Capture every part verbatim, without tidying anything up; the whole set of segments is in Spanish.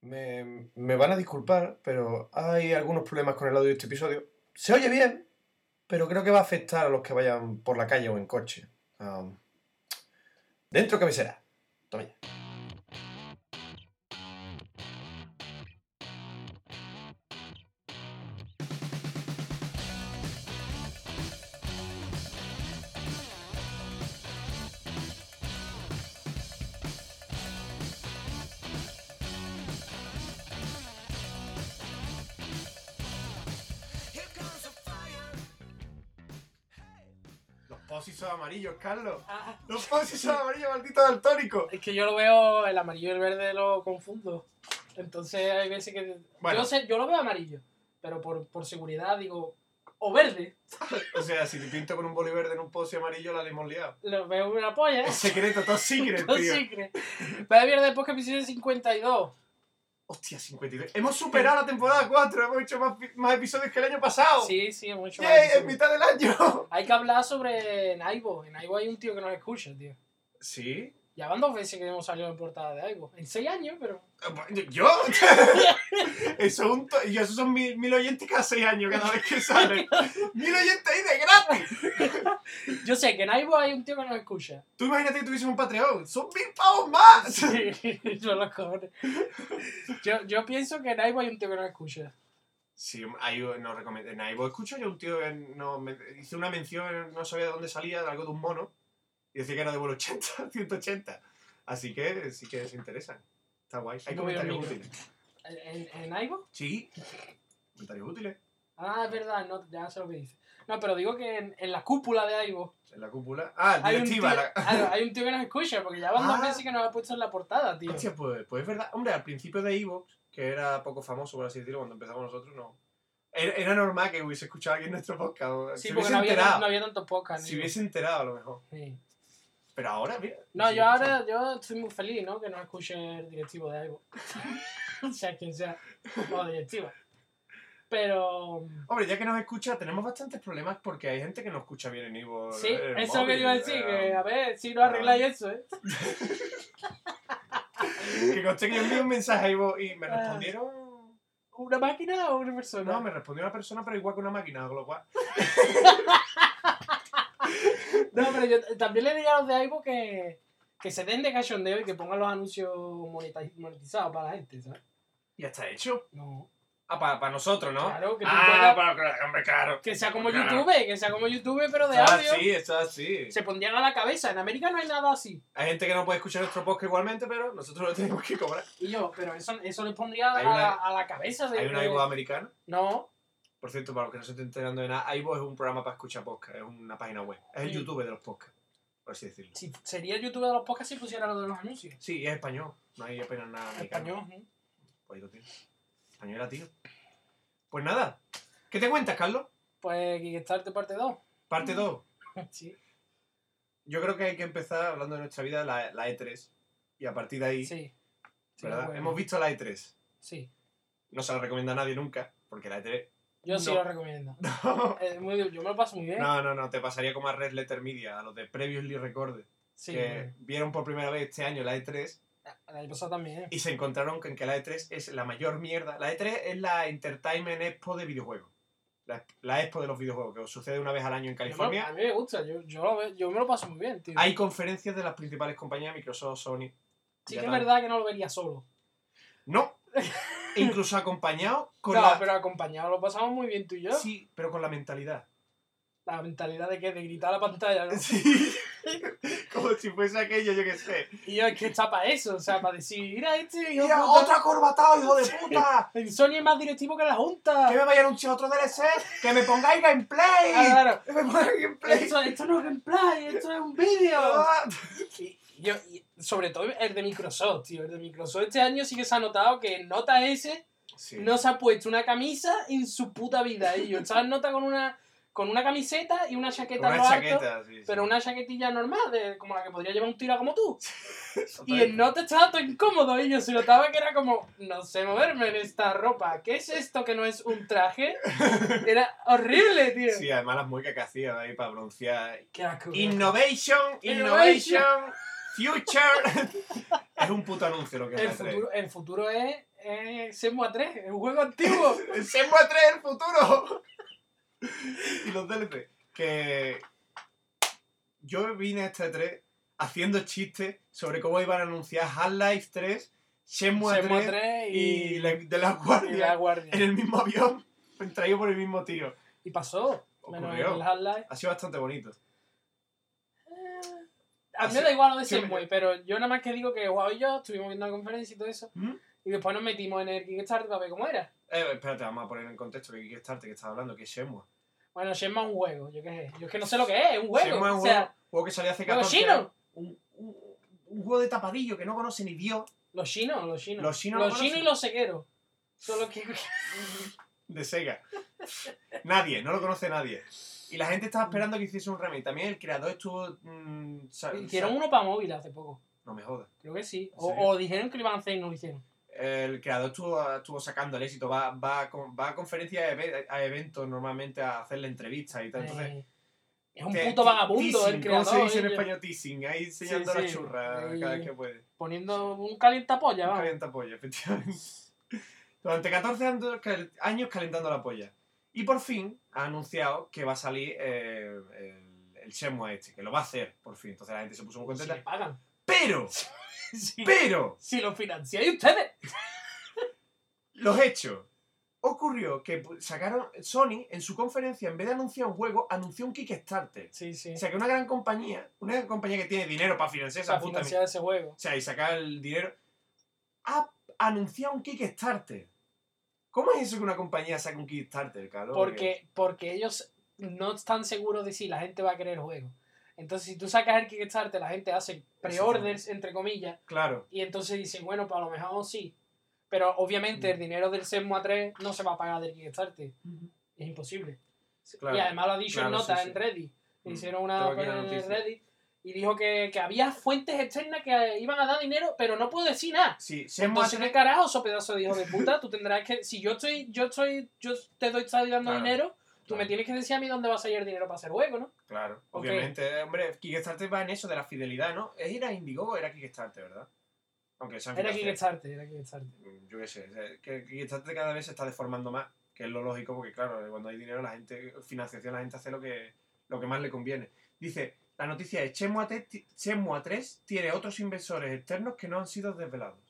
Me, me van a disculpar, pero hay algunos problemas con el audio de este episodio. Se oye bien, pero creo que va a afectar a los que vayan por la calle o en coche. Um, dentro cabecera. Toma ya. Los son amarillos, Carlos. Ah. Los posis son amarillos, maldito daltónico. Es que yo lo veo, el amarillo y el verde lo confundo. Entonces hay veces que... Bueno. Yo, sé, yo lo veo amarillo, pero por, por seguridad digo... O verde. O sea, si te pinto con un boli verde en un posi amarillo, la hemos liado. Lo veo una polla. Es secreto, todo secret, Todo tío. secret. Vaya mierda, después que episodio cincuenta y dos. Hostia, cincuenta y dos. Hemos superado la temporada cuatro. Hemos hecho más, más episodios que el año pasado. Sí, sí, hemos hecho ¡Yay! más ¡En episodios. mitad del año! Hay que hablar sobre Naibo. En Naibo hay un tío que nos escucha, tío. ¿Sí? Ya van dos veces que hemos salido en portada de Naibo. En seis años, pero... ¿Yo? Eso, es un to... y eso son mil, mil oyentes cada seis años cada vez que sale. ¡Mil oyentes ahí de gratis! Yo sé que en Naibo hay un tío que nos escucha. Tú imagínate que tuviésemos un Patreon. ¡Son mil pavos más! Sí, son los cojones. Yo, yo pienso que en Naibo hay un tío que nos escucha. Sí, ahí no recomiendo. En Aibo escucho yo un tío que no, me, hizo una mención, no sabía de dónde salía, de algo de un mono, y decía que era de vuelo ochenta, ciento ochenta. Así que sí que se interesan. Está guay. Hay No comentarios veo el útiles. ¿En, en Naibo? Sí, comentarios útiles. Ah, es verdad, no, ya sé lo que dice. No, pero digo que en, en la cúpula de Aibo En la cúpula. Ah, hay un, tío, directiva. La... claro, hay un tío que nos escucha, porque ya van dos Ah. veces que nos ha puesto en la portada, tío. Hostia, pues, pues es verdad. Hombre, al principio de Evox, que era poco famoso, por así decirlo, cuando empezamos nosotros, no. Era, era normal que hubiese escuchado aquí en nuestro podcast. Sí, se porque hubiese no había, enterado. no había tantos podcasts. Se ni- hubiese enterado, a lo mejor. Sí. Pero ahora, mira. No, sí, yo ahora yo estoy muy feliz, ¿no? Que nos escuche el directivo de Aibo. O sea, quien sea. O directiva. Pero... Hombre, ya que nos escucha, tenemos bastantes problemas porque hay gente que no escucha bien en Ivo. Sí, eso es lo que yo iba a decir, que a ver si no arregláis eso, ¿eh? Que conste que yo envié un mensaje a Ivo y me respondieron... ¿Una máquina o una persona? No, me respondió una persona, pero igual que una máquina, con lo cual... No, pero yo también le diría a los de Aibo que, que se den de cachondeo y que pongan los anuncios monetiz- monetizados para la gente, ¿sabes? Ya está hecho. No. Ah, para, para nosotros, ¿no? Claro, que tú ah, puedas- para... Hombre, claro. Que sea como Claro. YouTube, que sea como YouTube, pero de Está audio. así, está así. Se pondrían a la cabeza. En América no hay nada así. Hay gente que no puede escuchar nuestro podcast igualmente, pero nosotros lo tenemos que cobrar. Y yo, pero eso, eso les pondría Hay a, una- la, a la cabeza de... Hay un de- Ivo americano. No. Por cierto, para los que no se estén enterando de nada, Ivo es un programa para escuchar podcast, es una página web. Es el Sí. YouTube de los podcasts, por así decirlo. Si sería YouTube de los podcasts si pusiera lo de los anuncios. Sí, es español. No hay apenas nada americano. Español, ¿eh? Pues ahí lo tienes. Español latino. Pues nada. ¿Qué te cuentas, Carlos? Pues Kickstarter parte dos. Parte dos. Sí. Yo creo que hay que empezar hablando de nuestra vida, la, la E tres. Y a partir de ahí, Sí. Sí, ¿verdad? bueno. Hemos visto la E tres. Sí. No se la recomienda a nadie nunca, porque la E tres... Yo sí No. lo recomiendo. No, Es muy, yo me lo paso muy bien. no, no, no, te pasaría como a Red Letter Media, a los de Previously Recorded, Sí. que bueno. vieron por primera vez este año la E tres El año pasado también. y se encontraron con que la E tres es la mayor mierda. La E tres es la Entertainment Expo de videojuegos. La, la Expo de los videojuegos, que sucede una vez al año en Yo me- California. a mí me gusta. Yo, yo, lo veo- yo me lo paso muy bien, tío. Hay conferencias de las principales compañías, Microsoft, Sony. sí ya que es tal. verdad que no lo vería solo. No, incluso acompañado con no, la... pero acompañado lo pasamos muy bien tú y yo. Sí, pero con la mentalidad. La mentalidad de que de gritar a la pantalla, ¿no? Sí, como si fuese aquello, yo qué sé. Y yo es que está para eso, o sea, para decir, mira este hijo de ¡Mira, puta, otro acorbatado, hijo de puta! el Sony es más directivo que la Junta. ¡Que me vaya a anunciar otro D L C! ¡Que me pongáis gameplay! Ah, claro. ¡Que me pongáis gameplay! Esto, esto no es gameplay, esto es un vídeo. Ah. Y yo, y sobre todo el de Microsoft, tío. El de Microsoft este año sí que se ha notado que en Nota S Sí. no se ha puesto una camisa en su puta vida. Ellos estaba en Nota con una, con una camiseta y una chaqueta Una a lo alto, chaqueta, sí, sí. pero una chaquetilla normal, de, como la que podría llevar un tira como tú. Y Totalmente. en Nota estaba todo incómodo y yo se notaba que era como, no sé moverme en esta ropa. ¿Qué es esto que no es un traje? Era horrible, tío. Sí, además las muecas que hacía ahí para broncear. Qué asco. Innovation, Innovation. innovation, future. Es un puto anuncio lo que es El la E tres. futuro, el futuro es, es Shenmue tres, es un juego antiguo. ¡El Shenmue tres, el futuro! Y los D L C. Que yo vine a esta E tres haciendo chistes sobre cómo iban a anunciar Half-Life tres, Shenmue, Shenmue tres, tres y, y, la, de la guardia, y la guardia. en el mismo avión, traído por el mismo tío. Y pasó. Menos en el Half-Life. Ha sido bastante bonito. A mí Así- me da igual lo de sí, Shenmue, me- pero yo nada más que digo que Guau y yo estuvimos viendo la conferencia y todo eso, ¿Mm? y después nos metimos en el Kickstarter para ver cómo era. Eh, espérate, vamos a poner en contexto que Kickstarter que estás hablando, que es Shenmue. Bueno, Shenmue es un juego, yo qué sé. Yo es que no sé lo que es, es un juego. Shenmue es un o sea, juego, juego que salió hace juego catorce chino. años. Un, un, un juego de tapadillo que no conoce ni Dios. Los chinos, los chinos. Los chinos los lo chinos conocen. y los sequeros. Son los que... De Sega. Nadie, no lo conoce nadie. Y la gente estaba esperando que hiciese un remake. También el creador estuvo... Mmm, sa- Hicieron sa- uno para móvil hace poco. No me jodas. Creo que sí. ¿En O, serio? o dijeron que lo iban a hacer y no lo hicieron. El creador estuvo, estuvo sacando el éxito. Va, va, a, con- va a conferencias, a, eve- a eventos normalmente a hacerle entrevistas y tal. Entonces, Eh, es un te- puto te- vagabundo teasing, el creador. ¿cómo se dice en ellos, español teasing? Ahí enseñando Sí, la sí. churra Ahí- cada vez que puede. Poniendo un calientapolla, Un vamos. calientapolla, efectivamente. Durante catorce años cal- años calentando la polla. Y por fin ha anunciado que va a salir eh, el, el Shenmue este, que lo va a hacer, por fin. Entonces la gente se puso muy Si contenta. le pagan. Pero, Si, pero, si lo financiáis ustedes. los hechos. Ocurrió que pu- sacaron Sony en su conferencia, en vez de anunciar un juego, anunció un Kickstarter. Sí, sí. O sea que una gran compañía, una gran compañía que tiene dinero para financiar esa Para puta financiar ese juego. O sea, y sacar el dinero. Ha anunciado un Kickstarter. ¿Cómo es eso que una compañía saque un Kickstarter, Carlos? Porque, porque ellos no están seguros de si la gente va a querer el juego. Entonces, si tú sacas el Kickstarter, la gente hace pre-orders, entre comillas, Claro. y entonces dicen, bueno, pues a lo mejor sí. Pero obviamente Mm. el dinero del Shenmue tres no se va a pagar del Kickstarter. Es imposible. Claro, Y además lo ha dicho en claro, nota sí, en sí. Reddit. Mm. Hicieron una Tengo aquí la en noticia. Reddit y dijo que, que había fuentes externas que iban a dar dinero, pero no puedo decir nada. Sí, Shenmue Entonces, ¿qué tres- carajo, eso pedazo de hijo de puta? Tú tendrás que... Si yo estoy... Yo estoy... Yo te doy estoy dando Claro, dinero, tú claro. me tienes que decir a mí dónde va a salir el dinero para hacer juego, ¿no? Claro, Ok. obviamente. Hombre, Kickstarter va en eso de la fidelidad, ¿no? ¿Es ir a Indiegogo o era Kickstarter, verdad? Aunque sean Era financiados. Kickstarter, era Kickstarter. Yo qué sé, o sea, que Kickstarter cada vez se está deformando más, que es lo lógico, porque claro, cuando hay dinero, la gente, financiación, la gente hace lo que, lo que más le conviene. Dice, la noticia es, Shenmue tres, Shenmue tres tiene otros inversores externos que no han sido desvelados.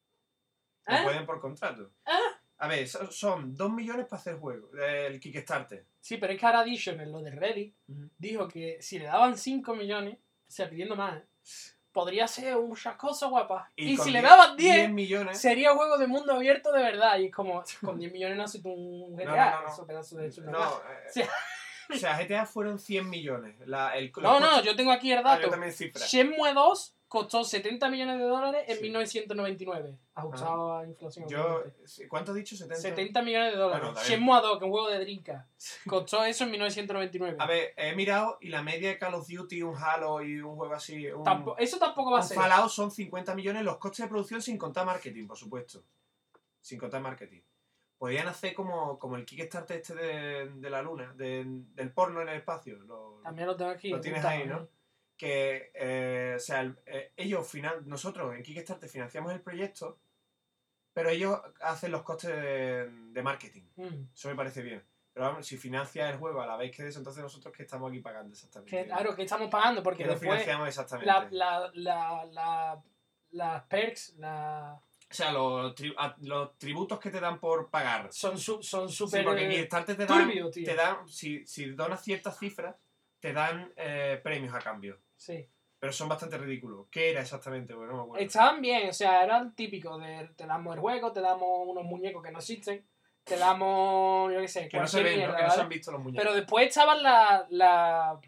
Lo ¿Ah? pueden por contrato. Ah. A ver, so- son dos millones para hacer juego, el Kickstarter. Sí, pero es que ahora Edition, en lo de Reddit, dijo que si le daban cinco millones, o sea, pidiendo más, podría ser muchas cosas guapas. Y, con si le diez- daban diez diez, millones, sería un juego de mundo abierto de verdad. Y es como, con diez millones no haces tú un G T A. No, no, no, no. Eso pedazo de no, eh, Sí. o sea, G T A fueron cien millones. La, el, No, los no, coches- yo tengo aquí el Ah, yo dato. también cifras. Shenmue dos costó setenta millones de dólares en Sí. mil novecientos noventa y nueve. Ajustado a inflación. Yo, obviamente. ¿cuánto has dicho? setenta. setenta millones de dólares. Bueno, está bien. Shenmue dos, que es un juego de Dreamcast. Costó eso en mil novecientos noventa y nueve. A ver, he mirado y la media de Call of Duty, un Halo y un juego así, un, Tampo- eso tampoco va a un ser. Fallout son cincuenta millones los costes de producción sin contar marketing, por supuesto. Sin contar marketing. Podrían hacer como, como el Kickstarter este de, de la luna, de- del porno en el espacio. Lo, También lo tengo aquí. Lo tienes apuntado, ahí, ¿no? ¿eh? que, eh, o sea, el- eh, ellos, finan nosotros en Kickstarter financiamos el proyecto, pero ellos hacen los costes de, de marketing. Mm. Eso me parece bien. Pero vamos, si financia el juego a la vez que eso, entonces nosotros ¿qué estamos aquí pagando exactamente? Que, claro, que estamos pagando porque ¿Qué lo después financiamos exactamente? la, la, la, la, las perks la, O sea, los, tri- a- los tributos que te dan por pagar. son su, son Sí, súper porque en eh, Kickstarter te dan, turbio, tío. te dan si, si donas ciertas cifras, te dan eh, premios a cambio. sí. Pero son bastante ridículos. ¿Qué era exactamente? Bueno, no me acuerdo. Estaban bien, o sea, eran típicos de te damos el juego, te damos unos muñecos que no existen, te damos, yo qué sé, Que no se cualquier ven, ¿no? mierda, Que no se ¿vale? han visto los muñecos. Pero después estaban la, la,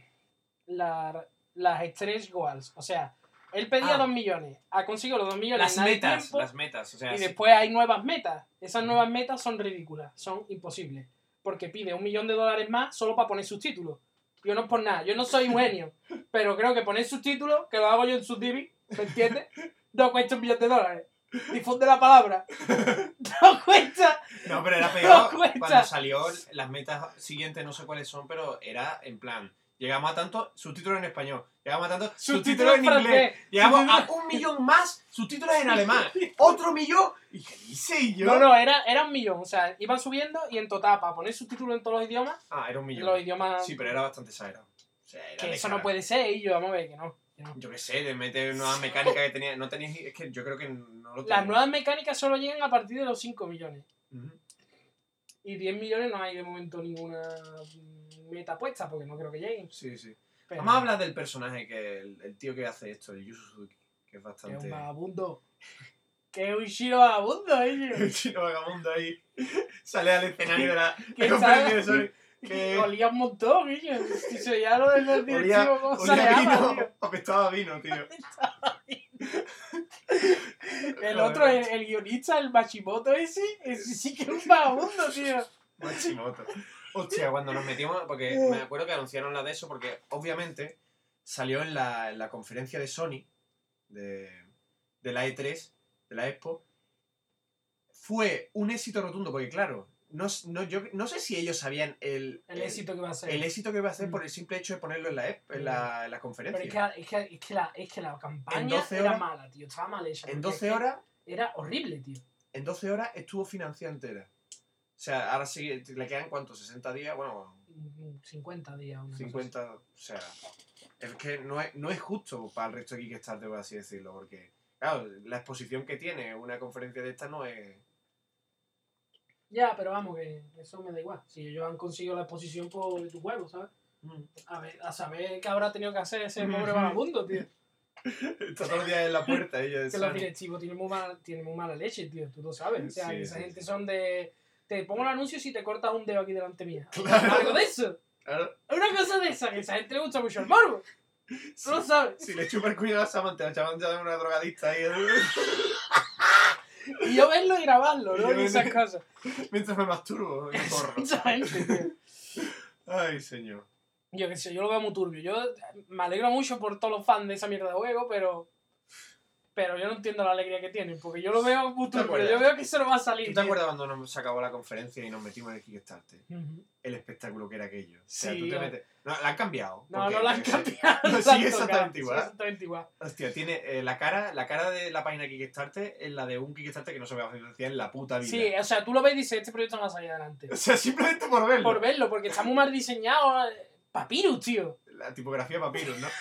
la, las stretch goals, o sea, él pedía Ah. dos millones, ha conseguido los dos millones Las en nada de metas, tiempo, las metas. O sea, y sí. después hay nuevas metas. Esas nuevas metas son ridículas, son imposibles. Porque pide un millón de dólares más solo para poner subtítulos. Yo no es por nada, yo no soy un genio. Pero creo que poner subtítulos, que lo hago yo en Subdivi, ¿me entiendes? No cuesta un millón de dólares. Difunde la palabra. No cuesta. No, pero era peor. No cuesta. Cuando salió las metas siguientes, no sé cuáles son, pero era en plan, Llegamos a tanto subtítulos en español. Llegamos a tanto Subtítulos subtítulos en inglés. francés. Llegamos Subtítulos- a un millón más subtítulos en alemán. Otro millón. ¿Y qué dice y yo? No, no, era, era un millón. O sea, iban subiendo y en total, para poner subtítulos en todos los idiomas, Ah, era un en millón. los idiomas. Sí, pero era bastante exagerado. O sea, era Que de eso cara. no puede ser, y yo, vamos a ver, que no. que no. Yo qué sé, de meter una mecánica que tenía. No tenías. Es que yo creo que no lo tenía. Las nuevas mecánicas solo llegan a partir de los cinco millones. Ujú. Y diez millones no hay de momento ninguna meta puesta, porque no creo que lleguen. Sí, sí. Pero Vamos a hablar del personaje, que el, el tío que hace esto, el Yu Suzuki, que es que es bastante... un vagabundo. Que es un Shiro vagabundo, ellos. El chino vagabundo ahí sale al escenario de la Que conferencia de sabe- Sony. Que Que olía un montón, ellos. Si se veía lo del olía, directivo, cómo olía saleaba, vino, apestaba a vino, tío. El otro, el, el guionista, el Machimoto ese, ese sí que es un vagabundo, tío. Machimoto. Hostia, cuando nos metimos, porque me acuerdo que anunciaron la de eso, porque obviamente salió en la, en la conferencia de Sony, de, de la E tres, de la Expo, fue un éxito rotundo, porque claro, no, no, yo, no sé si ellos sabían el, El éxito que va a ser. el éxito que iba a hacer Mm. por el simple hecho de ponerlo en la, Expo, en la, en la conferencia. Pero es que, es, que, es, que la, es que la campaña En doce era horas- mala, tío. Estaba mal hecha. En porque doce es que horas, Era horrible, tío. en doce horas estuvo financiada entera. O sea, ahora sí, le quedan ¿cuántos? sesenta días, bueno, cincuenta días, una cosa cincuenta, o sea, es que no es, no es justo para el resto de Kickstarter, por así decirlo, porque, claro, la exposición que tiene una conferencia de esta no es... así. Ya, pero vamos, que eso me da igual. Si ellos han conseguido la exposición por tu juego, ¿sabes? A, ver, a saber qué habrá tenido que hacer ese pobre vagabundo, tío. Está todo el día en la puerta, ellos Que de los Sony. directivos tienen muy, mala, tienen muy mala leche, tío. Tú lo sabes. O sea, Sí, que esa sí, gente sí. son de... Te pongo el anuncio si te cortas un dedo aquí delante mía. Claro. Algo de eso. Claro, Una cosa de esa, que a esa gente le gusta mucho el morbo. Tú lo sabes. si le chupa el cuello a Samantha, la chaval ya de una drogadista ahí, Y yo verlo y grabarlo, Y ¿no? yo Y esas verlo. cosas. mientras me masturbo y corro. Mucha gente, tío. Ay, señor. Yo qué sé, yo lo veo muy turbio. Yo me alegro mucho por todos los fans de esa mierda de juego, pero... Pero yo no entiendo la alegría que tienen, porque yo lo veo muy ¿Te turbio. acuerdas? Yo veo que eso no va a salir. ¿Tú te tío. acuerdas cuando nos se acabó la conferencia y nos metimos en el Kickstarter? Ujú. El espectáculo que era aquello. O sea, Sí, tú te yo- metes... No, la han cambiado. No, porque, no la han yo qué sé. cambiado. No, tanto, sigue exactamente cabrón, igual. sigue exactamente igual. Hostia, tiene eh, la cara la cara de la página Kickstarter es la de un Kickstarter que no se va a financiar en la puta vida. Sí, o sea, tú lo ves y dices, este proyecto no va a salir adelante. O sea, simplemente por verlo. Por verlo, porque está muy mal diseñado. eh, Papyrus, tío. La tipografía Papyrus, ¿no?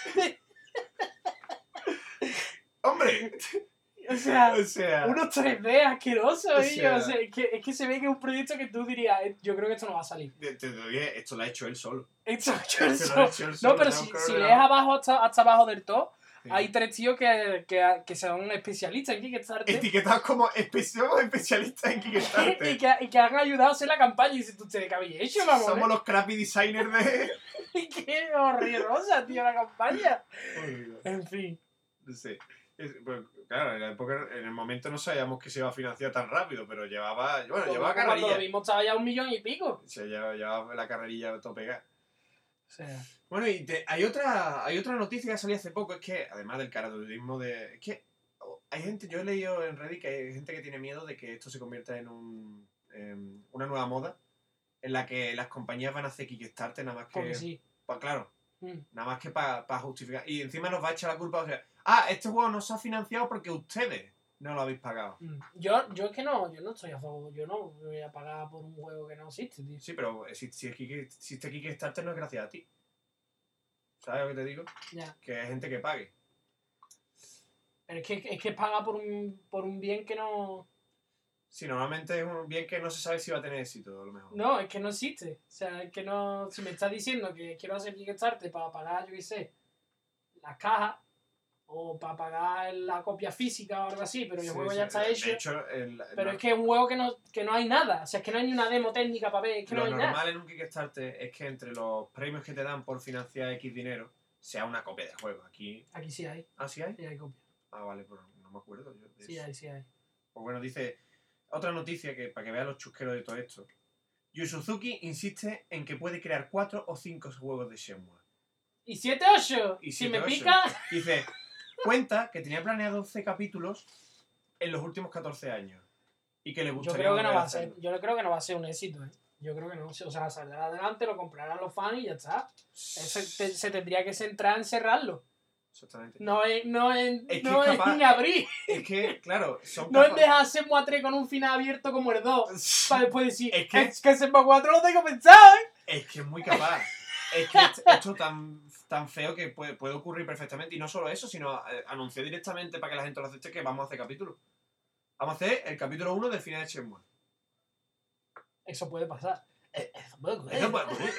¡Hombre! O sea, O sea... unos tres D asquerosos, O o sea- o sea, es, que, es que se ve que es un proyecto que tú dirías, eh, yo creo que esto no va a salir. Te, te lo dije, esto lo ha hecho él solo. Esto, yo Esto eso- lo ha hecho él solo. No, pero no si, creo si que lees no. abajo hasta, hasta abajo del todo, Sí. hay tres tíos que, que, que son especialistas en Kickstarter Etiquetados como espe- somos especialistas en y, Kickstarter. que, y que han ayudado a hacer la campaña. Y dices, ¿tú ustedes qué habéis hecho, vamos? Somos los crappy designers de... Y qué horrorosa, tío, la campaña. Uy, En fin. no sé. Es- pues, claro, en la época, en el momento no sabíamos que se iba a financiar tan rápido, pero llevaba, bueno, llevaba Cuando lo carrerilla. mismo estaba ya un millón y pico. O sea, llevaba, llevaba la carrerilla todo pegada. O sea, Bueno, y te- hay otra hay otra noticia que salió hace poco, es que, además del caradurismo de... Es que oh, hay gente, yo he leído en Reddit que hay gente que tiene miedo de que esto se convierta en un, en una nueva moda, en la que las compañías van a hacer Kickstarter nada más que... porque sí. pa- claro, Mm. nada más que para justificar. Y encima nos va a echar la culpa, o sea, ah, este juego no se ha financiado porque ustedes no lo habéis pagado. Mm. Yo, yo es que no, yo no estoy a favor, yo no voy a pagar por un juego que no existe, tío. Sí, pero si, si, es Kike- si este Kickstarter no es gracias a ti. ¿Sabes lo que te digo? Ya. Que hay gente que pague. Pero es que es que paga por un, por un bien que no. Sí, normalmente es un bien que no se sabe si va a tener éxito, a lo mejor. No, es que no existe. O sea, es que no. Si me estás diciendo que quiero hacer Kickstarter para pagar, yo qué sé, las cajas, o para pagar la copia física o algo así, pero el Sí, juego sí, ya está de hecho. hecho, el- Pero no- es que es un juego que no, que no hay nada. O sea, es que no hay ni una demo técnica para ver, es que lo no hay normal nada. en un Kickstarter es que entre los premios que te dan por financiar X dinero sea una copia del juego. Aquí... Aquí sí hay, ¿Ah, sí hay? sí hay copia. Ah, vale, pues no me acuerdo yo de Sí eso. hay, sí hay. Pues bueno, dice... Otra noticia que para que vean los chusqueros de todo esto. Yu Suzuki insiste en que puede crear cuatro o cinco juegos de Shenmue. ¿Y siete ocho? Y Si siete, me ocho. pica. Dice, cuenta que tenía planeado doce capítulos en los últimos catorce años. Y que le Yo gustaría creo que no volver va a ser, hacerlo. yo creo que no va a ser un éxito, ¿eh? Yo creo que no. O sea, saldrá adelante, lo comprarán los fans y ya está. Ese te- se tendría que centrar en cerrarlo. Exactamente. No en, no en, Es que no es capaz- en abrir. Es que, claro, son No en capa- dejar Shenmue tres con un final abierto como el dos. Para después decir, Es que- es que Shenmue cuatro lo tengo pensado, ¿eh? Es que es muy capaz. Es que est- esto tan, tan feo que puede, puede ocurrir perfectamente. Y no solo eso, sino eh, anunciar directamente para que la gente lo acepte que vamos a hacer capítulo. Vamos a hacer el capítulo uno del final de Shenmue. Eso puede pasar. Eh, Eso puede ocurrir. Eso puede ocurrir.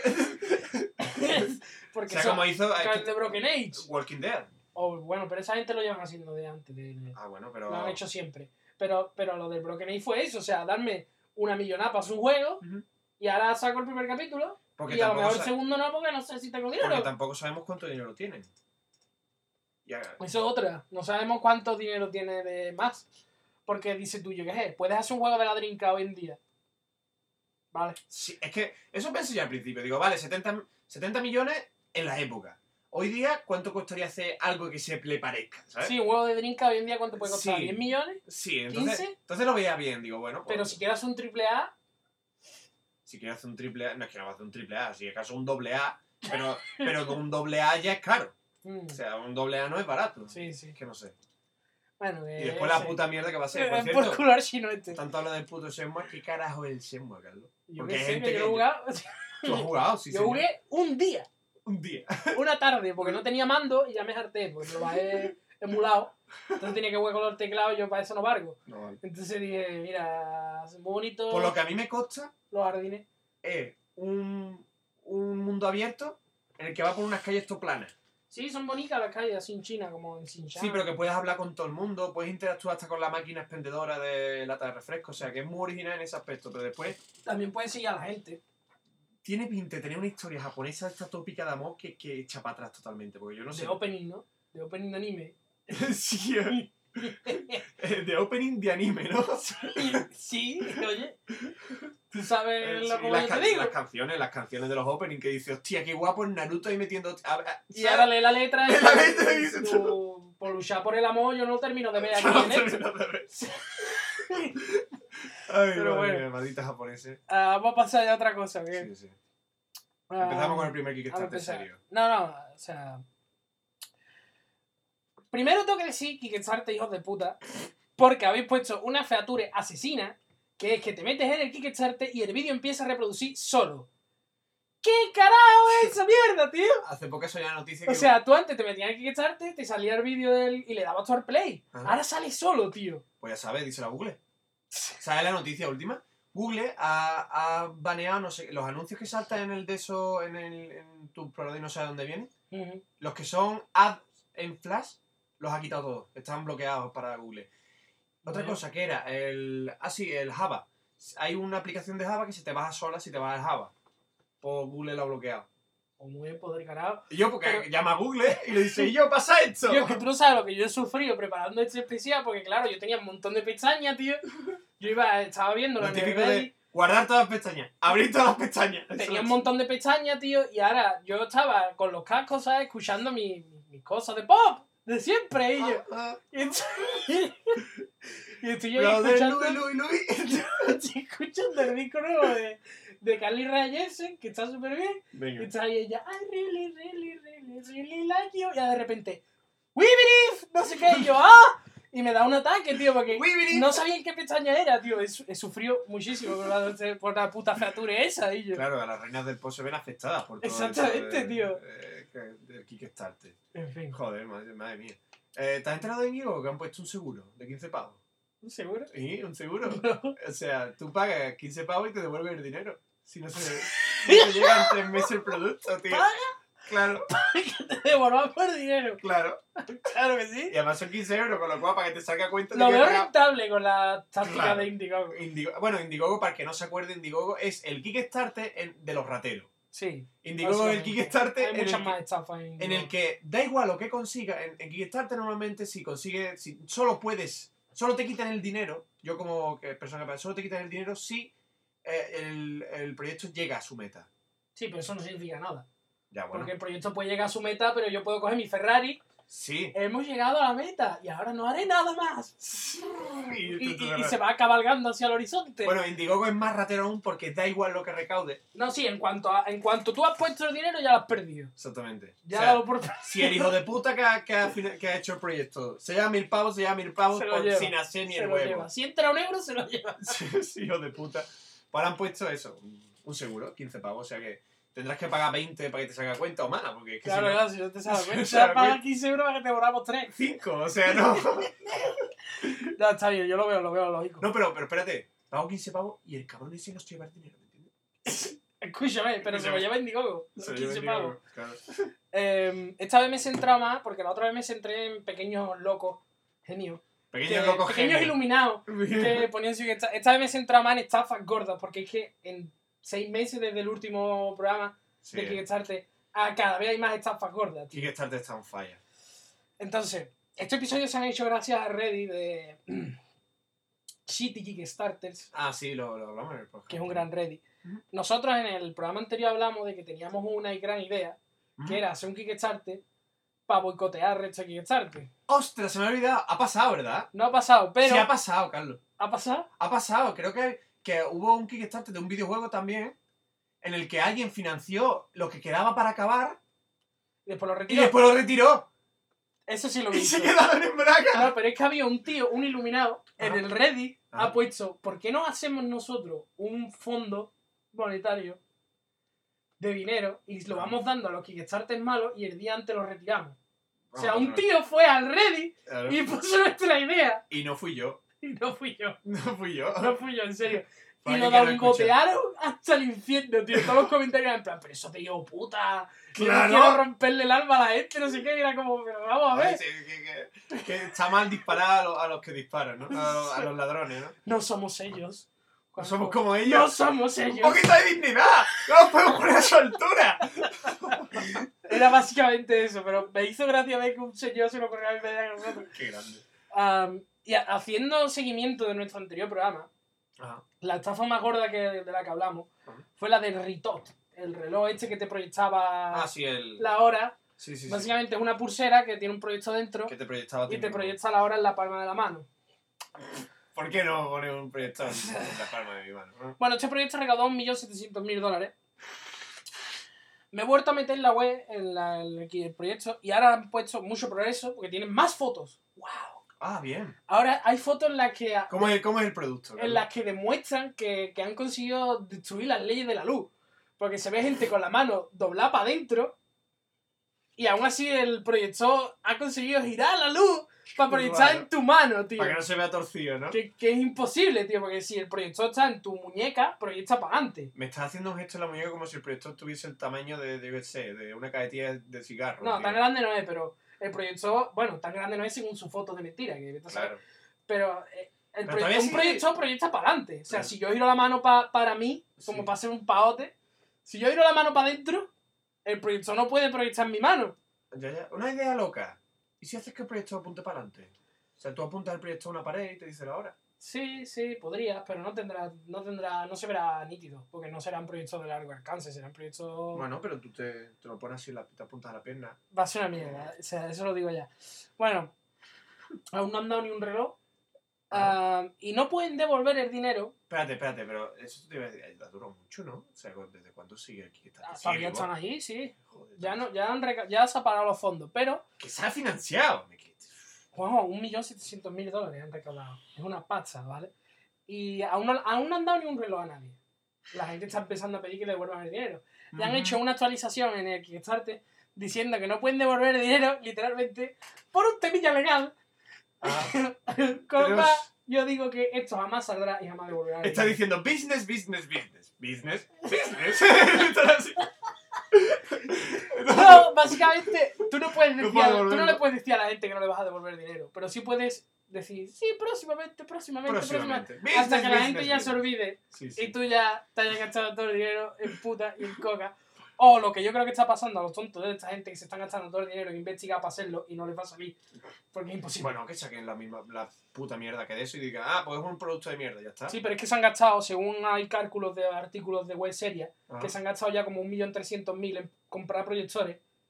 Porque O sea, eso- como hizo que eh, es de Broken Age. Walking Dead. O, bueno, pero esa gente lo llevan haciendo de antes. De, de- Ah, bueno, pero... Lo han hecho siempre. Pero, pero lo del Broken Age fue eso. O sea, darme una millonada para su juego. Ujú. Y ahora saco el primer capítulo. Porque y a lo tampoco, mejor el sa- segundo no, porque no sé si tengo dinero. porque tampoco sabemos cuánto dinero tienen. Ya, Eso es otra. No sabemos cuánto dinero tiene de más. Porque dice tú, yo qué sé, puedes hacer un juego de la Drinka hoy en día. Vale. sí, es que eso pensé yo al principio. Digo, vale, setenta, setenta millones en la época. Hoy día, ¿cuánto costaría hacer algo que se le parezca? ¿Sabes? Sí, un juego de Drinka hoy en día, ¿cuánto puede costar? Sí. ¿diez millones? Sí, entonces, ¿quince? entonces lo veía bien. Digo, bueno, pues, Pero si quieres hacer un triple A, si quieres hacer un triple A, no es que no va a hacer un triple A, si acaso un doble A, pero, pero con un doble A ya es caro. mm, O sea, un doble A no es barato. sí, sí. Es que no sé. Bueno, Y después la sí. puta mierda que va a ser. Por Eh, cierto, por culo al chino este. tanto habla del puto Shenmue, ¿qué carajo es el Shenmue, Carlos? Yo Porque que hay sé, gente que yo que- he jugado. Tú has jugado, sí, Yo señor. jugué un día, Un día. una tarde, porque no tenía mando y ya me harté, porque me lo bajé emulado. Entonces tenía que jugar con los teclados y yo para eso no valgo. No, vale. Entonces dije, mira, es muy bonito Por lo que a mí me consta, los jardines. es un, un mundo abierto en el que va por unas calles todo planas. Sí, son bonitas las calles, así en China, como en Xinjiang. Sí, pero que puedes hablar con todo el mundo, puedes interactuar hasta con la máquina expendedora de lata de refresco, o sea que es muy original en ese aspecto, pero después También puedes seguir a la gente. tiene pinta de tener una historia japonesa esta tópica de amor que, que echa para atrás totalmente, porque yo no sé. De opening, ¿no? De opening de anime. Sí, eh, de opening de anime, ¿no? Sí, oye. Tú sabes Eh, lo sí, que las, yo can- te digo. las canciones, las canciones de los openings que dice, hostia, qué guapo el Naruto ahí metiendo... a- a- Y ahora lee la letra y La letra y dice tú, por luchar por el amor yo no termino de ver aquí No en esto. termino de ver. Ay, Pero madre bueno. mía, malditos japoneses. Ah, vamos a pasar ya a otra cosa. ¿Qué? Sí, sí. Ah, Empezamos con el primer vamos a Kickstarter empezar. serio. No, no, o sea... Primero tengo que decir, Kickstarter, hijos de puta, porque habéis puesto una feature asesina, que es que te metes en el Kickstarter y el vídeo empieza a reproducir solo. ¿Qué carajo es esa mierda, tío? Hace poco salió la noticia O que... sea, tú antes te metías en el Kickstarter, te salía el vídeo del y le dabas tu al play. Ajá. Ahora sale solo, tío. Pues ya sabes, díselo a Google. ¿Sabes la noticia última? Google ha, ha baneado, no sé, los anuncios que saltan en el de eso, en, el, en tu programa y no sabes dónde vienen. Ujú. Los que son ads en Flash, los ha quitado todos. Están bloqueados para Google. Otra Bueno. cosa que era el... Ah, sí, el Java. Hay una aplicación de Java que se te baja sola si te vas al Java. Pues Google lo ha bloqueado. O muy bien, poder carajo. Y yo, porque Pero- llama a Google y le dice, y yo, pasa esto. Tío, es que tú no sabes lo que yo he sufrido preparando este especial, porque claro, yo tenía un montón de pestañas, tío. Yo iba, estaba viendo Lo la típico Neverready, de guardar todas las pestañas, abrir todas las pestañas. tenía un montón de pestañas, tío, y ahora yo estaba con los cascos, ¿sabes? Escuchando mis mis cosas de pop, de siempre, y yo. Ah, Y estoy, y estoy yo ahí Lo de escuchando, Louis, Louis, Louis. estoy escuchando el disco nuevo de, de Carly Rae Jepsen, que está súper bien. Y Venga. está ahí ella, I really, really, really, really like you. Y de repente, we believe, no sé qué, y yo, ¡ah! Y me da un ataque, tío, porque We believe. no sabía en qué pestaña era, tío. He, su- he sufrido muchísimo por la, por la puta feature esa, y yo. Claro, a las reinas del post se ven afectadas por todo Exactamente, eso de- tío. eh, que- del Kickstarter. En fin, Joder, madre, madre mía. Eh, ¿Te has enterado de Íñigo que han puesto un seguro de quince pavos? ¿seguro? Sí, un seguro. No. O sea, tú pagas quince pavos y te devuelven el dinero. Si no se si te llega en tres meses el producto, tío. ¿Paga? Claro, Te devolvamos por dinero. claro. Claro que sí. Y además son quince euros, con lo cual para que te salga cuenta Lo de que veo pagas- rentable con la táctica Claro. de Indiegogo. Indigo- bueno, Indiegogo, para el que no se acuerde, Indiegogo es el Kickstarter en- de los rateros. Sí. Indiegogo es el básicamente. Kickstarter Hay en muchas el, más que, estafas en en el Indiegogo. que da igual lo que consiga. En, en Kickstarter normalmente si consigues, si solo puedes, solo te quitan el dinero, yo como que persona que solo te quitan el dinero si eh, el, el proyecto llega a su meta. Sí, pero eso no significa nada. Ya, bueno. Porque el proyecto puede llegar a su meta, pero yo puedo coger mi Ferrari, Sí. Hemos llegado a la meta y ahora no haré nada más. Y, Y, tú- y- tú- y se va cabalgando hacia el horizonte. Bueno, Indiegogo es más ratero aún porque da igual lo que recaude. No, sí, en cuanto, a, en cuanto tú has puesto el dinero ya lo has perdido. Exactamente. Ya O sea, lo por... si el hijo de puta que ha, que, ha, fina- que ha hecho el proyecto se llama mil pavos, se llama mil pavos Se lo por, lleva, sin hacer ni se el lo huevo. lleva. Si entra un euro, se lo lleva. Sí, sí, hijo de puta. Pues ahora han puesto eso, un seguro, quince pavos, o sea que tendrás que pagar veinte para que te salga cuenta o más, porque es que Claro, si no, claro, si no te si sabes no cuenta, se da pagas cuenta. quince euros para que te borramos tres. cinco, o sea, no. Ya está bien, yo lo veo, lo veo lógico. No, pero, pero espérate, pago quince pavos y el cabrón ese no se lleva el dinero, ¿me entiendes? Escúchame, pero se lo Escúchame. lleva Indiegogo. Los Se lo lleva quince el pavos. dinero, claro. Eh, esta vez me he centrado más, porque la otra vez me centré en pequeños locos, genios. Pequeños que- locos pequeños genios. iluminados que ponían su esta, esta vez me he centrado más en estafas gordas, porque es que en seis meses desde el último programa Sí, de Kickstarter a cada vez hay más estafas gordas, tío. Kickstarter está on fire. Entonces, estos episodios se han hecho gracias a Reddit de Shitty Kickstarters, Ah, sí, lo, lo hablamos en el podcast. que es un gran Reddit. Ujú. Nosotros en el programa anterior hablamos de que teníamos una gran idea, Ujú. que era hacer un Kickstarter para boicotear el resto de Kickstarter. ¡Ostras, se me ha olvidado! Ha pasado, ¿verdad? No ha pasado, pero... Sí, ha pasado, Carlos. ¿Ha pasado? Ha pasado, creo que, que hubo un Kickstarter de un videojuego también en el que alguien financió lo que quedaba para acabar Y después lo y retiró. después lo retiró Eso sí lo y vi. se quedaron en braga. Claro, pero es que había un tío, un iluminado, en Ajá. el Reddit Ajá. ha puesto, ¿por qué no hacemos nosotros un fondo monetario de dinero y lo Ajá. vamos dando a los Kickstarters malos y el día antes lo retiramos? O sea, Vamos, un otra tío fue al Reddit vez. Claro. y puso nuestra idea. Y no fui yo. Y no fui yo. No fui yo. No fui yo, en serio. Para Y que lo quiera escuchar. boicotearon hasta el infierno, tío. Todos los comentarios eran en plan, pero eso te digo puta. Yo no Claro. quiero romperle el alma a la gente, no sé qué. Y era como, pero vamos a Ay, ver. sí, que, que- que está mal disparar a los, a los que disparan, ¿no? A los, a los ladrones, ¿no? No somos ellos. No somos como ellos. No somos ¡Un ellos. poquito de dignidad! ¡No nos podemos poner a su altura! Era básicamente eso, pero me hizo gracia ver que un señor se lo corrió a mi medida que nosotros. ¡Qué grande! Um, y ha- haciendo seguimiento de nuestro anterior programa, Ajá. la estafa más gorda que, de la que hablamos Ajá. fue la del Ritot, el reloj este que te proyectaba Ah, sí, el... la hora. Sí, sí, sí. Básicamente es una pulsera que tiene un proyector dentro Que te proyectaba a ti y te mismo. proyecta la hora en la palma de la mano. ¿Por qué no poner un proyector en la palma de mi mano? ¿no? Bueno, este proyecto recaudó un millón setecientos mil dólares. Me he vuelto a meter en la web, en, la, en el, el proyecto, y ahora han puesto mucho progreso porque tienen más fotos. ¡Wow! Ah, bien. Ahora hay fotos en las que, ¿Cómo es, cómo es el producto? en las que demuestran que, que han conseguido destruir las leyes de la luz. Porque se ve gente con la mano doblada para adentro y aún así el proyector ha conseguido girar la luz para proyectar Claro. en tu mano, tío. Para que no se vea torcido, ¿no? Que, que es imposible, tío, porque si el proyector está en tu muñeca, proyecta para adelante. Me estás haciendo un gesto en la muñeca como si el proyector tuviese el tamaño de, de, yo qué sé, de una cajetilla de cigarro. No, tío. tan grande no es, pero el proyector, bueno, tan grande no es según su foto de mentira, que vete a saber. Claro. Pero eh, el Pero proye- todavía un sigue- proyector proyecta para adelante. O sea, Claro. si yo giro la mano pa- para mí, como Sí. para hacer un paote, si yo giro la mano para adentro, el proyector no puede proyectar mi mano. Ya, ya. Una idea loca. ¿Y si haces que el proyector apunte para adelante? O sea, tú apuntas el proyector a una pared y te dice la hora. Sí, sí, podría, pero no tendrá, no tendrá, no se verá nítido, porque no será un proyecto de largo alcance, será un proyecto... Bueno, pero tú te, te lo pones así, la, te apuntas a la pierna. Va a ser una mierda, o sea, eso lo digo ya. Bueno, aún no han dado ni un reloj, ah, y no pueden devolver el dinero. Espérate, espérate, pero eso te iba a decir, ya duró mucho, ¿no? O sea, ¿desde cuándo sigue aquí? ¿Está Ah, sigue Todavía vivo? están ahí, sí. Joder, Ya, no, ya, han reca- ya se han parado los fondos, pero... Que se ha financiado. Me quito. Wow, un millón setecientos mil dólares han recaudado. Es una pasta, ¿vale? Y aún no, aún no han dado ni un reloj a nadie. La gente está empezando a pedir que le devuelvan el dinero. Le han Ujú. hecho una actualización en el Kickstarter diciendo que no pueden devolver el dinero, literalmente, por un temilla legal. Ah, Con lo pero cual, es- yo digo que esto jamás saldrá y jamás devolverá el está dinero. diciendo business, business, business. Business, business. Están así. No, básicamente, tú no puedes No decir, puedo a- tú no devolverlo. le puedes decir a la gente que no le vas a devolver el dinero, pero sí puedes decir, sí, próximamente, próximamente, próximamente. Próximamente. Hasta que la Business, gente ya business, se olvide Sí, sí. y tú ya te hayas gastado todo el dinero en puta y en coca. O lo que yo creo que está pasando a los tontos de esta gente que se están gastando todo el dinero en investigar para hacerlo y no les va a salir porque es imposible. Bueno, que saquen la misma la puta mierda que de eso y digan, ah, pues es un producto de mierda, ya está. Sí, pero es que se han gastado, según hay cálculos de artículos de web seria, Ah, que se han gastado ya como un millón trescientos mil en comprar proyectores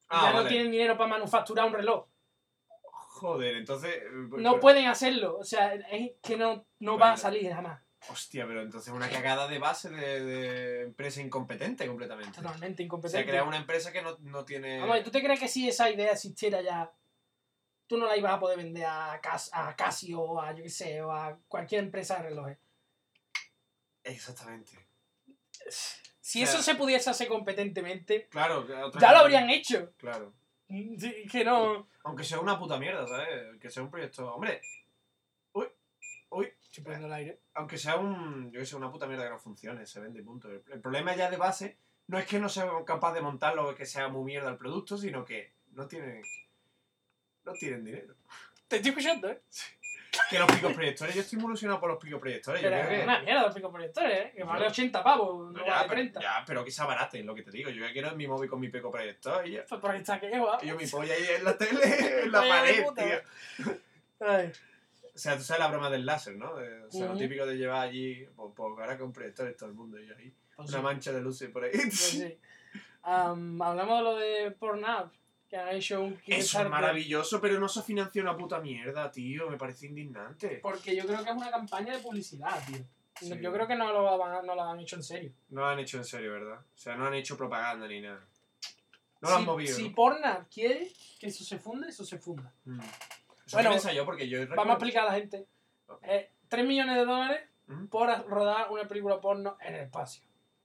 Ah, ya vale. No tienen dinero para manufacturar un reloj. Joder, entonces... No pero... pueden hacerlo. O sea, es que no, no bueno, va a salir jamás. Hostia, pero entonces es una cagada de base de, de empresa incompetente completamente. Totalmente incompetente. O sea, crear una empresa que no, no tiene... Vamos, ¿tú te crees que si esa idea existiera ya, tú no la ibas a poder vender a, Cas a Casio o a, yo qué sé, o a cualquier empresa de relojes? Exactamente. Si o sea, eso se pudiese hacer competentemente, claro, ya lo habrían hecho. Claro. Sí, que no... Aunque sea una puta mierda, ¿sabes? Que sea un proyecto... Hombre... Uy, uy... Estoy poniendo el aire. Aunque sea un... Yo que sé, una puta mierda que no funcione, se vende y punto. El, el problema ya de base no es que no sea capaz de montarlo o que sea muy mierda el producto, sino que no tienen... No tienen dinero. Te estoy escuchando, ¿eh? Sí. Que los picoproyectores, yo estoy muy ilusionado por los picoproyectores. Pero es una mierda los picoproyectores, ¿eh? Que vale ochenta pavos, no, no vale treinta. Ya, pero que se abaraten, lo que te digo. Yo ya quiero mi móvil con mi picoproyector y ya. Pues por ahí está que guapo. Y yo mi polla ahí en la tele, en la pared, tío. Ay. O sea, tú sabes la broma del láser, ¿no? De, o sea, uh-huh. Lo típico de llevar allí, pues, pues ahora con proyectores todo el mundo y ahí. Pues una sí. Mancha de luces por ahí. Pues sí. Um, hablamos de lo de Pornhub. Que han hecho un Eso es maravilloso, pero no se financia una puta mierda, tío. Me parece indignante. Porque yo creo que es una campaña de publicidad, tío. Sí. Yo creo que no lo, van, no lo han hecho en serio. No lo han hecho en serio, ¿verdad? O sea, no han hecho propaganda ni nada. No si, lo han movido. Si Pornhub quiere que eso se funda, eso se funda. Mm. Eso bueno, piensa yo, porque yo recuerdo... Vamos a explicar a la gente. Eh, tres millones de dólares ¿Mm? Por rodar una película porno en el espacio.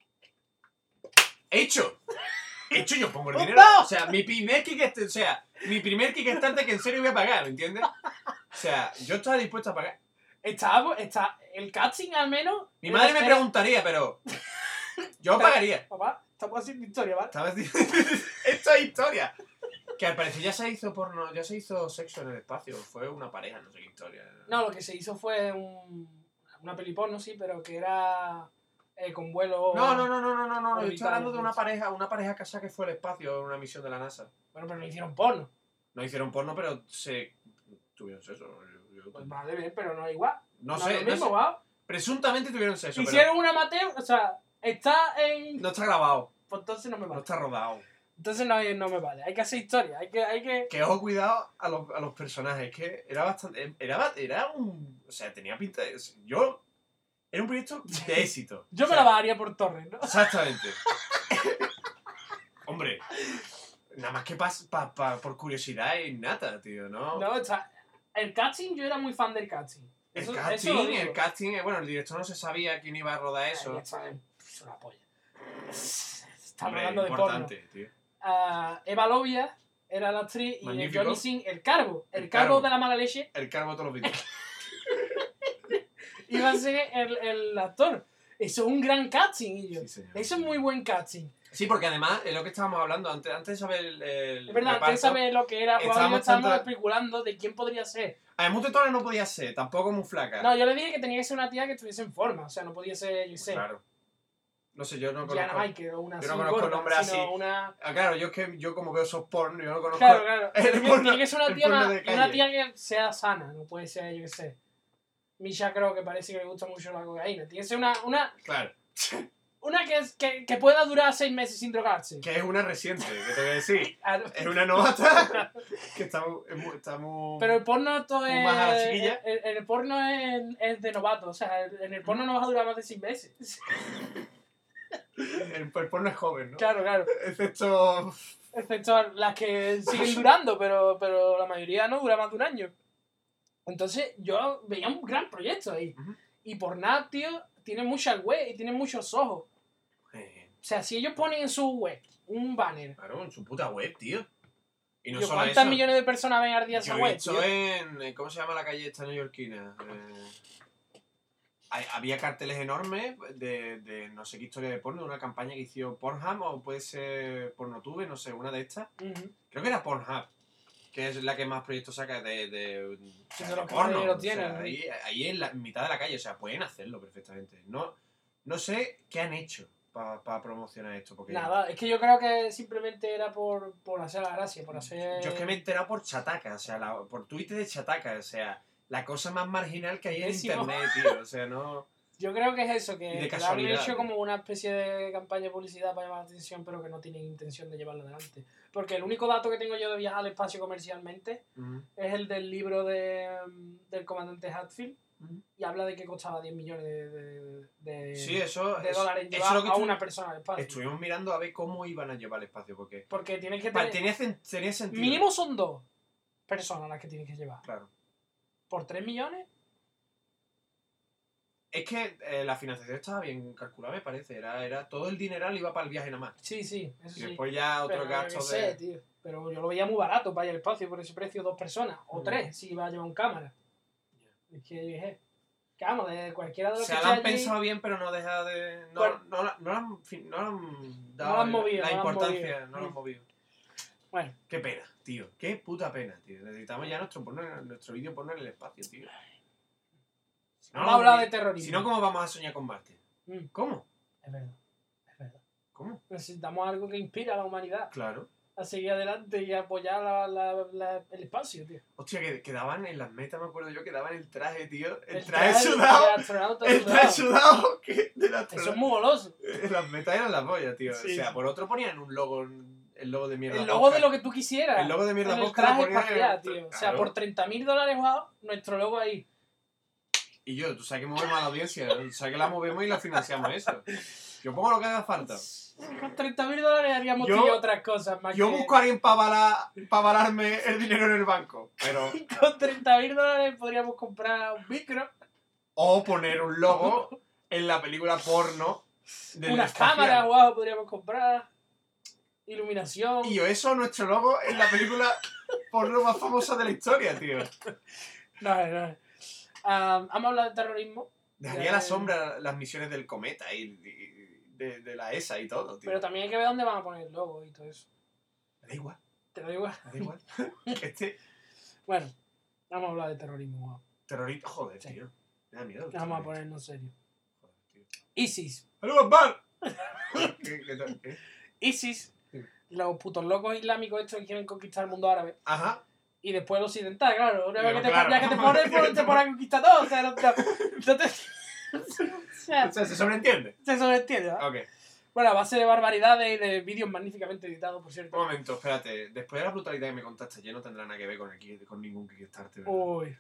¡Hecho! Hecho, yo pongo el dinero. ¡No! O sea, mi primer Kickstarter, o sea, mi primer Kickstarter que en serio voy a pagar, ¿me entiendes? O sea, yo estaba dispuesto a pagar. Está, está, el casting al menos... Mi madre me preguntaría, pero... Yo pero, pagaría. Papá, estamos haciendo historia, ¿vale? Estamos haciendo... Esto es historia. Que al parecer ya se hizo porno, ya se hizo sexo en el espacio. Fue una pareja, no sé qué historia. No, lo que se hizo fue un, una peli porno, sí, pero que era... Eh, con vuelo... No, no, no, no, no, no, no. Yo estoy hablando de una pareja, una pareja casada que fue al espacio en una misión de la NASA. Bueno, pero no hicieron porno. No hicieron porno, pero se... tuvieron sexo. Yo, yo... Pues vale, bien, pero no igual. No, no sé, es lo mismo, no sé. ¿va? Presuntamente tuvieron sexo, hicieron pero... una amateur, o sea, está en... No está grabado. Pues entonces no me vale. No está rodado. Entonces no, no me vale. Hay que hacer historia, hay que... Hay que... que ojo, cuidado a los, a los personajes, que era bastante... Era, era un... O sea, tenía pinta de... Yo... Era un proyecto de éxito. Yo o me sea, la bajaría por Torres, ¿no? Exactamente. Hombre, nada más que pa, pa, pa, por curiosidad innata, tío, ¿no? No, o sea, el casting, yo era muy fan del casting. El eso, casting, eso el casting, bueno, el director no se sabía quién iba a rodar eso. Ya saben, es una polla. Está Hombre, hablando de porno. Tío. Uh, Eva Lovia era la actriz y Magnífico. Johnny Singh, el carbo. El, el carbo, carbo de la mala leche. El carbo de todos los vídeos. Iba a ser el, el actor. Eso es un gran casting, y yo. Sí, Eso es muy buen casting. Sí, porque además, es lo que estábamos hablando, antes, antes de saber el, el Es verdad, reparto, antes de saber lo que era, estábamos, estábamos tanto... especulando de quién podría ser. A ver, muy tetona no podía ser, tampoco muy flaca. No, yo le dije que tenía que ser una tía que estuviese en forma, o sea, no podía ser, yo sé. Claro. No sé, yo no conozco... Diana Michael o una yo no conozco nombres así. Una... Ah, claro, yo es que yo como veo esos porno, yo no conozco... Claro, claro. El tiene, porno, tiene que ser una tía, una, una una tía que sea sana, no puede ser, yo qué sé. Misha creo que parece que le gusta mucho la cocaína. Tiene que ser una... una claro. Una que, es, que, que pueda durar seis meses sin drogarse. Que es una reciente, que te voy a decir. Es una novata que está muy, está muy... Pero el porno todo es... Más a la chiquilla. El, el, el porno es, es de novato. O sea, en el porno no vas a durar más de seis meses. El, el porno es joven, ¿no? Claro, claro. Excepto... Excepto las que siguen durando, pero, pero la mayoría no dura más de un año. Entonces yo veía un gran proyecto ahí. Uh-huh. Y por nada, tío, tiene muchas web y tiene muchos ojos. Eh. O sea, si ellos ponen en su web un banner... Claro, en su puta web, tío. Y no tío, solo ¿cuántas eso? millones de personas ven al día esa web? Yo he hecho en... ¿Cómo se llama la calle esta neoyorquina? Eh, había carteles enormes de, de no sé qué historia de porno, de una campaña que hizo Pornhub o puede ser Pornotube, no sé, una de estas. Uh-huh. Creo que era Pornhub, que es la que más proyectos saca de, de, o sea, de, de porno. Lo tienen, o sea, ahí, ahí en la en mitad de la calle, o sea, pueden hacerlo perfectamente. No, no sé qué han hecho para pa promocionar esto. Porque nada, es que yo creo que simplemente era por, por hacer la gracia, por hacer... Yo es que me he enterado por Chataca, o sea, la, por Twitter de Chataca, o sea, la cosa más marginal que hay en Pésimo. internet, tío, o sea, no... Yo creo que es eso, que, Y de que lo han casualidad, hecho tío. como una especie de campaña de publicidad para llamar la atención, pero que no tienen intención de llevarlo adelante. Porque el único dato que tengo yo de viajar al espacio comercialmente Ujú, es el del libro de, del comandante Hatfield, ujú. y habla de que costaba diez millones de, de, de- Sí, eso, de eso- dólares eso llevar es lo que a estu- una persona al espacio. estuvimos mirando a ver cómo iban a llevar al espacio, porque Porque tienes que vale, tener... tenía, cen- tenía sentido. Mínimo son dos personas las que tienes que llevar. Claro. ¿Por tres millones? Es que eh, la financiación estaba bien calculada, me parece. Era, era todo el dineral iba para el viaje nada más. Sí, sí, eso Y sí. después ya otros Pero yo qué gastos sé, de... tío. Pero yo lo veía muy barato para ir al espacio por ese precio, dos personas. O Mm. tres, si iba a llevar un cámara. Es que dije... Que vamos, de cualquiera de O los sea, que lo han esté allí... pensado bien, pero no deja de... No, Bueno. no, la- no, lo han, fin- no lo han dado No lo han la- movido, la no lo han importancia, movido. no lo han Mm. movido. Bueno, Qué pena, tío. Qué puta pena, tío. Necesitamos ya nuestro, porno- nuestro vídeo porno en el espacio, tío. Si no, vamos a hablar de terrorismo. Si no, ¿cómo vamos a soñar con Marte? Mm, ¿Cómo? es verdad, es verdad. ¿Cómo? Necesitamos algo que inspire a la humanidad Claro. a seguir adelante y a apoyar la- la- la- el espacio, tío. Hostia, que quedaban en las metas, me acuerdo yo, que daban el traje, tío. El, El traje, traje sudado. de astronauta El traje sudado. sudado que de la Eso es astronauta. muy goloso. Eh, Las metas eran la polla, tío. Sí, o sea, sí. por otro ponían un logo, el logo de mierda. El logo Podcast. de lo que tú quisieras. El logo de mierda en el podcast lo traje ponían en espacial, el- tío. O sea, Claro. por treinta mil dólares, wow, nuestro logo ahí. Y yo, tú sabes que movemos a la audiencia, tú sabes que la movemos y la financiamos eso. Yo pongo lo que haga falta. Con treinta mil dólares haríamos Yo- tú y yo otras cosas más Yo que... busco a alguien para avalarme el dinero en el banco, pero... Con treinta mil dólares podríamos comprar un micro, O poner un logo en la película porno del unas espacial. cámaras, wow, podríamos comprar, iluminación. Y yo, eso, nuestro logo en la película porno más famosa de la historia, tío. No, no. Um, hemos hablado de terrorismo, Dejaría Ya, a la eh. sombra las misiones del cometa y, y- de, de la E S A y todo, tío. pero también hay que ver dónde van a poner el logo y todo eso. Me da igual, Te lo digo. me da igual. Este Bueno, vamos a hablar de terrorismo, wow. terrorista, joder, Sí. tío. Me da miedo. los Vamos a terroristas. ponernos serios. Joder, tío. ISIS. ¡Aló, Akbar! ¿Qué, qué tal? ¿Qué? ISIS, Sí. los putos locos islámicos estos que quieren conquistar el mundo árabe. Ajá. Y después el occidental, claro. Una vez Digo, que te, claro. ya que te pones, pues, te pones a conquistar todo. O sea, no, no- no te... o sea, O sea, ¿se sobreentiende? se sobreentiende, ¿no? Ok. Bueno, a base de barbaridades y de vídeos magníficamente editados, por cierto. Un momento, espérate. Después de la brutalidad que me contaste ayer, no tendrá nada que ver con, aquí, con ningún Kickstarter, ¿verdad? Uy.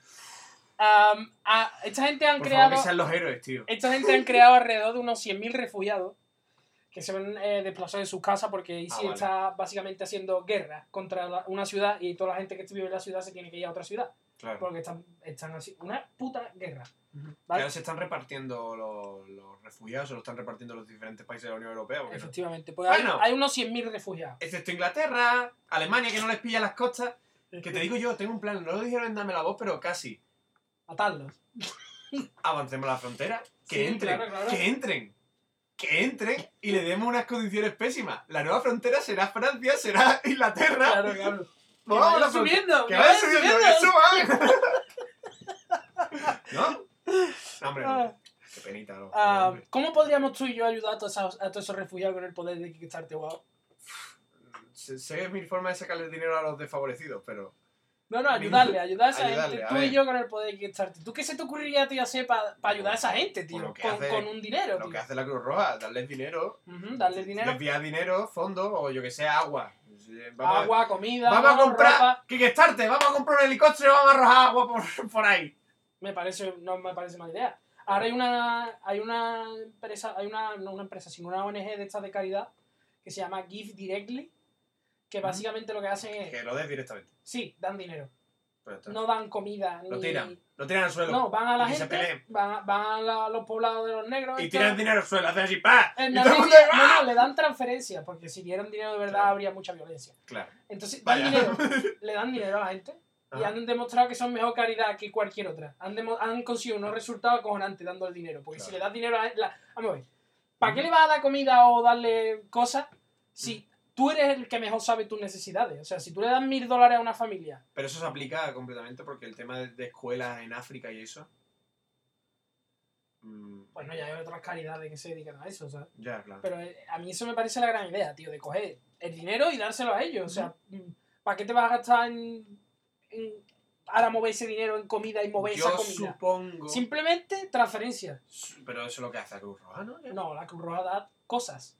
Am, a- esta gente han Por creado... favor, que sean los héroes, tío. Esta gente han creado alrededor de unos cien mil refugiados que se ven eh, desplazados de sus casas porque ISIS Ah, vale. está básicamente haciendo guerra contra la- una ciudad y toda la gente que vive en la ciudad se tiene que ir a otra ciudad Claro. porque están, están así. Una puta guerra. Que ¿Vale? ahora se están repartiendo los, los refugiados, se los están repartiendo los diferentes países de la Unión Europea. Porque no. Efectivamente. Pues hay- Bueno. hay, unos cien mil refugiados. Excepto Inglaterra, Alemania, que no les pilla las costas. Que te digo yo, tengo un plan. No lo dijeron en Dame la Voz, pero casi. Matarlos. Avancemos la frontera. Que Sí, entren. claro, claro. Que entren. Que entren y le demos unas condiciones pésimas. La nueva frontera será Francia, será Inglaterra. Claro, claro. Que Vamos a vayan la frontera. subiendo. Que Que vayan vayan subiendo, subiendo. que suban. ¿No? No, hombre, Ah. no. Qué penita, ¿no? Ah, Hombre. ¿Cómo podríamos tú y yo ayudar a todos esos, a todos esos refugiados con el poder de Kickstarter? Wow. Sé, sé mi forma de sacarle dinero a los desfavorecidos, pero... No, no, ayudarle, ayudar a esa Ayudarle, gente. a Tú y ver. yo con el poder de Kickstarter. ¿Tú qué se te ocurriría a ti hacer para ayudar a esa gente, tío? Por lo que Con, hace- con un dinero, Lo tío. que hace la Cruz Roja, darles dinero, Ujú, darle dinero. desviar dinero, fondos o yo que sé, agua. Vamos, a- Agua, comida, vamos a mano, comprar, ropa. Kickstarter, vamos a comprar un helicóptero y vamos a arrojar agua por, por ahí. Me parece, no me parece mala idea. Ahora hay una, hay una empresa, hay una, no una empresa, sino una O N G de estas de caridad que se llama Give Directly, que Ujú. básicamente lo que hacen es, Que lo des directamente. sí, dan dinero. Pues ya está. No dan comida, Lo ni... tiran, lo tiran al suelo. No, van a la Y que se gente, peleen. van a, van a la- los poblados de los negros. Y estos. tiran dinero al suelo, hacen así, ¡pa! En Y todo el mundo, Namibia, ¡ah! no, no, le dan transferencias, porque si dieran dinero de verdad Claro. habría mucha violencia. Claro. Entonces, dan Vaya. dinero, le dan dinero a la gente y Ajá. han demostrado que son mejor caridad que cualquier otra. Han, demo- han conseguido unos resultados acojonantes dando el dinero, porque Claro. si le das dinero a la, vamos a ver, ¿para qué le vas a dar comida o darle cosas si tú eres el que mejor sabe tus necesidades? O sea, si tú le das mil dólares a una familia, Pero eso se aplica completamente porque el tema de, de escuelas en África y eso... mm, bueno, ya hay otras caridades que se dedican a eso, ¿sabes? ya, claro. Pero eh, a mí eso me parece la gran idea, tío, de coger el dinero y dárselo a ellos. O sea, ¿para qué te vas a gastar en, en ahora mover ese dinero en comida y mover Yo esa comida. supongo... Simplemente transferencias. Pero eso es lo que hace la Cruz Roja, ¿no? Ya. No, la Cruz Roja da cosas,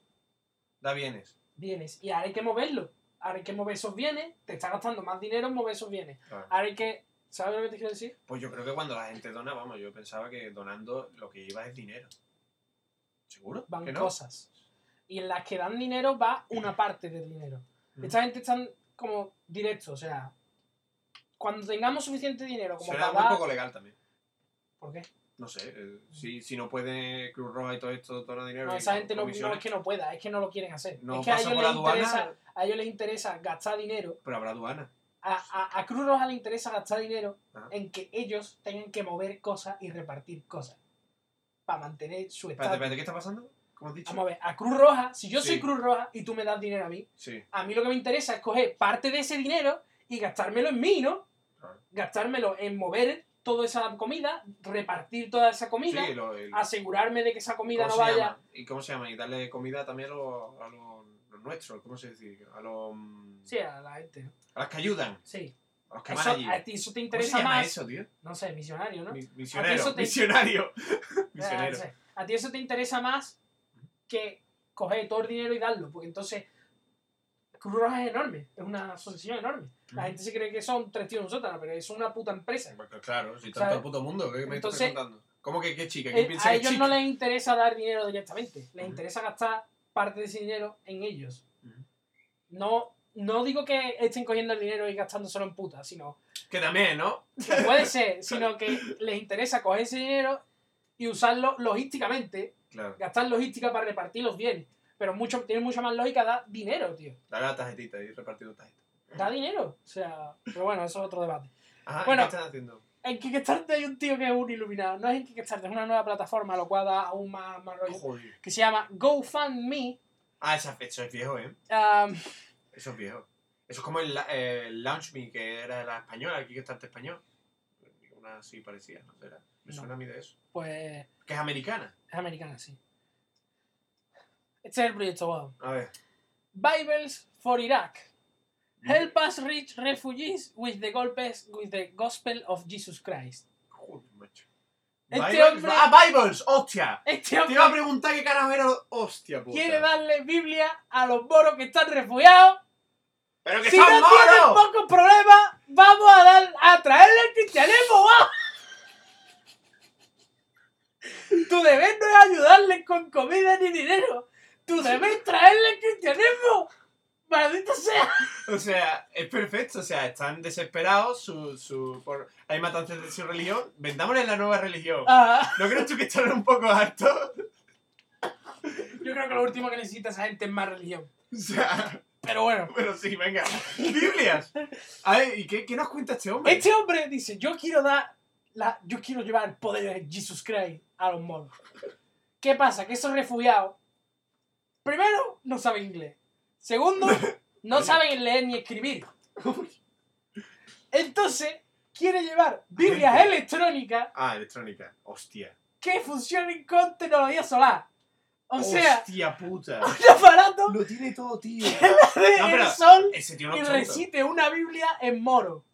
Da bienes. bienes. Y ahora hay que moverlo. Ahora hay que mover esos bienes. Te está gastando más dinero en mover esos bienes. Claro. Ahora hay que... ¿Sabes lo que te quiero decir? Pues yo creo que cuando la gente dona, vamos, yo pensaba que donando lo que iba es dinero. ¿Seguro? Van ¿Que no? cosas. Y en las que dan dinero va una parte del dinero. Mm. Esta gente están como directos, o sea... Cuando tengamos suficiente dinero como Suena para muy dar... poco legal también. ¿Por qué? No sé, eh, si, si no puede Cruz Roja y todo esto donar dinero... No, y esa con gente no, no comisiones, es que no pueda, es que no lo quieren hacer. no es que a pasa ellos, por les aduana, interesa, a ellos les interesa gastar dinero. pero habrá aduana. A, a, a Cruz Roja le interesa gastar dinero Ah. en que ellos tengan que mover cosas y repartir cosas. Para mantener su Espérate, estado. espérate, ¿qué está pasando? ¿Cómo has dicho? Vamos a ver, a Cruz Roja, si yo soy Sí. Cruz Roja y tú me das dinero a mí, Sí, a mí lo que me interesa es coger parte de ese dinero y gastármelo en mí, ¿no? claro. Gastármelo en mover toda esa comida, repartir toda esa comida, Sí, lo, el- asegurarme de que esa comida ¿cómo no se vaya... llama? ¿Y cómo se llama? Y darle comida también a los, a los, los nuestros, ¿cómo se dice? A los... Sí, a la gente, ¿no? A los que ayudan, Sí. a los que Eso, van allí. a ti eso te ¿Cómo interesa se llama más... eso, tío? No sé, misionario, ¿no? Mi- A ti Misionero, eso te- misionario. Ah, Misionero. no sé. A ti eso te interesa más que coger todo el dinero y darlo, porque entonces Cruz Roja es enorme, es una asociación enorme. La Mm. gente se cree que son tres tíos en un sótano, pero es una puta empresa. Porque claro, si está ¿Sabes? todo el puto mundo, ¿qué me Entonces, estás contando? ¿Cómo que qué chica? Eh, ¿Quién piensa a que es ellos chica? no les interesa dar dinero directamente, les Ujú. interesa gastar parte de ese dinero en ellos. Ujú. No, no digo que estén cogiendo el dinero y gastándoselo en puta, sino Que también, ¿no? que puede ser, sino que les interesa coger ese dinero y usarlo logísticamente, Claro. gastar logística para repartir los bienes. Pero mucho, tiene mucha más lógica dar dinero, tío. Dale la tarjetita y repartiendo tarjetas. Da dinero. O sea, pero bueno, eso es otro debate. Ajá, Bueno. ¿y qué están haciendo? En Kickstarter hay un tío que es un iluminado. No es en Kickstarter, es una nueva plataforma, lo cual da aún más, más rollo. Joder. Que se llama GoFundMe. Ah, esa, eso es viejo, ¿eh? Um, Eso es viejo. Eso es como el, la- el Launch Me, que era la española, aquí que está el español. Una así parecida, ¿no será? Me No. suena a mí de eso. pues Que es americana. es americana, sí. Este es el proyecto, wow. A ver. Bibles for Iraq. Help us reach refugees with the, golpes, with the gospel of Jesus Christ. Joder, macho. Este Bibles- hombre- ¡Ah, Bibles! ¡Hostia! Este Te hombre iba a preguntar qué carajo era. lo- ¡Hostia, puta! quiere darle Biblia a los moros que están refugiados. ¡Pero que Si son no tienen moros! pocos problemas, vamos a dar a traerle el cristianismo, ¡va! Tu deber no es ayudarles con comida ni dinero. Tu deber es traerle el cristianismo. ¡Maldito sea! O sea, es perfecto. O sea, están desesperados. Su, su, por, hay matanzas de su religión. Vendámosle la nueva religión. Ah, ¿No crees tú que están un poco hartos? yo creo que lo último que necesita esa gente es más religión. O sea, Pero bueno. bueno, sí, venga. Biblias. A ver, ¿y qué, qué nos cuenta este hombre? Este hombre dice, yo quiero dar, la, yo quiero llevar el poder de Jesus Christ a los moros. ¿Qué pasa? Que esos refugiados, primero, no saben inglés. Segundo, no Oye. saben leer ni escribir. Entonces, quiere llevar Biblias Gente. electrónicas Ah, electrónica. Hostia. que funcionen con tecnología solar. O sea, Hostia puta. un aparato Lo tiene todo, tío. que le No, dé pero el sol ese tío no y es tonto. recite una Biblia en moro.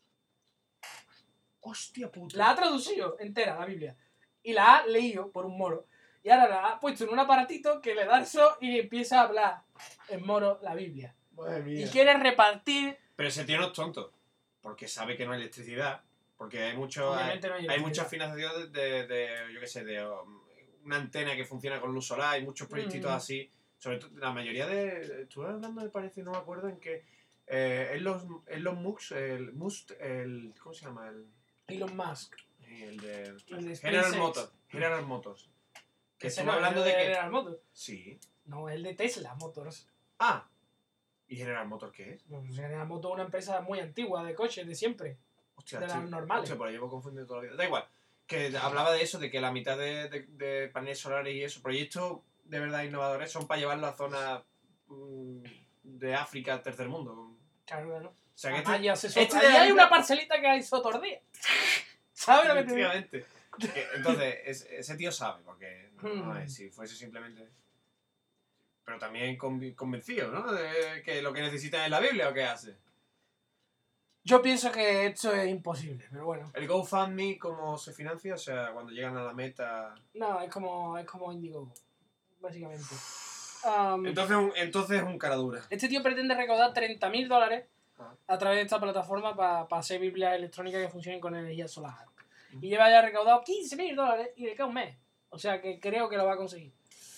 Hostia puta. La ha traducido entera, la Biblia. Y la ha leído por un moro. Y ahora la ha puesto en un aparatito que le da eso y empieza a hablar en moro la Biblia. Madre Y mía. quiere repartir... Pero ese tío no es tonto. Porque sabe que no hay electricidad. Porque hay mucho. Hay, Obviamente no hay hay electricidad. mucha financiación de, de, de, yo qué sé, de um, una antena que funciona con luz solar. Hay muchos proyectitos Mm. así. Sobre todo, la mayoría de. Estuve hablando, me parece, no me acuerdo, en que. Eh, en los, en los MOOCs, el Must, el. ¿Cómo se llama? El. Elon Musk. El de. El de General SpaceX. Motors. General Motors. Que Ese estuvo no, hablando el de que. General Motors. Sí. No, el de Tesla Motors. Ah. ¿Y General Motors qué es? Pues General Motors es una empresa muy antigua de coches, de siempre. Hostia, De las tío. normales. Hostia, pues lo llevo confundido toda la vida. Da igual. Que hablaba de eso, de que la mitad de, de, de paneles solares y eso, proyectos de verdad innovadores, son para llevarlo a zonas mm, de África, tercer mundo. Claro, claro. O sea que Ah, este, ya se este sota- de Ahí la hay Biblia- una parcelita que hay sotordía. ¿Sabes lo que te digo? efectivamente. Que, entonces, es- ese tío sabe, porque no, no Hmm. es, si fuese simplemente... Pero también convi- convencido, ¿no? De que lo que necesitan es la Biblia, ¿o qué hace? Yo pienso que esto es imposible, pero bueno. ¿El GoFundMe cómo se financia? O sea, cuando llegan a la meta... No, es como, es como Indiegogo, básicamente. Um, Entonces, un, entonces es un cara dura. este tío pretende recaudar treinta mil dólares Ah. a través de esta plataforma para pa hacer Biblias electrónicas que funcionen con energía solar. Y lleva ya recaudado quince mil dólares y le queda un mes. O sea que creo que lo va a conseguir.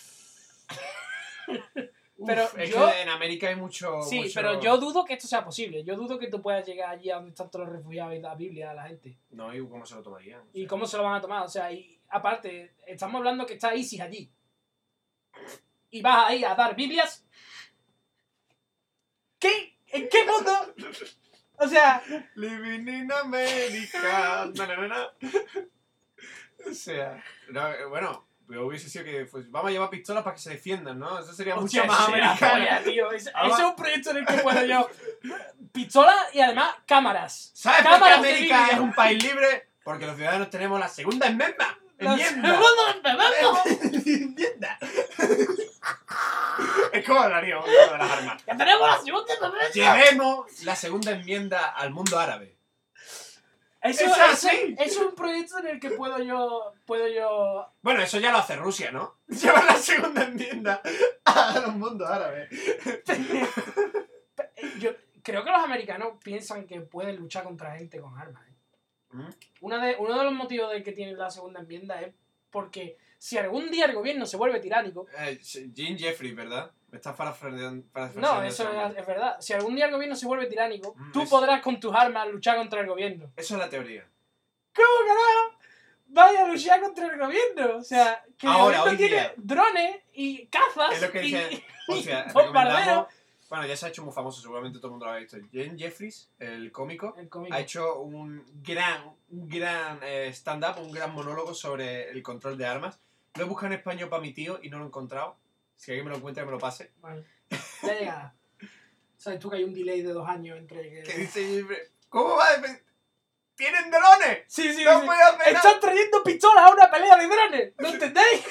Pero Uf, es yo... que en América hay mucho... Sí, mucho- pero yo dudo que esto sea posible. Yo dudo que tú puedas llegar allí a donde están todos los refugiados y dar Biblia a la gente. No, ¿y cómo se lo tomarían? O ¿Y sea, cómo se lo van a tomar? O sea, y aparte, estamos hablando que está ISIS allí. Y vas ahí a dar Biblias. ¿Qué? ¿En qué mundo? O sea, Living in America. Na, na, na, na. O sea, no, eh, bueno, yo hubiese sido que pues, vamos a llevar pistolas para que se defiendan, ¿no? Eso sería hostia, mucho más ese era americano. polla, tío. Ese, Vamos. ese es un proyecto en el que puedo yo. Pistola y además cámaras. ¿Sabes por qué Cámaras de América vídeo. es un país libre? Porque los ciudadanos tenemos la segunda enmienda. La Enmienda. segunda enmienda. Enmienda. Es como hablaríamos de las armas. ¡Que tenemos la segunda enmienda! Llevemos la segunda enmienda al mundo árabe. Eso, ¡Es eso, así! eso es un proyecto en el que puedo yo. Puedo yo. Bueno, eso ya lo hace Rusia, ¿no? Llevar la segunda enmienda al mundo árabe. Yo creo que los americanos piensan que pueden luchar contra gente con armas. ¿eh? ¿Mm? Una de, uno de los motivos de que tienen la segunda enmienda es porque si algún día el gobierno se vuelve tiránico. Eh, Jim Jeffries, ¿verdad? Me estás parafraseando. No, eso es, es verdad. Si algún día el gobierno se vuelve tiránico, Mm, tú es- podrás con tus armas luchar contra el gobierno. Eso es la teoría. ¿Cómo carajo? Vaya a luchar contra el gobierno. O sea, que el Ahora, gobierno hoy tiene día. drones y cazas Es lo que y, dice. O sea, y bombarderos. recomendamos. Bueno, ya se ha hecho muy famoso, seguramente todo el mundo lo ha visto. Jim Jeffries, el cómico, El cómico. ha hecho un gran, un gran eh, stand-up, un gran monólogo sobre el control de armas. Lo he buscado en español para mi tío y no lo he encontrado. Si alguien me lo encuentra, que me lo pase. Vale. Ya llegará. ¿Sabes tú que hay un delay de dos años entre Que que... dice Jeffries, ¿cómo va a defender? ¡Tienen drones! Sí, sí, ¡No sí. puede hacer nada! ¡Están trayendo pistolas a una pelea de drones! ¿No entendéis?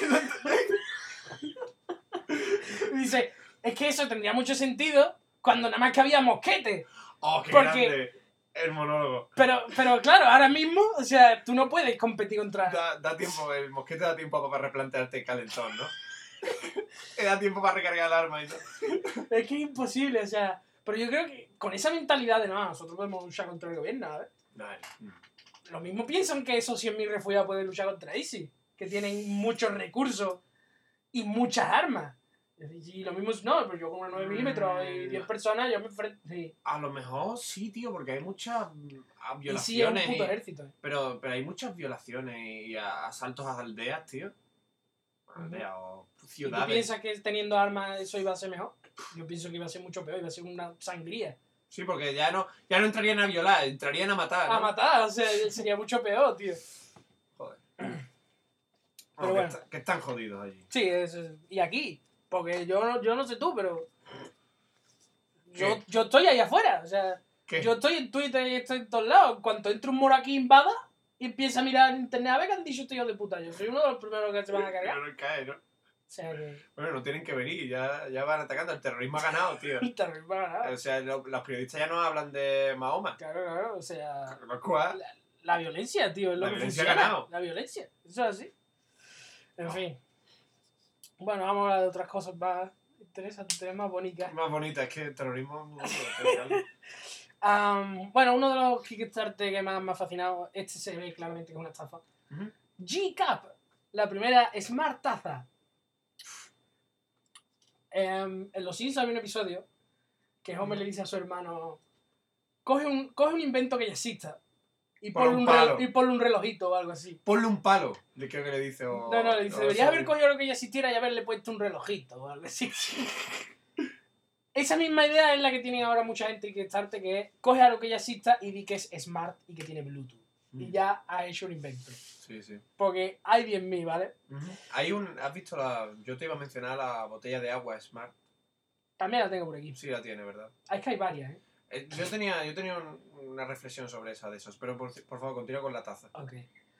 Y dice, es que eso tendría mucho sentido cuando nada más que había mosquetes. ¡Oh, qué Porque- grande! El monólogo. Pero, pero claro, ahora mismo, o sea, tú no puedes competir contra... Da, da tiempo, el mosquete da tiempo para replantearte el calentón, ¿no? Te da tiempo para recargar el arma y todo. Es que es imposible, o sea... Pero yo creo que con esa mentalidad de no, nosotros podemos luchar contra el gobierno, ¿sabes? Vale. Lo mismo piensan que esos cien mil refugiados pueden luchar contra ISIS, que tienen muchos recursos y muchas armas. Y lo mismo es, no, pero yo con una nueve milímetros y diez personas, yo me enfrento... Sí. A lo mejor sí, tío, porque hay muchas mm, a- Y sí, es un violaciones. puto y- ejército. ¿eh? pero, pero hay muchas violaciones y a- asaltos a aldeas, tío. Aldeas o ¿Y tú ciudades. piensas que teniendo armas eso iba a ser mejor? Yo pienso que iba a ser mucho peor, iba a ser una sangría. Sí, porque ya no, ya no entrarían a violar, entrarían a matar. ¿no? A matar, o sea, sería mucho peor, tío. Joder. Pero Bueno, bueno. que, está- que están jodidos allí. Sí, es, es- y aquí, porque yo, no- yo no sé tú, pero... Yo, ¿Qué? yo estoy ahí afuera, o sea, ¿Qué? yo estoy en Twitter y estoy en todos lados. En cuanto entre un moro aquí invada y empieza a mirar en internet, a ver qué han dicho estos hijos de puta. Yo soy uno de los primeros que se van a cargar. No nos cae, ¿no? O sea, que... Bueno, no tienen que venir, ya, ya van atacando. El terrorismo ha ganado, tío. También va a ganar. O sea, lo- los periodistas ya no hablan de Mahoma. Claro, claro, o sea... Lo cual, La violencia, tío, es lo La que violencia ha funciona. ganado. La violencia, eso es así. En fin. Bueno, vamos a hablar de otras cosas más interesantes, más bonitas. más bonita, es que el terrorismo es muy bonito. Am, bueno, uno de los Kickstarter que más me ha fascinado, este se ve claramente que es una estafa. Ujú. G-Cup, la primera Smart Taza. Em, en Los Simpsons hay un episodio que Homer le dice a su hermano: coge un, coge un invento que ya exista y Ponle ponle un un, palo. rel- y ponle un relojito o algo así. Ponle un palo, le creo que le dice. O, No, no, le dice, o deberías eso- haber cogido lo que ya existiera y haberle puesto un relojito o algo así. Esa misma idea es la que tienen ahora mucha gente que Kickstarter, que es coge a lo que ya exista y di que es smart y que tiene Bluetooth. Y Mm. ya ha hecho un invento. Sí, sí. Porque hay diez mil, ¿vale? Ujú. Hay un. ¿Has visto la.? Yo te iba a mencionar la botella de agua Smart. También la tengo por aquí. Sí, la tiene, ¿verdad? Es que hay varias, ¿eh? Eh, yo tenía, yo tenía un- una reflexión sobre esa de esos, pero por, por favor, continúa con la taza. Ok.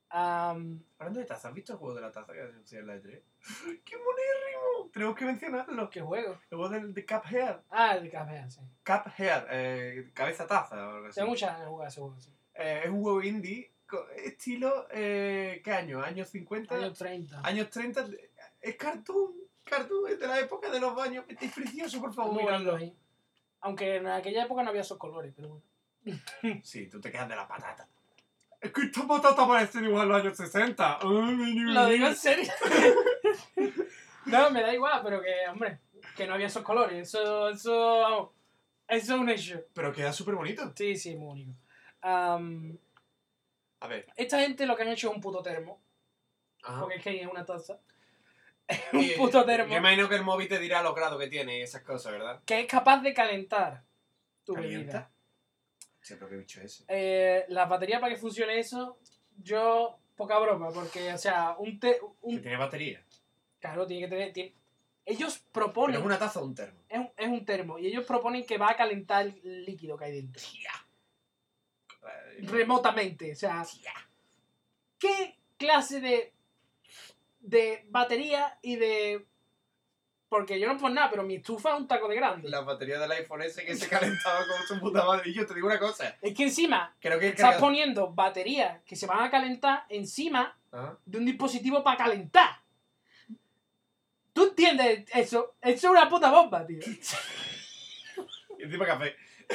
Am, Hablando de taza, ¿has visto el juego de la taza que anuncié en la E tres? ¡Qué monérrimo! Tenemos que mencionarlo. ¿Qué juego? El juego del de Cuphead. Ah, el de Cuphead, sí. Cuphead, eh, cabeza taza o algo así. Tengo muchas ganas de jugar ese juego, sí. Eh, es un juego indie, co- estilo, eh, ¿qué año? ¿Años cincuenta? Años treinta. Años treinta. Es cartoon, cartoon, es de la época de los baños. Es precioso, por favor, Muy miradlo. bonito ahí. Aunque en aquella época no había esos colores, pero bueno. Sí, tú te quedas de la patata. Es que esta patata parece igual a los años sesenta. Lo digo en serio. No, me da igual, pero que, hombre, que no había esos colores. Eso, eso, vamos, eso es un hecho. Pero queda súper bonito. Sí, sí, muy único. Am, A ver. esta gente lo que han hecho es un puto termo. Ajá. Porque es que es una taza. un Y- puto termo. Yo imagino que el móvil te dirá los grados que tiene y esas cosas, ¿verdad? Que es capaz de calentar tu ¿Calienta? bebida. Sí, pero qué bicho es ese. Eh, la batería para que funcione eso, yo, poca broma, porque, o sea, un, te, Que un tiene batería. claro, tiene que tener, tiene- ellos ¿Pero proponen, es una taza o un termo? es un, es un termo, y ellos proponen que va a calentar el líquido que hay dentro, Eh, remotamente, o sea, ¿qué clase de, de batería y de, porque yo no por nada, pero mi estufa es un taco de grande, La batería del iPhone ese que se calentaba con su puta madre. Y yo te digo una cosa. es que encima Creo que el estás cargador... poniendo baterías que se van a calentar encima Ajá. de un dispositivo para calentar. ¿Tú entiendes eso? Eso es una puta bomba, tío. Y encima café.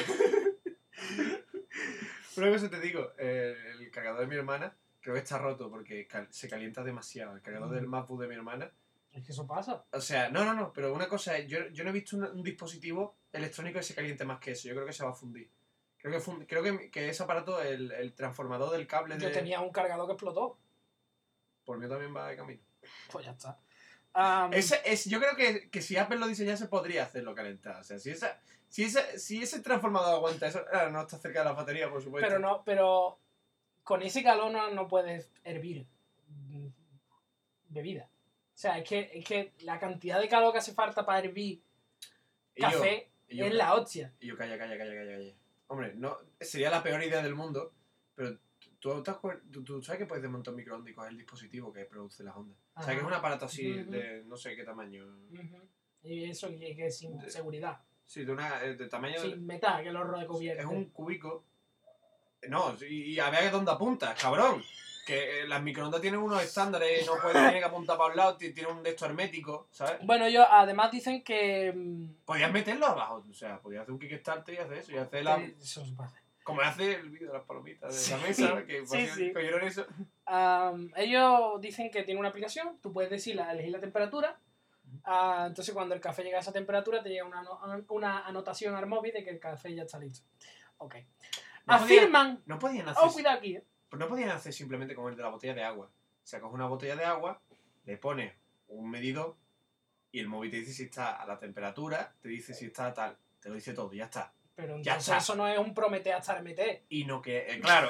Una cosa te digo. eh, el cargador de mi hermana creo que está roto porque cal- se calienta demasiado. El cargador del MacBook de mi hermana. Es que eso pasa. O sea, no, no, no. Pero una cosa es, yo, yo no he visto un, un dispositivo electrónico que se caliente más que eso. Yo creo que se va a fundir. Creo que, fun- creo que, que ese aparato, el, el transformador del cable de... Yo tenía un cargador que explotó. Por mí también va de camino. Pues ya está. Am, Ese, es, yo creo que, que si Apple lo diseñase podría hacerlo calentar. O sea, si, esa, si, esa, si ese transformador aguanta eso, claro, no está cerca de la batería, por supuesto. pero no, pero con ese calor no, no puedes hervir mm, bebida. O sea, es que, es que la cantidad de calor que hace falta para hervir Y yo- café y yo- es la hostia. Y yo, calla, calla, calla, calla, calla. Hombre, no, sería la peor idea del mundo, pero tú, te acuer- tú, tú sabes que puedes desmontar un microondas y coger el dispositivo que produce las ondas. O sea, que es Ajá. un aparato así Ujú. de no sé qué tamaño. Ujú. Y eso que, que es sin De- seguridad. Sí, de, una, eh, de tamaño... Sin metal, que lo recubierte. Es un cubico. No, y, y a ver dónde apuntas, cabrón. Que eh, las microondas tienen unos estándares, no puede tener que apuntar para un lado, ti- tiene un de esto hermético, ¿sabes? Bueno, ellos además dicen que... mm, Podías meterlo abajo, o sea, podías hacer un Kickstarter y hacer eso, y hacer la... que- eso se puede hacer. Como hace el vídeo de las palomitas de la Sí, mesa, que sí, sí. cogieron eso. Am, ellos dicen que tiene una aplicación, tú puedes decir, la- elegir la temperatura, ah, entonces cuando el café llega a esa temperatura te llega una, ano- una anotación al móvil de que el café ya está listo. Ok. No podía- Afirman... No podían hacer... Oh, cuidado aquí, eh. Pues no podían hacer simplemente como el de la botella de agua. O sea, coges una botella de agua, le pones un medidor y el móvil te dice si está a la temperatura, te dice si está tal, te lo dice todo, y ya está. Pero Ya entonces está. eso no es un promete hasta meter. Y no que... eh, claro.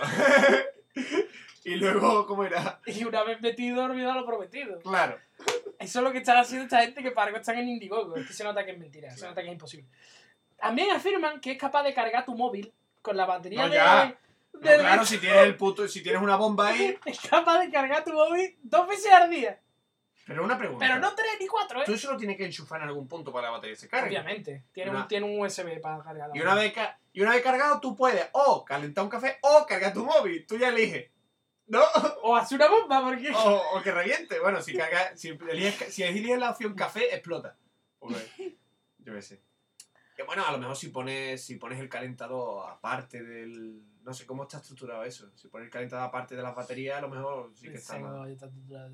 Y luego, ¿cómo era? Y una vez metido, olvidado lo prometido. Claro. Eso es lo que están haciendo esta gente que para algo están en Indiegogo. Es que se nota que es mentira, se Claro. nota que es imposible. También afirman que es capaz de cargar tu móvil con la batería No, de... ya. No, de- claro, si tienes el puto... Si tienes una bomba ahí... Es capaz de cargar tu móvil dos veces al día. Pero una pregunta. Pero no tres ni cuatro, ¿eh? Tú eso lo tienes que enchufar en algún punto para que la batería se cargue. Obviamente. Tiene, Una- un, tiene un U S B para cargar la Y una, vez ca- y una vez cargado, tú puedes o calentar un café o cargar tu móvil. Tú ya eliges. ¿No? O hace una bomba, porque... O, o que reviente. Bueno, si carga, si eliges, si eliges la opción café, explota. Porque, yo qué sé. Que bueno, a lo mejor si pones, si pones el calentador aparte del... No sé cómo está estructurado eso. Si pones el calentador aparte de las baterías, a lo mejor sí que está Ese mal. no, está tutorial.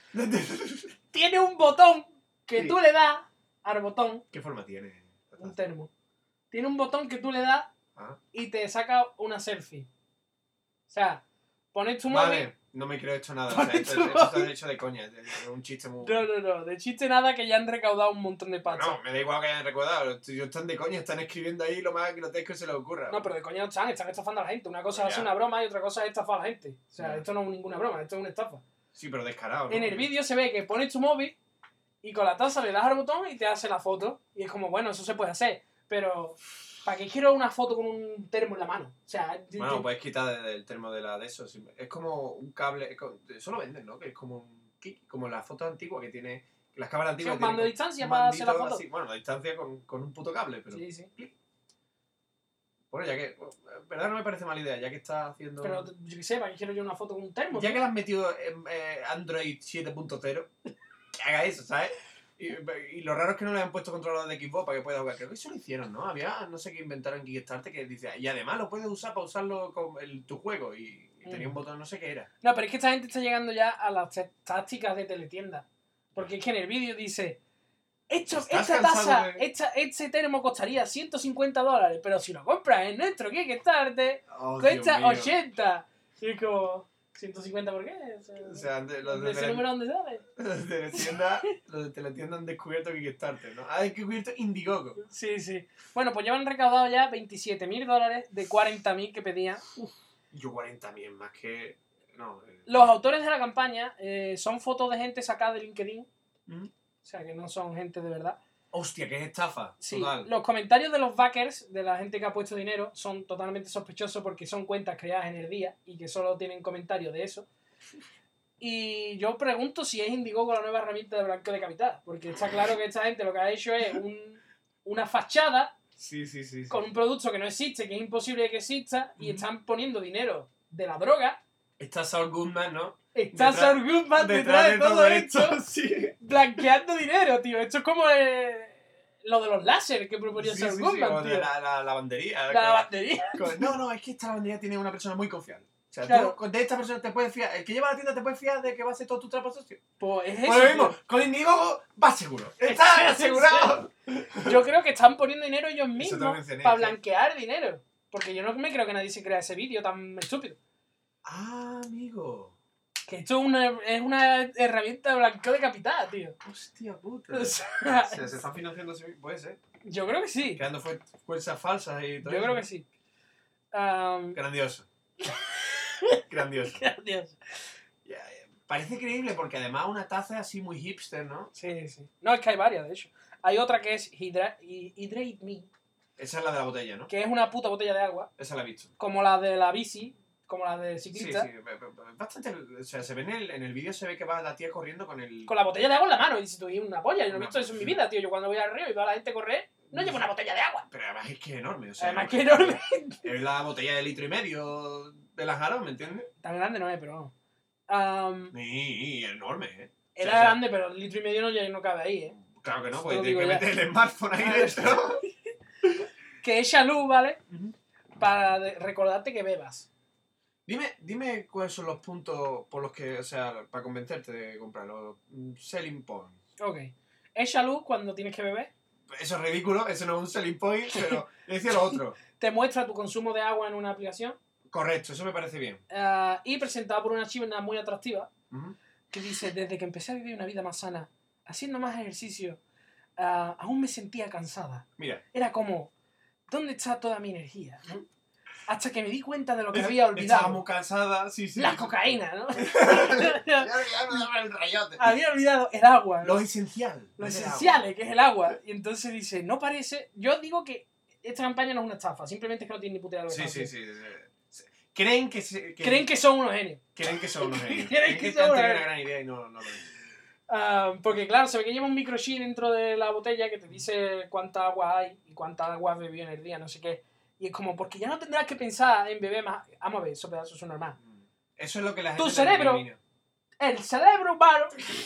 Tiene un botón que Sí. tú le das al botón, ¿Qué forma tiene? un termo. Tiene un botón que tú le das Ah, y te saca una selfie. O sea, pones tu móvil... vale, no me creo esto nada. O Pon sea, esto, tu esto está hecho de coña. Es un chiste muy... No, no, no, de chiste nada, que ya han recaudado un montón de pachas. No, me da igual que hayan recordado. Ellos están de coña, están escribiendo ahí lo más grotesco que se les ocurra. No, pero de coña no están, están estafando a la gente. Una cosa Ya. es hacer una broma y otra cosa es estafar a la gente. O sea, Ya. esto no es ninguna broma, esto es una estafa. Sí, pero descarado, ¿no? En el vídeo se ve que pones tu móvil y con la taza le das al botón y te hace la foto. Y es como, bueno, eso se puede hacer. Pero ¿Para qué quiero una foto con un termo en la mano? O sea, Bueno, te- puedes quitar el termo de la de eso. Es como un cable. Es como- eso lo venden, ¿no? Que es como un kit, como las fotos antiguas que tiene. Las cámaras sí, antiguas. un que tienen mando de como distancia un para hacer la mandito foto. así. Bueno, la distancia con, con un puto cable, pero. Sí, sí. Bueno, ya que. En verdad no me parece mala idea, ya que está haciendo. Pero yo qué sé, ¿para qué quiero yo una foto con un termo? Ya tío? que le has metido en eh, Android siete punto cero, que haga eso, ¿sabes? Y, y lo raro es que no le han puesto controlador de Xbox para que pueda jugar. Creo que eso lo hicieron, ¿no? Había, no sé qué inventaron en Kickstarter que dice, y además lo puedes usar para usarlo con el, tu juego. Y, y tenía un Mm. botón, no sé qué era. No, pero es que esta gente está llegando ya a las t- tácticas de teletienda. Porque es que en el vídeo dice, Esto, ¿Estás esta cansado taza, de- esta, este termo costaría ciento cincuenta dólares, pero si lo compras en nuestro Kickstarter, Oh, cuesta Dios mío. ochenta. Y es como, ¿ciento cincuenta por qué? O sea, O sea, de- los de, ¿ese tele- número dónde sale? los de Teletienda, los de Teletienda han descubierto Kickstarter, ¿no? Han descubierto Indiegogo. Sí, sí. Bueno, pues llevan recaudado ya veintisiete mil dólares de cuarenta mil que pedían. Yo cuarenta mil, más que... No. eh. Los autores de la campaña eh, son fotos de gente sacada de LinkedIn, ¿Mm? o sea que no son gente de verdad. Hostia, que es estafa. Sí, Total. los comentarios de los backers, de la gente que ha puesto dinero, son totalmente sospechosos porque son cuentas creadas en el día y que solo tienen comentarios de eso. Y yo pregunto si es Indiegogo la nueva herramienta de blanqueo de capital, porque está claro que esta gente lo que ha hecho es un, una fachada Sí, sí, sí. sí. con un producto que no existe, que es imposible que exista, y Ujú. están poniendo dinero de la droga. Está Saul Goodman, ¿no? Está Detrás- Saul Goodman detrás de todo esto, sí. blanqueando dinero, tío. Esto es como eh, lo de los láser que proponía Sí, Saul sí, sí, Goodman, o tío. de la, la lavandería. La con- lavandería. con- no, no, es que esta lavandería tiene una persona muy confiable. O sea, Claro. tú de esta persona te puedes fiar. El que lleva la tienda te puedes fiar de que va a hacer todo tu trapo sucio. Pues es Por eso, lo mismo, tío. con Indiegogo vas seguro. Sí, ¡Estás sí, asegurado! Yo creo que están poniendo dinero ellos Eso te lo mismos mencioné, para sí. blanquear dinero. Porque yo no me creo que nadie se crea ese vídeo tan estúpido. Ah, amigo. Que esto es una, es una herramienta de blanqueo de capital, tío. Hostia puta. O O sea, sea, se están financiando así. Puede ser. yo creo que sí. Creando fu- fuerzas falsas y todo Yo eso. creo que sí. Um, Grandioso. Grandioso. Dios. Ya, ya. Parece creíble porque además una taza así muy hipster, ¿no? Sí, sí. No, es que hay varias, de hecho. Hay otra que es Hydra Hy- Hydrate Me, Esa es la de la botella, ¿no? que es una puta botella de agua, Esa la he visto. como la de la bici, como la de Sí, ciclista, sí, bastante. O sea, se ve en el, en el vídeo se ve que va la tía corriendo con el. con la botella de agua en la mano. Y dices tú, y una polla, yo no he Una visto eso en mi polla. vida, tío. Yo cuando voy al río y veo a la gente correr, no llevo una botella de agua. Pero además es que es enorme. O sea, Además que enorme. Es la botella de litro y medio de las Jarón, ¿me entiendes? Tan grande no es, pero vamos. Um, Y, enorme, ¿eh? era O sea, grande, pero el litro y medio no, no cabe ahí, ¿eh? Claro que no, Te pues lo tienes que digo ya. meter el smartphone ahí Ah, dentro. Que echa luz, ¿vale? Ujú. Para de- recordarte que bebas. Dime, dime cuáles son los puntos por los que, o sea, para convencerte de comprarlo. Mm, Selling point. Ok. Echa luz cuando tienes que beber. Eso es ridículo, eso no es un selling point, pero yo decía lo otro. Te muestra tu consumo de agua en una aplicación. Correcto, eso me parece bien. ah, y presentado por una china muy atractiva Ujú. que dice, desde que empecé a vivir una vida más sana, haciendo más ejercicio, ah, aún me sentía cansada. Mira, Era como, ¿dónde está toda mi energía? ¿no? Hasta que me di cuenta de lo que había estaba olvidado. muy cansada, sí, sí. La cocaína, ¿no? Ya, ya me daba el rayote. había olvidado el agua. Lo ¿no? esencial. Lo es el esencial, que es el agua. Y entonces dice, no parece... Yo digo que esta campaña no es una estafa, simplemente es que no tienen ni puta idea de lo agua. que Sí, están sí, haciendo. sí, sí. Creen que, se, que Creen que son unos genios. creen que son unos genios. Creen que son han unos tenido genios. una gran idea y no, no lo es. Ah, porque claro, se ve que lleva un microchip dentro de la botella que te dice cuánta agua hay y cuánta agua has bebido en el día, no sé qué. Y es como, porque ya no tendrás que pensar en beber más. Vamos a ver, esos pedazos son normales. Eso es lo que la gente... Tu le cerebro. recrimina. El cerebro humano.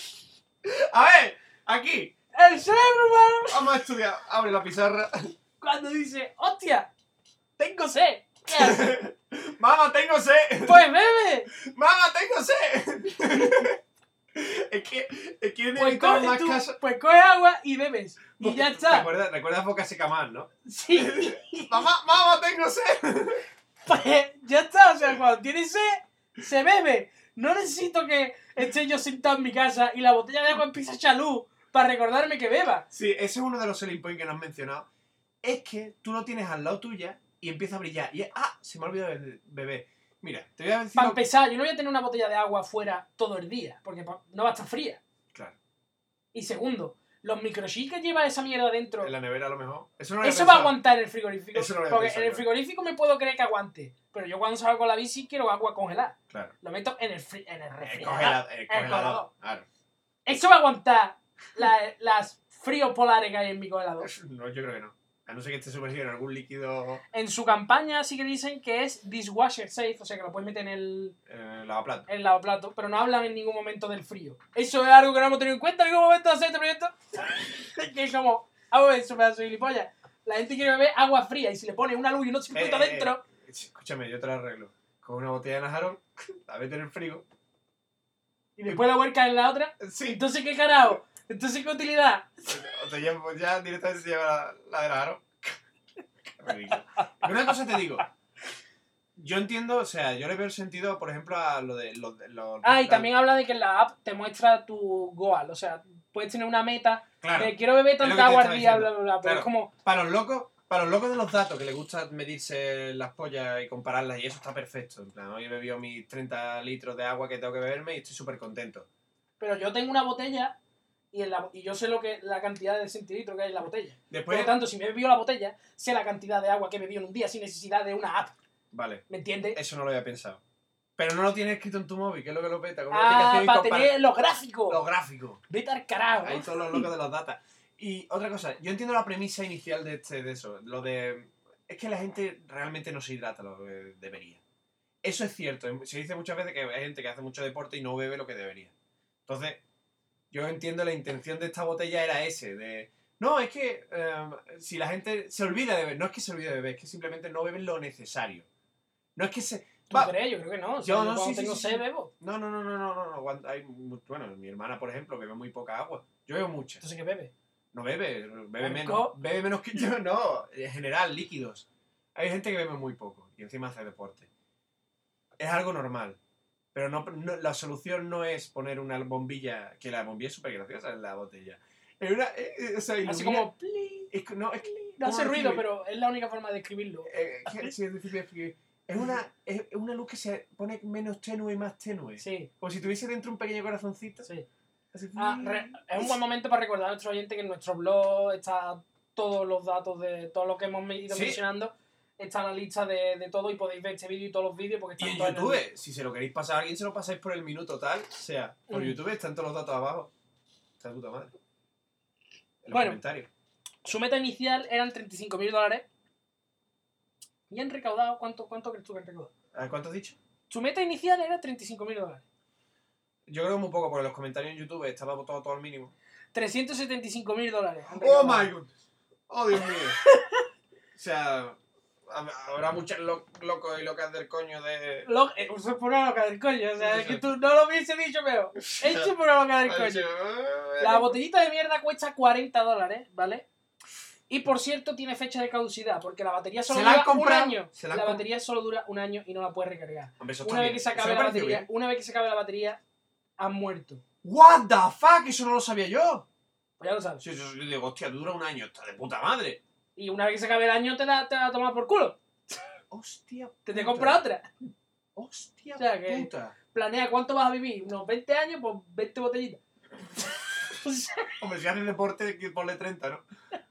A ver, aquí. El cerebro humano. Vamos a estudiar. Abre la pizarra. Cuando dice, hostia, tengo sed. ¿Qué hace? Mamá, tengo sed. Pues bebe. Mamá, tengo sed. Es que, es que he Pues necesitado coge, más tú, casa. pues coge agua y bebes. Y ya está. ¿Recuerdas, recuerdas Boca Seca Más, no? Sí. Mamá, mamá, tengo sed. Pues ya está. O sea, cuando tienes sed, se bebe. No necesito que esté yo sentado en mi casa y la botella de agua empiece a echar luz para recordarme que beba. Sí, ese es uno de los selling points que nos has mencionado. Es que tú lo tienes al lado tuya y empieza a brillar. Y es, ah, se me ha olvidado de beber. Mira, te voy a decir... Para lo- empezar, yo no voy a tener una botella de agua fuera todo el día, porque pa- no va a estar fría. Claro. Y segundo, Los microchips que lleva esa mierda dentro, En la nevera a lo mejor. Eso no lo había eso va a pensado. aguantar en el frigorífico. Eso no lo había Porque pensado, en el claro. frigorífico me puedo creer que aguante. Pero yo cuando salgo con la bici quiero agua congelada. Claro. Lo meto en el, fri en el El refrigerador. congelador. El El congelador. congelador. Claro. Eso va a aguantar la- las fríos polares que hay en mi congelador. No, yo creo que no. A no ser que esté sumergido en algún líquido En su campaña sí que dicen que es dishwasher safe, o sea que lo puedes meter en el, eh, lavaplatos. en el lavaplatos, pero no hablan en ningún momento del frío. Eso es algo que no hemos tenido en cuenta en ningún momento de hacer este proyecto. Que es como, hago eso, pedazo de gilipollas. La gente quiere beber agua fría y si le pones una luz y unos circuitos Eh, eh, dentro, eh, Escúchame, yo te lo arreglo. Con una botella de Najarón, la metes en el frigo. y después la vuelcas en la otra, Sí. entonces ¿qué carajo? Entonces ¿qué utilidad? O te llevo, ya directamente se lleva la, la de Najarón. Qué ridículo. Y una cosa te digo. Yo entiendo, o sea, yo le veo el sentido, por ejemplo, a lo de los... los Ah, y la- también habla de que en la app te muestra tu goal, o sea, puedes tener una meta Claro. de quiero beber lo que tanta te agua estaba al día, diciendo. bla, bla, bla, pero Claro. es como, Para los locos, para los locos de los datos, que les gusta medirse las pollas y compararlas, y eso está perfecto. En plan, hoy he bebido mis treinta litros de agua que tengo que beberme y estoy súper contento. pero yo tengo una botella y, en la, y yo sé lo que la cantidad de centilitros que hay en la botella. Por Después... lo tanto, si me he bebido la botella, sé la cantidad de agua que he bebido en un día sin necesidad de una app. Vale, ¿Me entiendes? eso no lo había pensado. Pero no lo tienes escrito en tu móvil, que es lo que lo peta. Con una Ah, aplicación y para compara- tener los gráficos. los gráficos. Vete al carajo. Ahí todos los locos de los datas. Y otra cosa, yo entiendo la premisa inicial de, este, de eso. Lo de... Es que la gente realmente no se hidrata lo que debería. Eso es cierto. Se dice muchas veces que hay gente que hace mucho deporte y no bebe lo que debería. Entonces, yo entiendo la intención de esta botella era ese, de... No, es que eh, si la gente se olvida de beber, no es que se olvide de beber, es que simplemente no beben lo necesario. No es que se... ¿Tú Va, crees? Yo creo que no. O sea, Yo yo no, cuando sí, sí, tengo sí, sed sí. bebo. No, no, no, no, no, no, no. cuando Hay, mu- bueno, mi hermana, por ejemplo, bebe muy poca agua. Yo bebo mucha. Entonces, ¿qué bebe? No bebe, bebe ¿Alcohol? menos. Bebe menos que yo, no. En general, líquidos. Hay gente que bebe muy poco y encima hace deporte. Es algo normal. Pero no, no- la solución no es poner una bombilla, que la bombilla es súper graciosa en la botella. Es una, eh, eh, o sea, Así ilumina- como, pli, es que- no, es que- no ¿cómo hace ruido, decirlo? pero es la única forma de describirlo. Eh, que- sí, es difícil de escribir. Es una, es una luz que se pone menos tenue y más tenue. Sí, Como si tuviese dentro un pequeño corazoncito. sí. Así, Ah, re- es un buen momento para recordar a nuestro oyente que en nuestro blog está todos los datos de todo lo que hemos ido Sí. mencionando. Está la lista de, de todo y podéis ver este vídeo y todos los vídeos porque Y están en todos en el- YouTube, si se lo queréis pasar a alguien, se lo pasáis por el minuto tal. O sea, por Mm. YouTube están todos los datos abajo. Está de puta madre. En los Bueno. comentarios. Su meta inicial eran treinta y cinco mil dólares. Y han recaudado, ¿cuánto, ¿cuánto crees tú que han recaudado? A ver, ¿cuánto has dicho? Su meta inicial era treinta y cinco mil dólares. Yo creo muy poco, porque los comentarios en YouTube estaba todo, todo al mínimo. trescientos setenta y cinco mil dólares. han ¡Oh, recaudado. my God! ¡Oh, Dios mío! O sea, hab- habrá muchos lo- locos y locas del coño de... Lo- eh, Eso es por una loca del coño. O sea, es que tú no lo hubiese dicho peor. Hecho por una loca del coño. La botellita de mierda cuesta cuarenta dólares, ¿vale? Y por cierto, tiene fecha de caducidad, porque la batería solo ¿Se la han dura un comprado? año. ¿Se la han La comp- batería solo dura un año y no la puedes recargar. Hombre, eso está Una vez bien. que se Eso acabe me la pareció batería, bien. una vez que se acabe la batería, han muerto. ¡What the fuck! Eso no lo sabía yo. Pues ya lo sabes. Sí, yo, yo digo, hostia, dura un año. Está de puta madre. Y una vez que se acabe el año, te da, te da a tomar por culo. Hostia Te te puta. compras otra. Hostia O sea, que- puta. Planea cuánto vas a vivir. Unos veinte años, pues veinte botellitas. O sea, Hombre, si haces deporte, que ponle treinta, ¿no?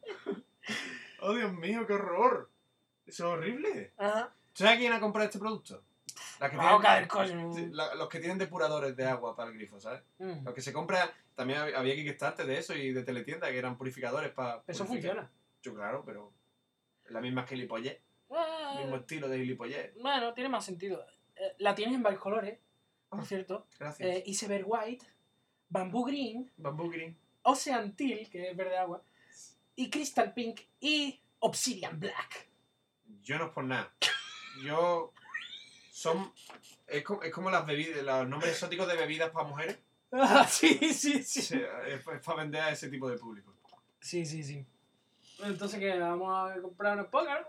¡Oh, Dios mío, qué horror! Eso es horrible. ajá. ¿Sabes quién ha comprado este producto? Las que La boca del coño. sí, la- los que tienen depuradores de agua para el grifo, ¿sabes? Mm. Los que se compran... También hab- había Kickstarter de eso y de teletienda, que eran purificadores para... Eso funciona. Yo, claro, pero... Es la misma gilipollez. Ah, El mismo estilo de gilipollez. bueno, tiene más sentido. Eh, la tienes en varios colores, por Ah. cierto. Gracias. Eh, Iceberg White, Bamboo Green, Bamboo Green. Ocean Teal, que es verde agua, y Crystal Pink y Obsidian Black. Yo no es por nada. Yo... Son... Es como, es como las bebidas, los nombres exóticos de bebidas para mujeres. Ah, sí, sí, sí. Sí, es, es para vender a ese tipo de público. Sí, sí, sí. Entonces, ¿qué? Vamos a comprar unos póker.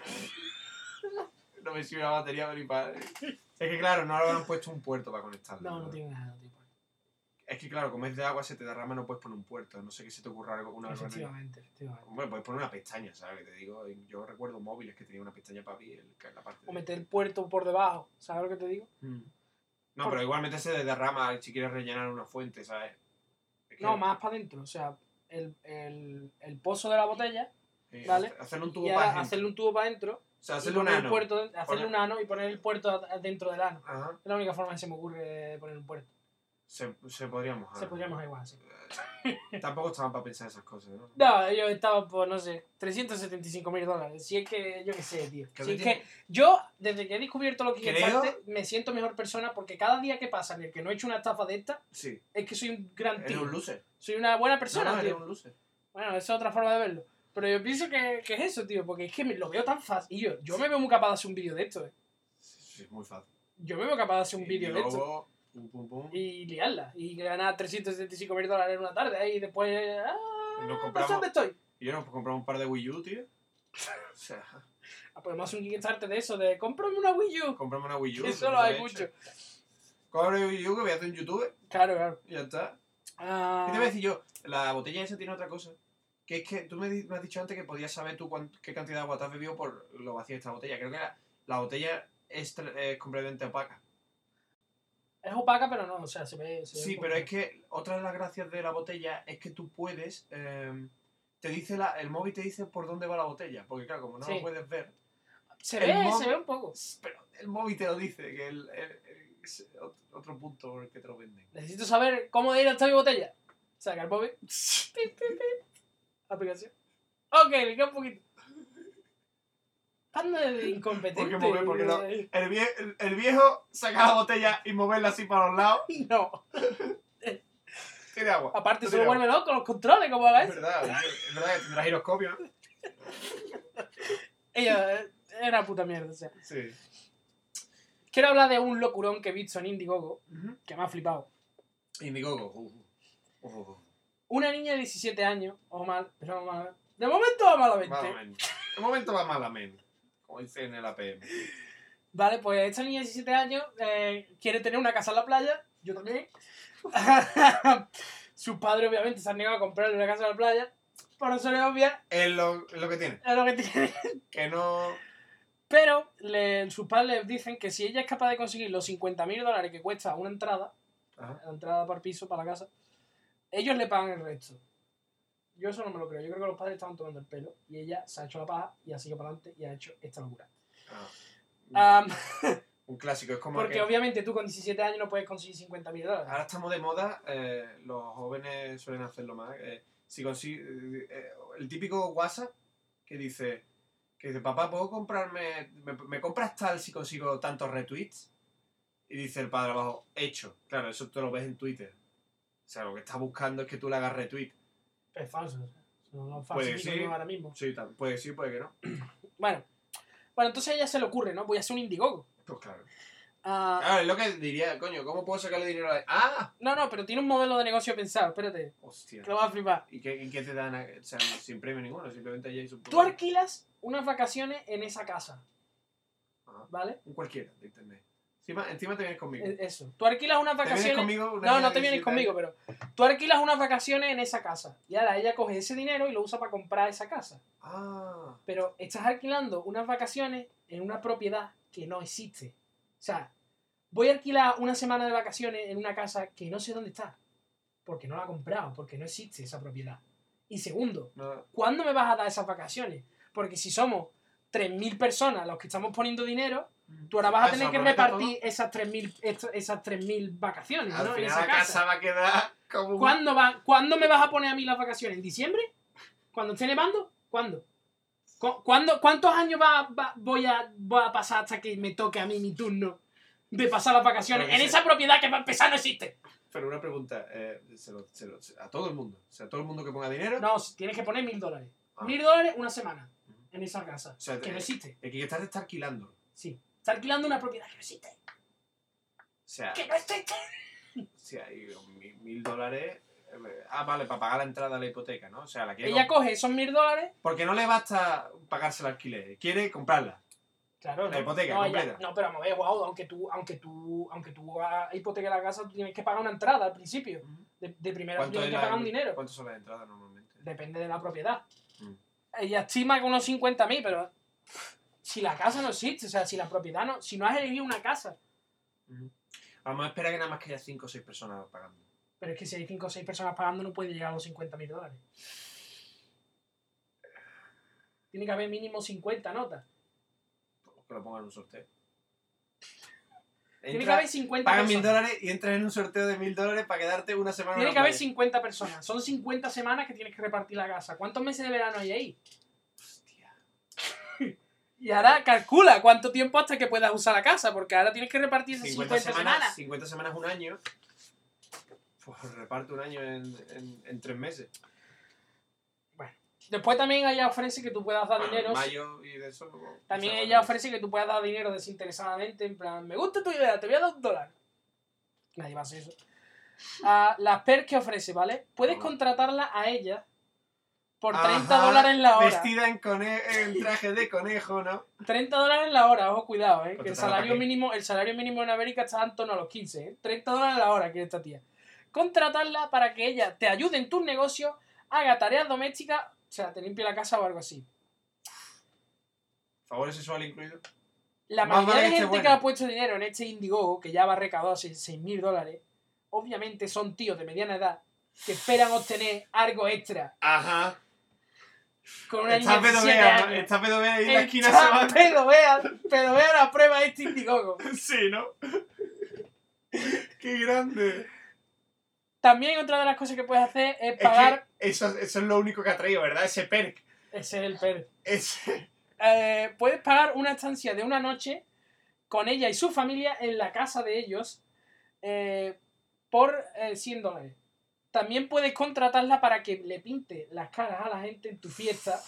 No me sirve la batería ni para... Es que claro, no le han puesto un puerto para conectarlo. No, no tiene nada, no tiene por Es que claro, como es de agua se te derrama, no puedes poner un puerto. No sé qué se te ocurra algo, una qué. barbaridad. Efectivamente, efectivamente. Bueno, puedes poner una pestaña, ¿sabes? Que te digo, yo recuerdo móviles que tenían una pestaña para abrir el- la parte O de... meter puerto por debajo, ¿sabes lo que te digo? Mm. No, pero igualmente se derrama si quieres rellenar una fuente, ¿sabes? Es que- No, más para adentro, o sea, el, el, el pozo de la botella, Eh, ¿vale? Hacerle un tubo y para ahora adentro. hacerle un tubo para adentro, O sea, y hacerle un poner el ano. puerto, hacerle Poner- un ano y poner el puerto a- dentro del ano. Ajá. Es la única forma que se me ocurre de poner un puerto. Se, se podría mojar. Se podría mojar igual, sí. Tampoco estaban para pensar esas cosas, ¿no? No, ellos estaban por, no sé, trescientos setenta y cinco mil dólares. Si es que, yo qué sé, tío. Creo Si que es tiene- que yo, desde que he descubierto lo que Creo- es arte, me siento mejor persona porque cada día que pasa en el que no he hecho una estafa de esta, Sí. es que soy un gran Eres tío. un loser. Soy una buena No, persona, no, eres tío. un loser. Bueno, esa es otra forma de verlo. Pero yo pienso que, que es eso, tío, porque es que me, lo veo tan fácil. Y yo, yo me veo muy capaz de hacer un vídeo de esto, eh. Sí, es muy fácil. Yo me veo capaz de hacer un Y vídeo de esto. luego, pum, pum, pum. Y liarla. Y ganar trescientos setenta y cinco mil dólares en una tarde. Ahí después. ¡Ah! Nos No sé compramos- dónde estoy. Y yo nos compramos un par de Wii U, tío. O sea, Ah, podemos hacer un Kickstarter de eso, de cómprame una Wii U. compramos una Wii U. Que eso solo no hay he mucho. hecho. Compra una Wii U que voy a hacer en YouTube Claro, claro. y ya está. Ah, ¿Qué te voy a decir yo? La botella esa tiene otra cosa. Que es que tú me, di- me has dicho antes que podías saber tú cuán- qué cantidad de agua te has bebido por lo vacía de esta botella. Creo que la, la botella es, tra- es completamente opaca. es opaca, pero no, o sea, se ve. Se ve Sí, un pero poco- es que otra de las gracias de la botella es que tú puedes. eh, te dice la, el móvil te dice por dónde va la botella. Porque claro, como no Sí. lo puedes ver. Se el ve, móvil- se ve un poco. Pero el móvil te lo dice, que el, el- el- es ot- otro punto por el que te lo venden. Necesito saber cómo de ir hasta mi botella. Saca el móvil. Pip, pip, pip. Aplicación. Ok, le queda un poquito. Anda de incompetente. Porque mover, porque no. El, vie- el- el viejo saca la botella y moverla así para los lados. No. Tiene agua. Aparte, No se lo tiene vuelve loco los controles, ¿cómo haga Es eso? verdad, es verdad que tendrá giroscopio, ¿no? Ella eh, era puta mierda, o sea. Sí. Quiero hablar de un locurón que he visto en Indiegogo, que me ha flipado. Indiegogo. Uh, uh, uh, uh. Una niña de diecisiete años, o mal, pero mal. De momento va malamente. Malamente. De momento va malamente. Como dice en el A P M. Vale, pues esta niña de diecisiete años eh, quiere tener una casa en la playa, yo también. Sus padres obviamente se han negado a comprarle una casa en la playa, por eso le obvia, Es lo, es lo que tiene. es lo que tiene. Que no. Pero le- sus padres les dicen que si ella es capaz de conseguir los cincuenta mil dólares que cuesta una entrada, Ajá. la entrada por piso para la casa, ellos le pagan el resto. Yo eso no me lo creo. Yo creo que los padres estaban tomando el pelo y ella se ha hecho la paja y ha seguido para adelante y ha hecho esta locura. Ah. Am, Un clásico. Es como porque que obviamente tú con diecisiete años no puedes conseguir cincuenta mil dólares. ahora estamos de moda. eh, los jóvenes suelen hacerlo más. eh, si consigue, eh, el típico WhatsApp que dice, que dice, papá, ¿puedo comprarme, me, me compras tal si consigo tantos retweets? Y dice el padre abajo, hecho. Claro, eso tú lo ves en Twitter. O sea, lo que está buscando es que tú le hagas retweet. Es falso. O sea, eso no lo Puede falsifico ser. yo ahora mismo. Sí, tal- puede sí, puede que no. Bueno. Bueno, entonces a ella se le ocurre, ¿no? Voy a hacer un Indiegogo. Pues claro. Ah, Claro, es lo que diría, coño, ¿cómo puedo sacarle dinero a la... ¡Ah! no, no, pero tiene un modelo de negocio pensado. Espérate, Hostia. que lo vas a flipar. ¿Y qué, y qué te dan? a- O sea, sin premio ninguno, simplemente allí hay su... Tú alquilas unas vacaciones en esa casa, Ajá. ¿vale? Un cualquiera de internet. Encima, encima te vienes conmigo. E- Eso. Tú alquilas unas ¿Te vienes vacaciones. conmigo? Una No, niña no de te vienes diecisiete conmigo, años? pero tú alquilas unas vacaciones en esa casa. Y ahora ella coge ese dinero y lo usa para comprar esa casa. Ah, Pero estás alquilando unas vacaciones en una propiedad que no existe. O sea, voy a alquilar una semana de vacaciones en una casa que no sé dónde está. Porque no la he comprado, porque no existe esa propiedad. Y segundo, no. ¿cuándo me vas a dar esas vacaciones? Porque si somos tres mil personas los que estamos poniendo dinero, tú ahora vas Ah, a tener ¿se que lo promete repartir esas tres mil esas tres mil vacaciones, Al ¿no? En final esa la casa. casa va a quedar como un... ¿Cuándo, va, ¿Cuándo me vas a poner a mí las vacaciones? ¿En diciembre? ¿Cuando esté nevando? ¿Cuándo? ¿Cu- ¿Cuándo ¿Cuántos años va, va- voy, a, voy a pasar hasta que me toque a mí mi turno de pasar las vacaciones Porque en se- esa propiedad que para empezar no existe? Pero una pregunta, eh, se lo- se lo- a todo el mundo. O sea, todo el mundo que ponga dinero... No, tienes que poner mil dólares. Ah. Mil dólares una semana en esa casa, O sea, que eh, no existe. El que está, te está alquilando. Sí. Está alquilando una propiedad que no existe. O sea, ¡Que no existe! o sea, y mil, mil dólares... eh, Ah, vale, para pagar la entrada a la hipoteca, ¿no? O sea, la quiere... Ella comp- coge esos mil dólares. Porque no le basta pagarse el alquiler, quiere comprarla. Claro, La no, hipoteca no, ella- completa. no, pero vamos a ver, guau, aunque tú, aunque tú, aunque tú hagas hipoteca la casa, tú tienes que pagar una entrada al principio. De, de primera tú ¿Cuánto tienes es que la- pagar un dinero. ¿Cuánto son las entradas normalmente? Depende de la propiedad. Mm. Ella estima que unos cincuenta mil, pero si la casa no existe, o sea, si la propiedad no, si no has elegido una casa, Vamos a esperar que nada más que haya cinco o seis personas pagando. Pero es que si hay cinco o seis personas pagando no puede llegar a los cincuenta mil dólares. Tiene que haber mínimo cincuenta notas. Que lo pongan en un sorteo. Tiene que haber cincuenta Pagan personas. mil dólares y entras en un sorteo de mil dólares para quedarte una semana en Tiene la que haber playa. cincuenta personas. Son cincuenta semanas que tienes que repartir la casa. ¿Cuántos meses de verano hay ahí? Hostia. Y ahora calcula cuánto tiempo hasta que puedas usar la casa, porque ahora tienes que repartir esas cincuenta cincuenta semanas, semanas. cincuenta semanas, un año. Pues reparte un año en, en, en tres meses. Después también ella ofrece que tú puedas dar Bueno, dinero. mayo y de eso. Luego, También o sea, ella bueno, ofrece que tú puedas dar dinero desinteresadamente, en plan, me gusta tu idea, te voy a dar un dólar. Nadie va a hacer eso. Uh, las perks que ofrece, ¿vale? Puedes No. contratarla a ella por Ajá, treinta dólares la hora. Vestida en, cone en traje de conejo, ¿no? treinta dólares la hora, ojo, cuidado, ¿eh? Que el ¿Contratarla salario para qué? mínimo, el salario mínimo en América está en torno a los quince, ¿eh? treinta dólares la hora quiere esta tía. Contratarla para que ella te ayude en tus negocios, haga tareas domésticas, o sea, te limpie la casa o algo así. Favores sexual incluido. La Más mayoría vale de que esté gente que buena. ha puesto dinero en este Indiegogo, que ya va a recaudar seis mil dólares, obviamente son tíos de mediana edad que esperan obtener algo extra. Ajá. Con una Está niña de diecisiete pedovea, años. está pedovea ahí en la esquina se Está va. pedovea, pedovea la prueba de este Indiegogo. Sí, ¿no? Qué grande. También otra de las cosas que puedes hacer es Es pagar... que eso, eso es lo único que ha traído, ¿verdad? Ese perk. Ese es el per. Ese. Eh, puedes pagar una estancia de una noche con ella y su familia en la casa de ellos eh, por eh, cien dólares. También puedes contratarla para que le pinte las caras a la gente en tu fiesta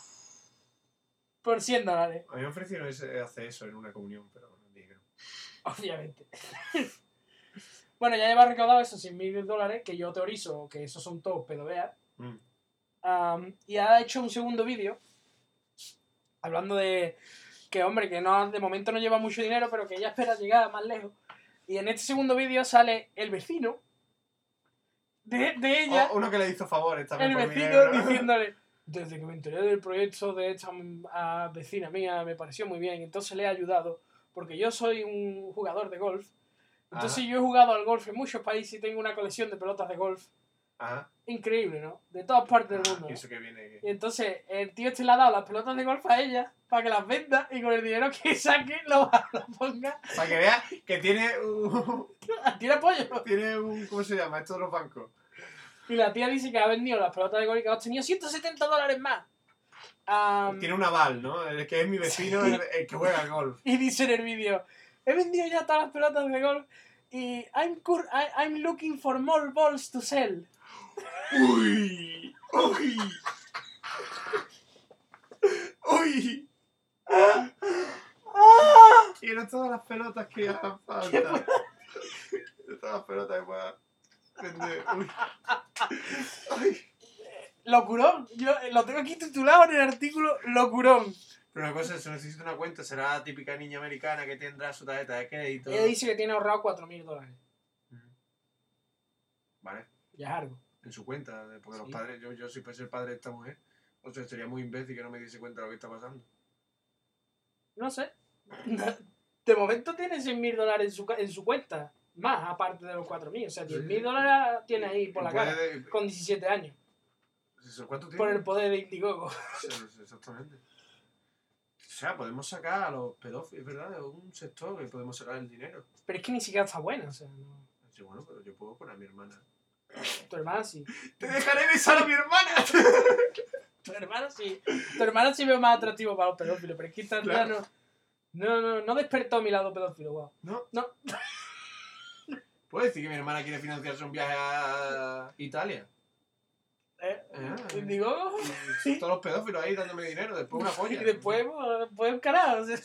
por cien dólares, A mí me ofrecieron ese- hacer eso en una comunión, pero no dije que no. obviamente. Bueno, ya lleva recaudado esos cien mil dólares, que yo teorizo que esos son todos pedoveas. Mm. Um, y ha hecho un segundo vídeo hablando de que, hombre, que no de momento no lleva mucho dinero, pero que ella espera llegar más lejos. Y en este segundo vídeo sale el vecino de, de ella, Oh, uno que le hizo favores también el por vecino dinero, ¿no? diciéndole: desde que me enteré del proyecto de esta ah, vecina mía me pareció muy bien, entonces le he ayudado, porque yo soy un jugador de golf. Entonces Ajá. yo he jugado al golf en muchos países y tengo una colección de pelotas de golf Ajá. increíble, ¿no? De todas partes del Ah, mundo. y ¿no? eso que viene. Y entonces el tío este le ha dado las pelotas de golf a ella para que las venda y con el dinero que saque lo, lo ponga. Para que veas que tiene un. Tira apoyo. Tiene un. ¿Cómo se llama? Esto de los bancos. Y la tía dice que ha vendido las pelotas de golf y que ha obtenido ciento setenta dólares más. Um, Tiene un aval, ¿no? El que es mi vecino, el, el que juega al golf. y dice en el vídeo: he vendido ya todas las pelotas de golf y I'm, cur I I'm looking for more balls to sell. ¡Uy! ¡Uy! ¡Uy! Quiero todas las pelotas que hagan falta. Quiero todas las pelotas que pueda vender. ¡Uy! ¡Ay! Locurón. Yo lo tengo aquí titulado en el artículo Locurón. Pero una cosa, se necesita una cuenta. Será la típica niña americana que tendrá su tarjeta de crédito. Ella dice que tiene ahorrado cuatro mil dólares. Vale. Ya es algo. En su cuenta. Porque Sí. los padres, yo, yo si fuese el padre de esta mujer, o sea, sería muy imbécil que no me diese cuenta de lo que está pasando. No sé. De momento tiene cien mil dólares en su, ca- en su cuenta. Más, aparte de los cuatro mil. O sea, diez mil dólares tiene ahí por la Puede cara. de- Con diecisiete años. ¿Cuánto tiene? Por el poder de Indiegogo. Sí, exactamente. O sea, podemos sacar a los pedófilos, ¿verdad? Es un sector que podemos sacar el dinero. Pero es que ni siquiera está buena. O sea, no. Sí, bueno, pero yo puedo poner a mi hermana. Tu hermana sí. ¡Te dejaré besar a mi hermana! Tu hermana sí. Tu hermana sí veo más atractivo para los pedófilos. Pero es que esta tía Claro. no. No, no, no despertó mi lado pedófilo, wow. ¿No? No. ¿Puedo decir que mi hermana quiere financiarse un viaje a Italia? ¿Eh? Ah. Indiegogo. Y todos los pedófilos ahí dándome dinero, después una Y polla. después, pues, después un carajo. O sea.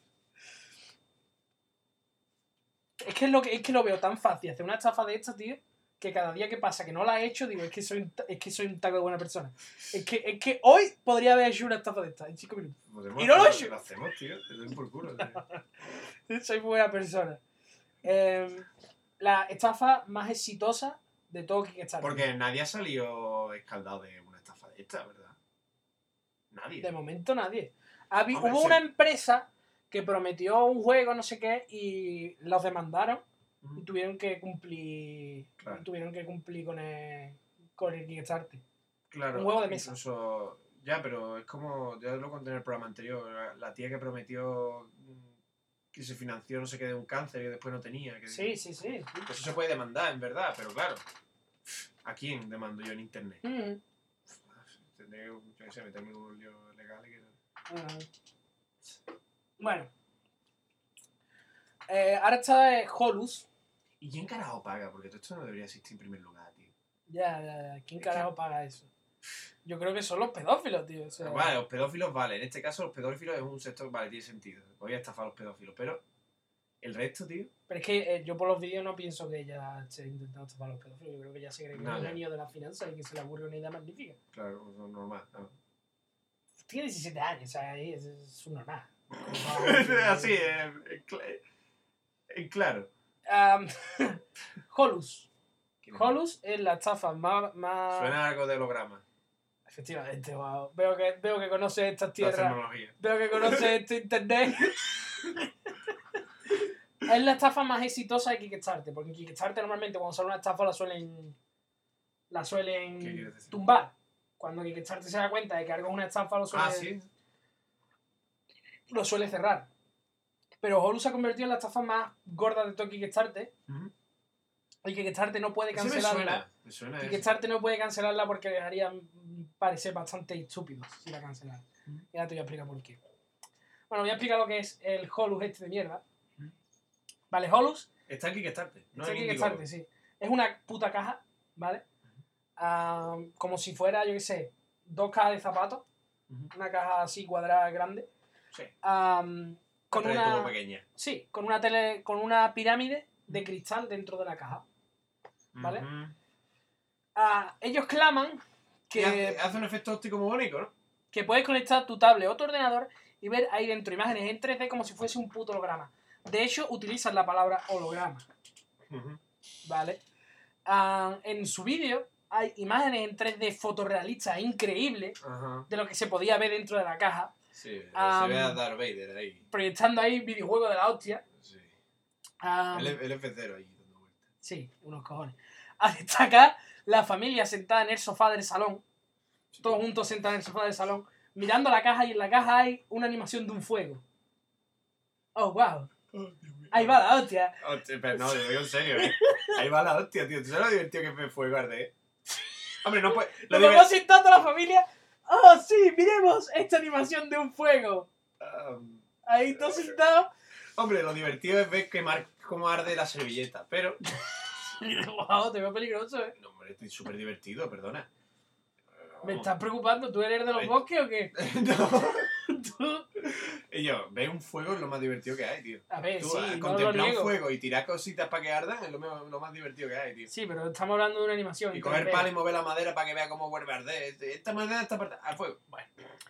Es que es lo que es que lo veo tan fácil hacer una estafa de esta, tío, que cada día que pasa que no la he hecho, digo, es que soy un, ta- es que soy un taco de buena persona. Es que, es que hoy podría haber hecho una estafa de esta en cinco minutos. Podemos Y no lo he hacer- hecho. Lo hacemos, tío. Te doy por culo, tío. Soy buena persona. Eh, la estafa más exitosa de todo Kickstarter. Porque nadie ha salido escaldado de una estafa de esta, ¿verdad? Nadie. De momento nadie. Habi- Hombre, hubo sí. una empresa que prometió un juego, no sé qué, y los demandaron. y tuvieron que cumplir Claro. tuvieron que cumplir con el, con el Kickstarter. Claro, Un huevo de mesa. Incluso, ya, pero es como, ya lo conté en el programa anterior, la, la tía que prometió mm, que se financió no sé qué de un cáncer y después no tenía. Que, Sí, sí, sí. sí. Eso se puede demandar, en verdad, pero claro, ¿a quién demando yo en internet? Mm, Tendré que, yo qué sé, meterme en un lío legal y que... mm. Bueno. Eh, ahora está eh, Holus. ¿Y quién carajo paga? Porque todo esto no debería existir en primer lugar, tío. Ya, ya, ya. ¿Quién Es que- carajo paga eso? Yo creo que son los pedófilos, tío. O sea, Vale, los pedófilos vale. En este caso, los pedófilos es un sector, vale, tiene sentido. Voy a estafar a los pedófilos, pero el resto, tío. Pero es que eh, yo por los vídeos no pienso que ella esté intentando estafar a los pedófilos. Yo creo que ella se cree que es No, un ya. genio de las finanzas y que se le ocurre una idea magnífica. Claro, no, normal. No. Tiene diecisiete años, o sea, ahí es, es un normal. Así, eh, en cl- en claro. Um, Holus. ¿Quién es? Holus es la estafa más... más... Suena algo de holograma. Efectivamente, wow. Veo que, veo que conoce estas La tierras. tecnología. Veo que conoce este internet. Es la estafa más exitosa de Kickstarter, porque en Kickstarter normalmente cuando sale una estafa la suelen la ¿Qué suelen quieres decir? tumbar. Cuando Kickstarter se da cuenta de que algo es una estafa lo suele, Ah, sí. lo suele cerrar. Pero Holus se ha convertido en la estafa más gorda de todo Kickstarter. Ujú. Y Kickstarter no puede Ese me cancelarla. suena. Me suena ese. Kickstarter no puede cancelarla porque les haría mm, parecer bastante estúpidos si la cancelan. Ujú. Y ahora te voy a explicar por qué. Bueno, voy a explicar lo que es el Holus este de mierda. Ujú. Vale, Holus, Está en Kickstarter. No este en Kickstarter, Indiegogo. sí. Es una puta caja, ¿vale? Ah, como si fuera, yo qué sé, dos cajas de zapatos. Ujú. Una caja así cuadrada grande. Sí. Ah, con Otra de tubo una... pequeña. Sí, con una tele, con una pirámide de cristal dentro de la caja. ¿Vale? Ujú. Ah, ellos claman Que hace, que, hace un efecto óptico muy bonito, ¿no? que puedes conectar tu tablet o tu ordenador y ver ahí dentro imágenes en tres D como si fuese un puto holograma. De hecho, utilizan la palabra holograma, Ujú. ¿vale? Ah, en su vídeo hay imágenes en tres D fotorrealistas increíbles Ajá. de lo que se podía ver dentro de la caja, Sí, Um, se ve a Darth Vader ahí. proyectando ahí videojuegos de la hostia. Sí. Ah, El, el F cero ahí dando vueltas. sí, unos cojones. A destacar la familia sentada en el sofá del salón, todos juntos sentados en el sofá del salón, mirando la caja y en la caja hay una animación de un fuego. Oh, wow. Ahí va la hostia. Hostia, pero no, lo digo en serio, ¿eh? Ahí va la hostia, tío. ¿Tú sabes lo divertido que es ver fuego arder? Hombre, no puede... Lo Nos diver- vamos sentando la familia. Oh, sí, miremos esta animación de un fuego. Um, Ahí todos sentados. hombre, lo divertido es ver quemar cómo arde la servilleta, pero... Wow, te veo peligroso, eh. No, hombre, estoy súper divertido, perdona. ¿Me estás preocupando? ¿Tú eres de los Ay. bosques o qué? No. Tú... Y yo, ver un fuego es lo más divertido que hay, tío. A ver, Tú, sí, a no lo contemplar un niego. fuego y tirar cositas para que ardan es lo, me- lo más divertido que hay, tío. Sí, pero estamos hablando de una animación. Y en coger tres D. palo y mover la madera para que vea cómo vuelve a arder. Este- Esta madera está apartada. Al fuego. Bueno.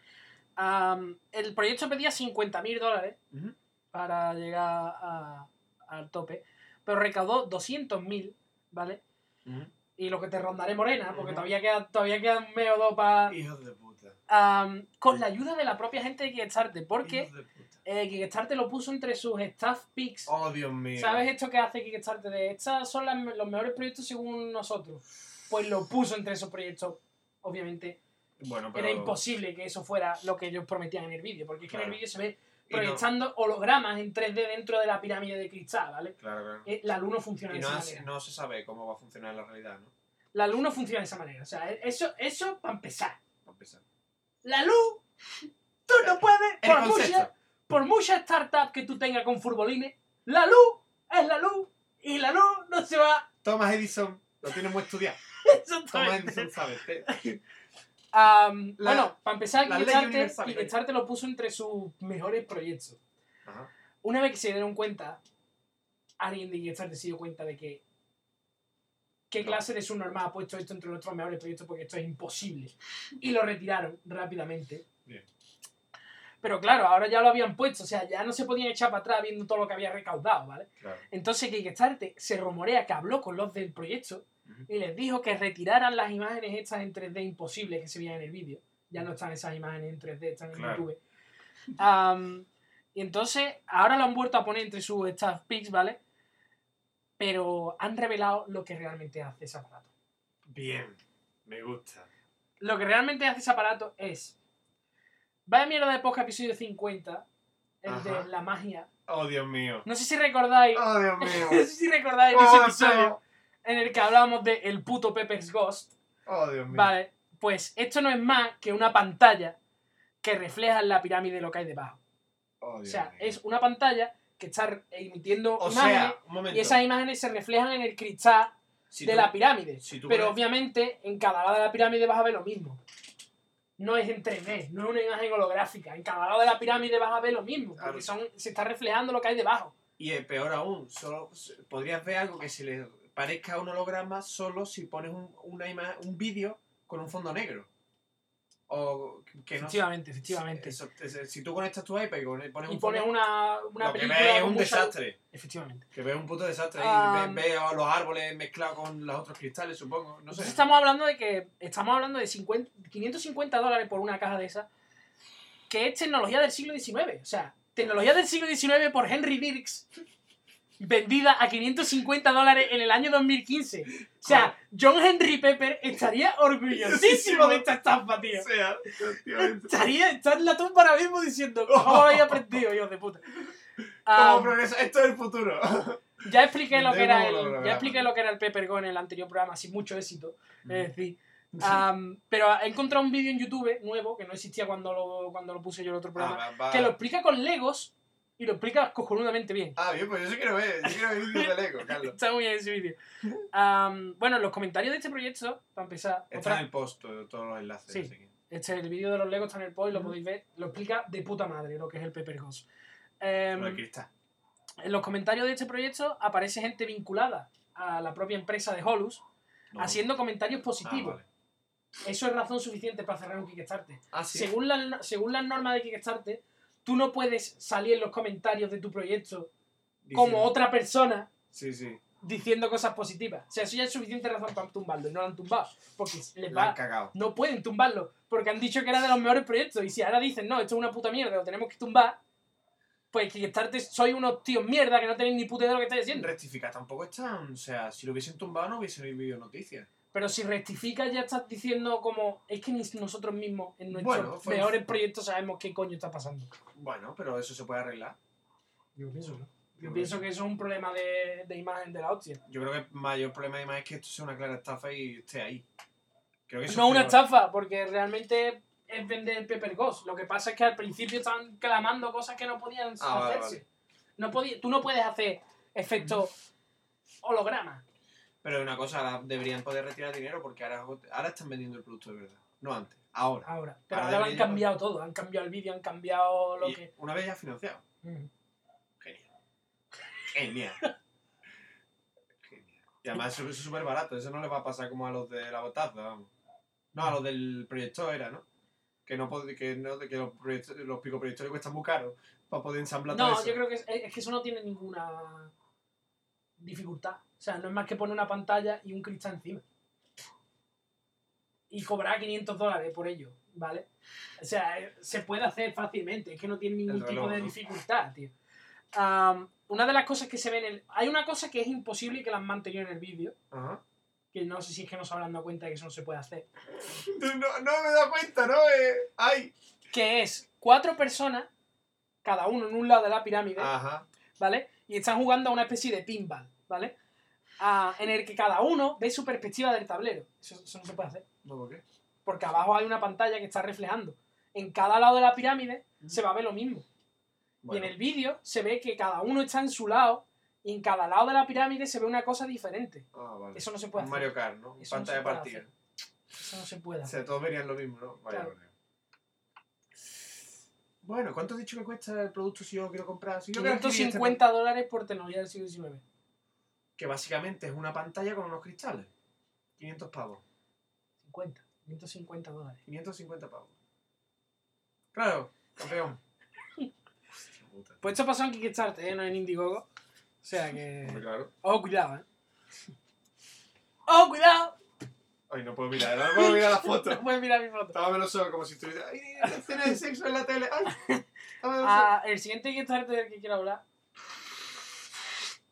Am, el proyecto pedía cincuenta mil dólares Ujú. para llegar a- al tope, pero recaudó doscientos mil, ¿vale? Ujú. Y lo que te rondaré morena, porque Ujú. todavía queda, todavía queda un mes o dos para... Hijos de puta. con la ayuda de la propia gente de Kickstarter, porque Hijos de puta. eh, Kickstarter lo puso entre sus staff picks. Oh, Dios mío. ¿Sabes esto que hace Kickstarter? De estas son las- los mejores proyectos según nosotros. Pues lo puso entre esos proyectos. Obviamente Bueno, pero... era imposible que eso fuera lo que ellos prometían en el vídeo, porque es que en el Claro. vídeo se ve Y no- proyectando hologramas en tres D dentro de la pirámide de cristal, ¿vale? Claro, claro. Eh, La luz no funciona Y de no, esa has- manera. no se sabe cómo va a funcionar en la realidad, ¿no? La luz no funciona de esa manera. O sea, eso, eso para empezar. Para empezar. La luz, tú no puedes, El por concepto. mucha, por mucha startup que tú tengas con furbolines, la luz es la luz y la luz no se va. Thomas Edison, lo tiene muy estudiado. Thomas Exactamente. Edison sabe. ¿eh? Am, La- bueno, para empezar, la ley Kickstarter, universal, Kickstarter lo puso entre sus mejores proyectos. Ajá. Una vez que se dieron cuenta, alguien de Kickstarter se dio cuenta de que qué No. clase de subnormal ha puesto esto entre nuestros mejores proyectos porque esto es imposible. Y lo retiraron rápidamente. Bien. Pero claro, ahora ya lo habían puesto, o sea, ya no se podían echar para atrás viendo todo lo que había recaudado, ¿vale? Claro. Entonces Kickstarter se rumorea que habló con los del proyecto Ujú. y les dijo que retiraran las imágenes estas en tres D imposibles que se veían en el vídeo. Ya no están esas imágenes en tres D, están en Claro. YouTube. Am, y entonces, ahora lo han vuelto a poner entre sus staff picks, ¿vale? pero han revelado lo que realmente hace ese aparato. Bien, me gusta. Lo que realmente hace ese aparato es... Vaya mierda de podcast episodio cincuenta, el Ajá. de la magia. Oh, Dios mío. No sé si recordáis... Oh, Dios no mío. sé si recordáis Oh, ese en episodio serio. en el que hablábamos de el puto Pepper's Ghost. Oh, Dios mío. Vale, pues esto no es más que una pantalla que refleja la pirámide lo que hay debajo. Oh, O Dios sea, mío. es una pantalla que está emitiendo O imágenes sea, un momento. y esas imágenes se reflejan en el cristal Si de tú- la pirámide. si tú Pero pones- obviamente en cada lado de la pirámide vas a ver lo mismo. No es en tres D, no es una imagen holográfica. En cada lado de la pirámide vas a ver lo mismo, porque Claro. son, se está reflejando lo que hay debajo. Y eh, peor aún, solo podrías ver algo que se le parezca a un holograma solo si pones un, una ima- un vídeo con un fondo negro. O que no Efectivamente, efectivamente. Eso, eso, si tú conectas tu iPad y pones Y un pones fondo, una, una lo que película ves es con un mucha- desastre. Efectivamente. Que ves un puto desastre. Ah, y ves, ves a los árboles mezclados con los otros cristales, supongo. No sé. Entonces estamos hablando de que estamos hablando de cincuenta, quinientos cincuenta dólares por una caja de esas, que es tecnología del siglo diecinueve. O sea, tecnología del siglo diecinueve por Henry Dirks, vendida a quinientos cincuenta dólares en el año dos mil quince. O sea, John Henry Pepper estaría orgullosísimo de esta estampa, tío. O sea, efectivamente. Estaría, está en la tumba ahora mismo diciendo, ¿cómo lo habéis aprendido, hijos de puta? ¿Cómo Ah, progresa? Esto es el futuro. Ya expliqué lo que era Vendemos el, holograma. ya expliqué lo que era el Pepper Go en el anterior programa sin mucho éxito. Mm. Es decir, am, pero he encontrado un vídeo en YouTube nuevo que no existía cuando lo, cuando lo puse yo en el otro programa, Ah, va, va. que lo explica con Legos y lo explica cojonudamente bien. Ah, bien, pues yo sí quiero ver. Yo quiero ver vídeos de Lego, Carlos. Está muy bien ese vídeo. Am, bueno, en los comentarios de este proyecto, para empezar, Está otra- en el post todo- todos los enlaces. Sí. así que- este, el vídeo de los Legos está en el post y lo Ujú. podéis ver. Lo explica de puta madre lo que es el Pepper Go. Em, Sobre el cristal. en los comentarios de este proyecto aparece gente vinculada a la propia empresa de Holus No. haciendo comentarios Ah, positivos. vale. Eso es razón suficiente para cerrar un Kickstarter. Ah, sí. Según, la- según las normas de Kickstarter, tú no puedes salir en los comentarios de tu proyecto como Diciendo- otra persona Sí, sí. diciendo cosas positivas. O sea, eso ya es suficiente razón para tumbarlo y no lo han tumbado. Porque les La han va, cagado. no pueden tumbarlo porque han dicho que era de los mejores proyectos y si ahora dicen, no, esto es una puta mierda, lo tenemos que tumbar, pues Kickstarter sois unos tíos mierda que no tenéis ni puta idea de lo que estáis haciendo. Rectificar tampoco están. O sea, si lo hubiesen tumbado no hubiesen habido noticias. Pero si rectificas ya estás diciendo como, es que ni nosotros mismos en nuestros Bueno, fue- mejores proyectos sabemos qué coño está pasando. Bueno, pero eso se puede arreglar. Yo pienso, ¿no? Yo pienso que eso es un problema de, de imagen de la hostia. Yo creo que el mayor problema además es que esto sea una clara estafa y esté ahí. Creo que eso No es una peor. estafa, porque realmente es vender el Pepper Ghost. Lo que pasa es que al principio estaban clamando cosas que no podían Ah, vale, hacerse. vale. No podía, tú no puedes hacer efectos hologramas. Pero una cosa, ahora deberían poder retirar dinero porque ahora, ahora están vendiendo el producto de verdad. No antes, ahora. Ahora. Pero Ahora ahora lo han deberían- cambiado todo. Han cambiado el vídeo, han cambiado lo Y que... una vez ya financiado. Mm. Genial. Genial. Genial. Y además eso, eso es súper barato. Eso no le va a pasar como a los de la botaza, vamos. No, a los del proyector era, ¿no? Que no pod- que, no, que los, proyectos- los picoproyectores cuestan muy caros para poder ensamblar todo No, eso. yo creo que es, es que eso no tiene ninguna dificultad. O sea, no es más que poner una pantalla y un cristal encima. Y cobrar quinientos dólares por ello, ¿vale? O sea, eh, se puede hacer fácilmente. Es que no tiene ningún El reloj, tipo de ¿no? dificultad, tío. Am, una de las cosas que se ve en el... Hay una cosa que es imposible y que la han mantenido en el vídeo, Ajá. que no sé si es que no se habrán dado cuenta de que eso no se puede hacer, No, no me da cuenta, ¿no? Eh, ¡Ay! que es cuatro personas, cada uno en un lado de la pirámide, Ajá. ¿vale? Y están jugando a una especie de pinball, ¿vale? Ah, en el que cada uno ve su perspectiva del tablero. Eso, eso no se puede hacer. No, ¿por qué? Porque abajo hay una pantalla que está reflejando. En cada lado de la pirámide se va a ver lo mismo. Bueno, Y en el vídeo se ve que cada uno está en su lado y en cada lado de la pirámide se ve una cosa diferente. ah, vale. Eso no se puede Un hacer. Mario Kart, ¿no? Eso no Pantalla se puede partida. hacer. Eso no se puede O hacer. sea, todos verían lo mismo, ¿no? Vaya, Claro. vale. Bueno, ¿cuánto has dicho que cuesta el producto si yo lo quiero comprar? Si yo quiero quinientos adquirir este cincuenta dólares por tecnología del siglo diecinueve. pro- que básicamente es una pantalla con unos cristales. quinientos pavos. cincuenta. quinientos cincuenta dólares. quinientos cincuenta pavos. Claro, campeón. Hostia puta. Pues esto pasó en Kickstarter, ¿eh? No en Indiegogo. O sea que... Hombre, claro. Ojo, cuidado, ¿eh? ¡Oh, cuidado! Ay, no puedo mirar, no puedo mirar la foto. No puedes mirar mi foto. Tábame los ojos como si estuviera. ¡Ay, la escena de sexo en la tele! ¡Ay! Tábame los ojos. Ah, el siguiente Kickstarter del que quiero hablar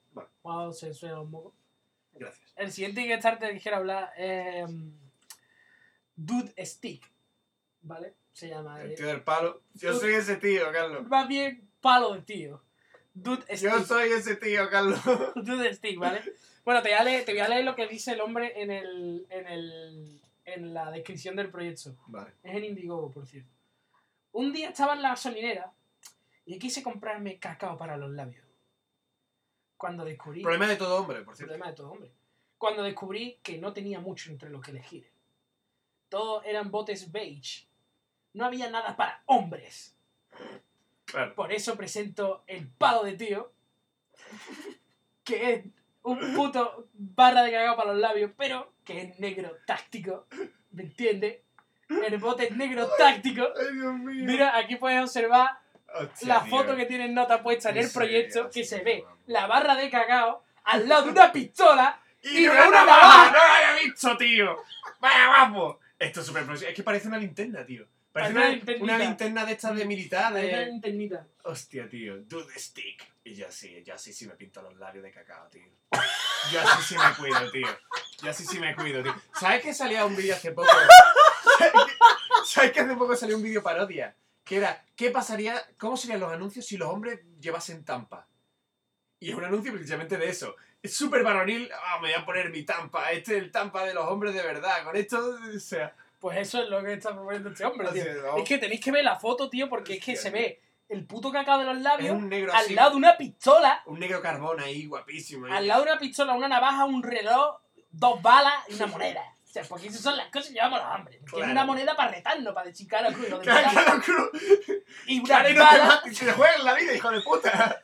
Wow, se suena los mocos. Gracias. El siguiente Kickstarter que quiero hablar es... Um, Dude Stick. ¿Vale? Se llama... El eh, tío del palo. Yo soy ese tío, Carlos. Más bien palo de tío. Dude Stick. Yo soy ese tío, Carlos. Dude Stick, ¿vale? Bueno, te voy, a leer, te voy a leer lo que dice el hombre en el, en el en la descripción del proyecto. Vale. Es en Indiegogo, por cierto. Un día estaba en la gasolinera y quise comprarme cacao para los labios. Cuando descubrí... Problema de todo hombre, por cierto. Problema de todo hombre. Cuando descubrí que no tenía mucho entre lo que elegir. Todos eran botes beige. No había nada para hombres. Claro. Por eso presento el palo de tío, que es un puto barra de cacao para los labios, pero que es negro táctico. ¿Me entiendes? El bote es negro táctico. Ay, Dios mío. Mira, aquí puedes observar Hostia, la tío. foto que tienen nota puesta en En el proyecto, serio, que hostia, se ve vamos. la barra de cacao al lado de una pistola ¡Y, y de una una navaja! navaja. ¡No lo había visto, tío! ¡Vaya guapo! Esto es súper profesional. Es que parece una linterna, tío. Parece Parece una una, linternita. una linterna de estas de militar. Parece una De... linternita. Hostia, tío. Do the stick. Y yo sí, yo sí sí me pinto los labios de cacao, tío. Yo así sí me cuido, tío. Yo así sí me cuido, tío. ¿Sabes que salía un vídeo hace poco? ¿Sabes que hace poco salió un vídeo parodia? Que era, ¿qué pasaría, cómo serían los anuncios si los hombres llevasen tampa? Y es un anuncio precisamente de eso. Es súper varonil. Ah, me voy a poner mi tampa. Este es el tampa de los hombres de verdad. Con esto, o sea... Pues eso es lo que está proponiendo este hombre, tío. Así es, ¿no? Es que tenéis que ver la foto, tío, porque es que Hostia, se tío. ve el puto cacao de los Es labios un negro al así. lado de una pistola, Un negro carbón ahí, guapísimo. ahí. al lado de una pistola, una navaja, un reloj, dos balas y una moneda. O sea, porque esas son las cosas que llevamos los hombres. Tiene Claro. una moneda para retarnos, para deschicar al culo de Claro, verdad. claro, claro. Y una Claro, y no te bala. mates, se te juegan la vida, hijo de puta.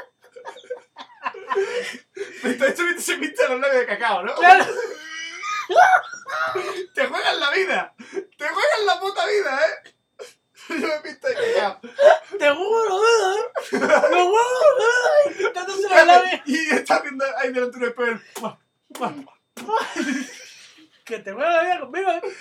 Esto se pinta los labios de cacao, ¿no? Claro. Te juegan la vida. Te juegan la puta vida, ¿eh? Yo me pinto de cacao. Te juro, ¿eh? Te juro, ¿eh? Pintándose los labios. Y está haciendo ahí delante un espejo. Mua, mua. Que te juega la vida conmigo, ¿eh?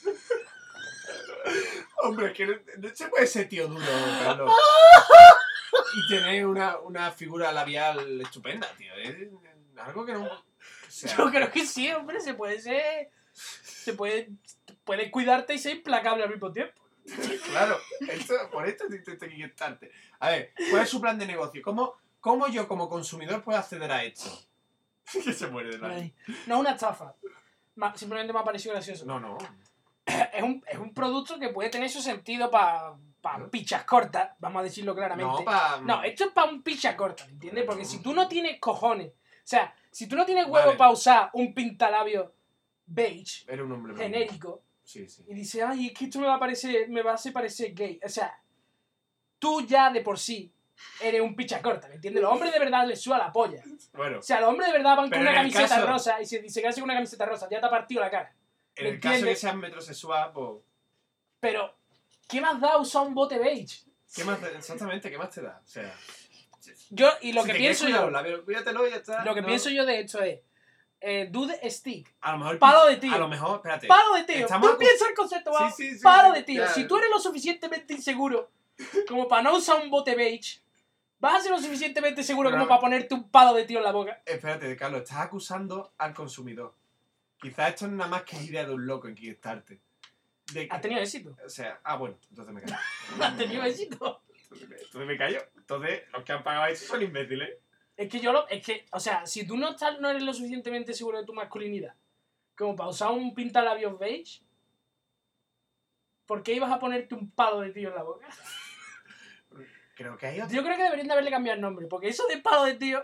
Hombre, es que no, no se puede ser tío duro, Carlos. Y tener una, una figura labial estupenda, tío. Es algo que no... O sea, Yo creo que sí, hombre, se puede ser... Se puede... Puedes cuidarte y ser implacable al mismo tiempo. claro, esto, por esto te te- te quiero quitarte. A ver, ¿cuál es su plan de negocio? ¿Cómo, cómo yo como consumidor puedo acceder a esto? que se muere de la... Ay, no es una estafa. Ma- Simplemente me ha parecido gracioso. No, no. Es un, es un producto que puede tener su sentido para pa pichas cortas, vamos a decirlo claramente. No, pa... No, esto es para un picha corta, ¿me entiendes? Porque si tú no tienes cojones, o sea, si tú no tienes huevo Vale. para usar un pintalabio beige, Era un hombre... genérico, Sí, sí. y dices, ay, es que esto me va a parecer, me va a hacer parecer gay. O sea, tú ya de por sí eres un picha corta, ¿me entiendes? Los hombres de verdad les suda la polla. Bueno, O sea, los hombres de verdad van Pero con una en el camiseta caso- rosa y se, se quedan con una camiseta rosa, ya te ha partido la cara. en ¿me el caso de que entiendes? seas metrosexual, pues... Pero, ¿qué más da usar un bote beige? ¿Qué más te- exactamente, ¿qué más te da? O sea... Yo, y lo si que te pienso quieres cuidar yo, los labios, cuídatelo y ya está. lo que No. pienso yo de esto es, eh, Dude Stick, A lo mejor... palo de tío. A lo mejor, espérate. palo de tío. Estamos Tú acos- piensas el concepto, va, Sí, sí, sí, palo sí, de tío. ya. Si tú eres lo suficientemente inseguro como para no usar un bote beige, vas a ser lo suficientemente seguro Pero- como para ponerte un palo de tío en la boca. Espérate, Carlos, estás acusando al consumidor. Quizás esto es nada más que idea de un loco en Kickstarter. De que- ¿Has tenido éxito? O sea, ah, bueno, entonces me callo. ¿Has tenido éxito? Entonces me, entonces me callo. Entonces, los que han pagado esto son imbéciles. Es que yo lo... Es que, o sea, si tú no, estás, no eres lo suficientemente seguro de tu masculinidad como para usar un pintalabios beige, ¿por qué ibas a ponerte un palo de tío en la boca? Creo que hay otro. Yo creo que deberían de haberle cambiado el nombre, porque eso de palo de tío...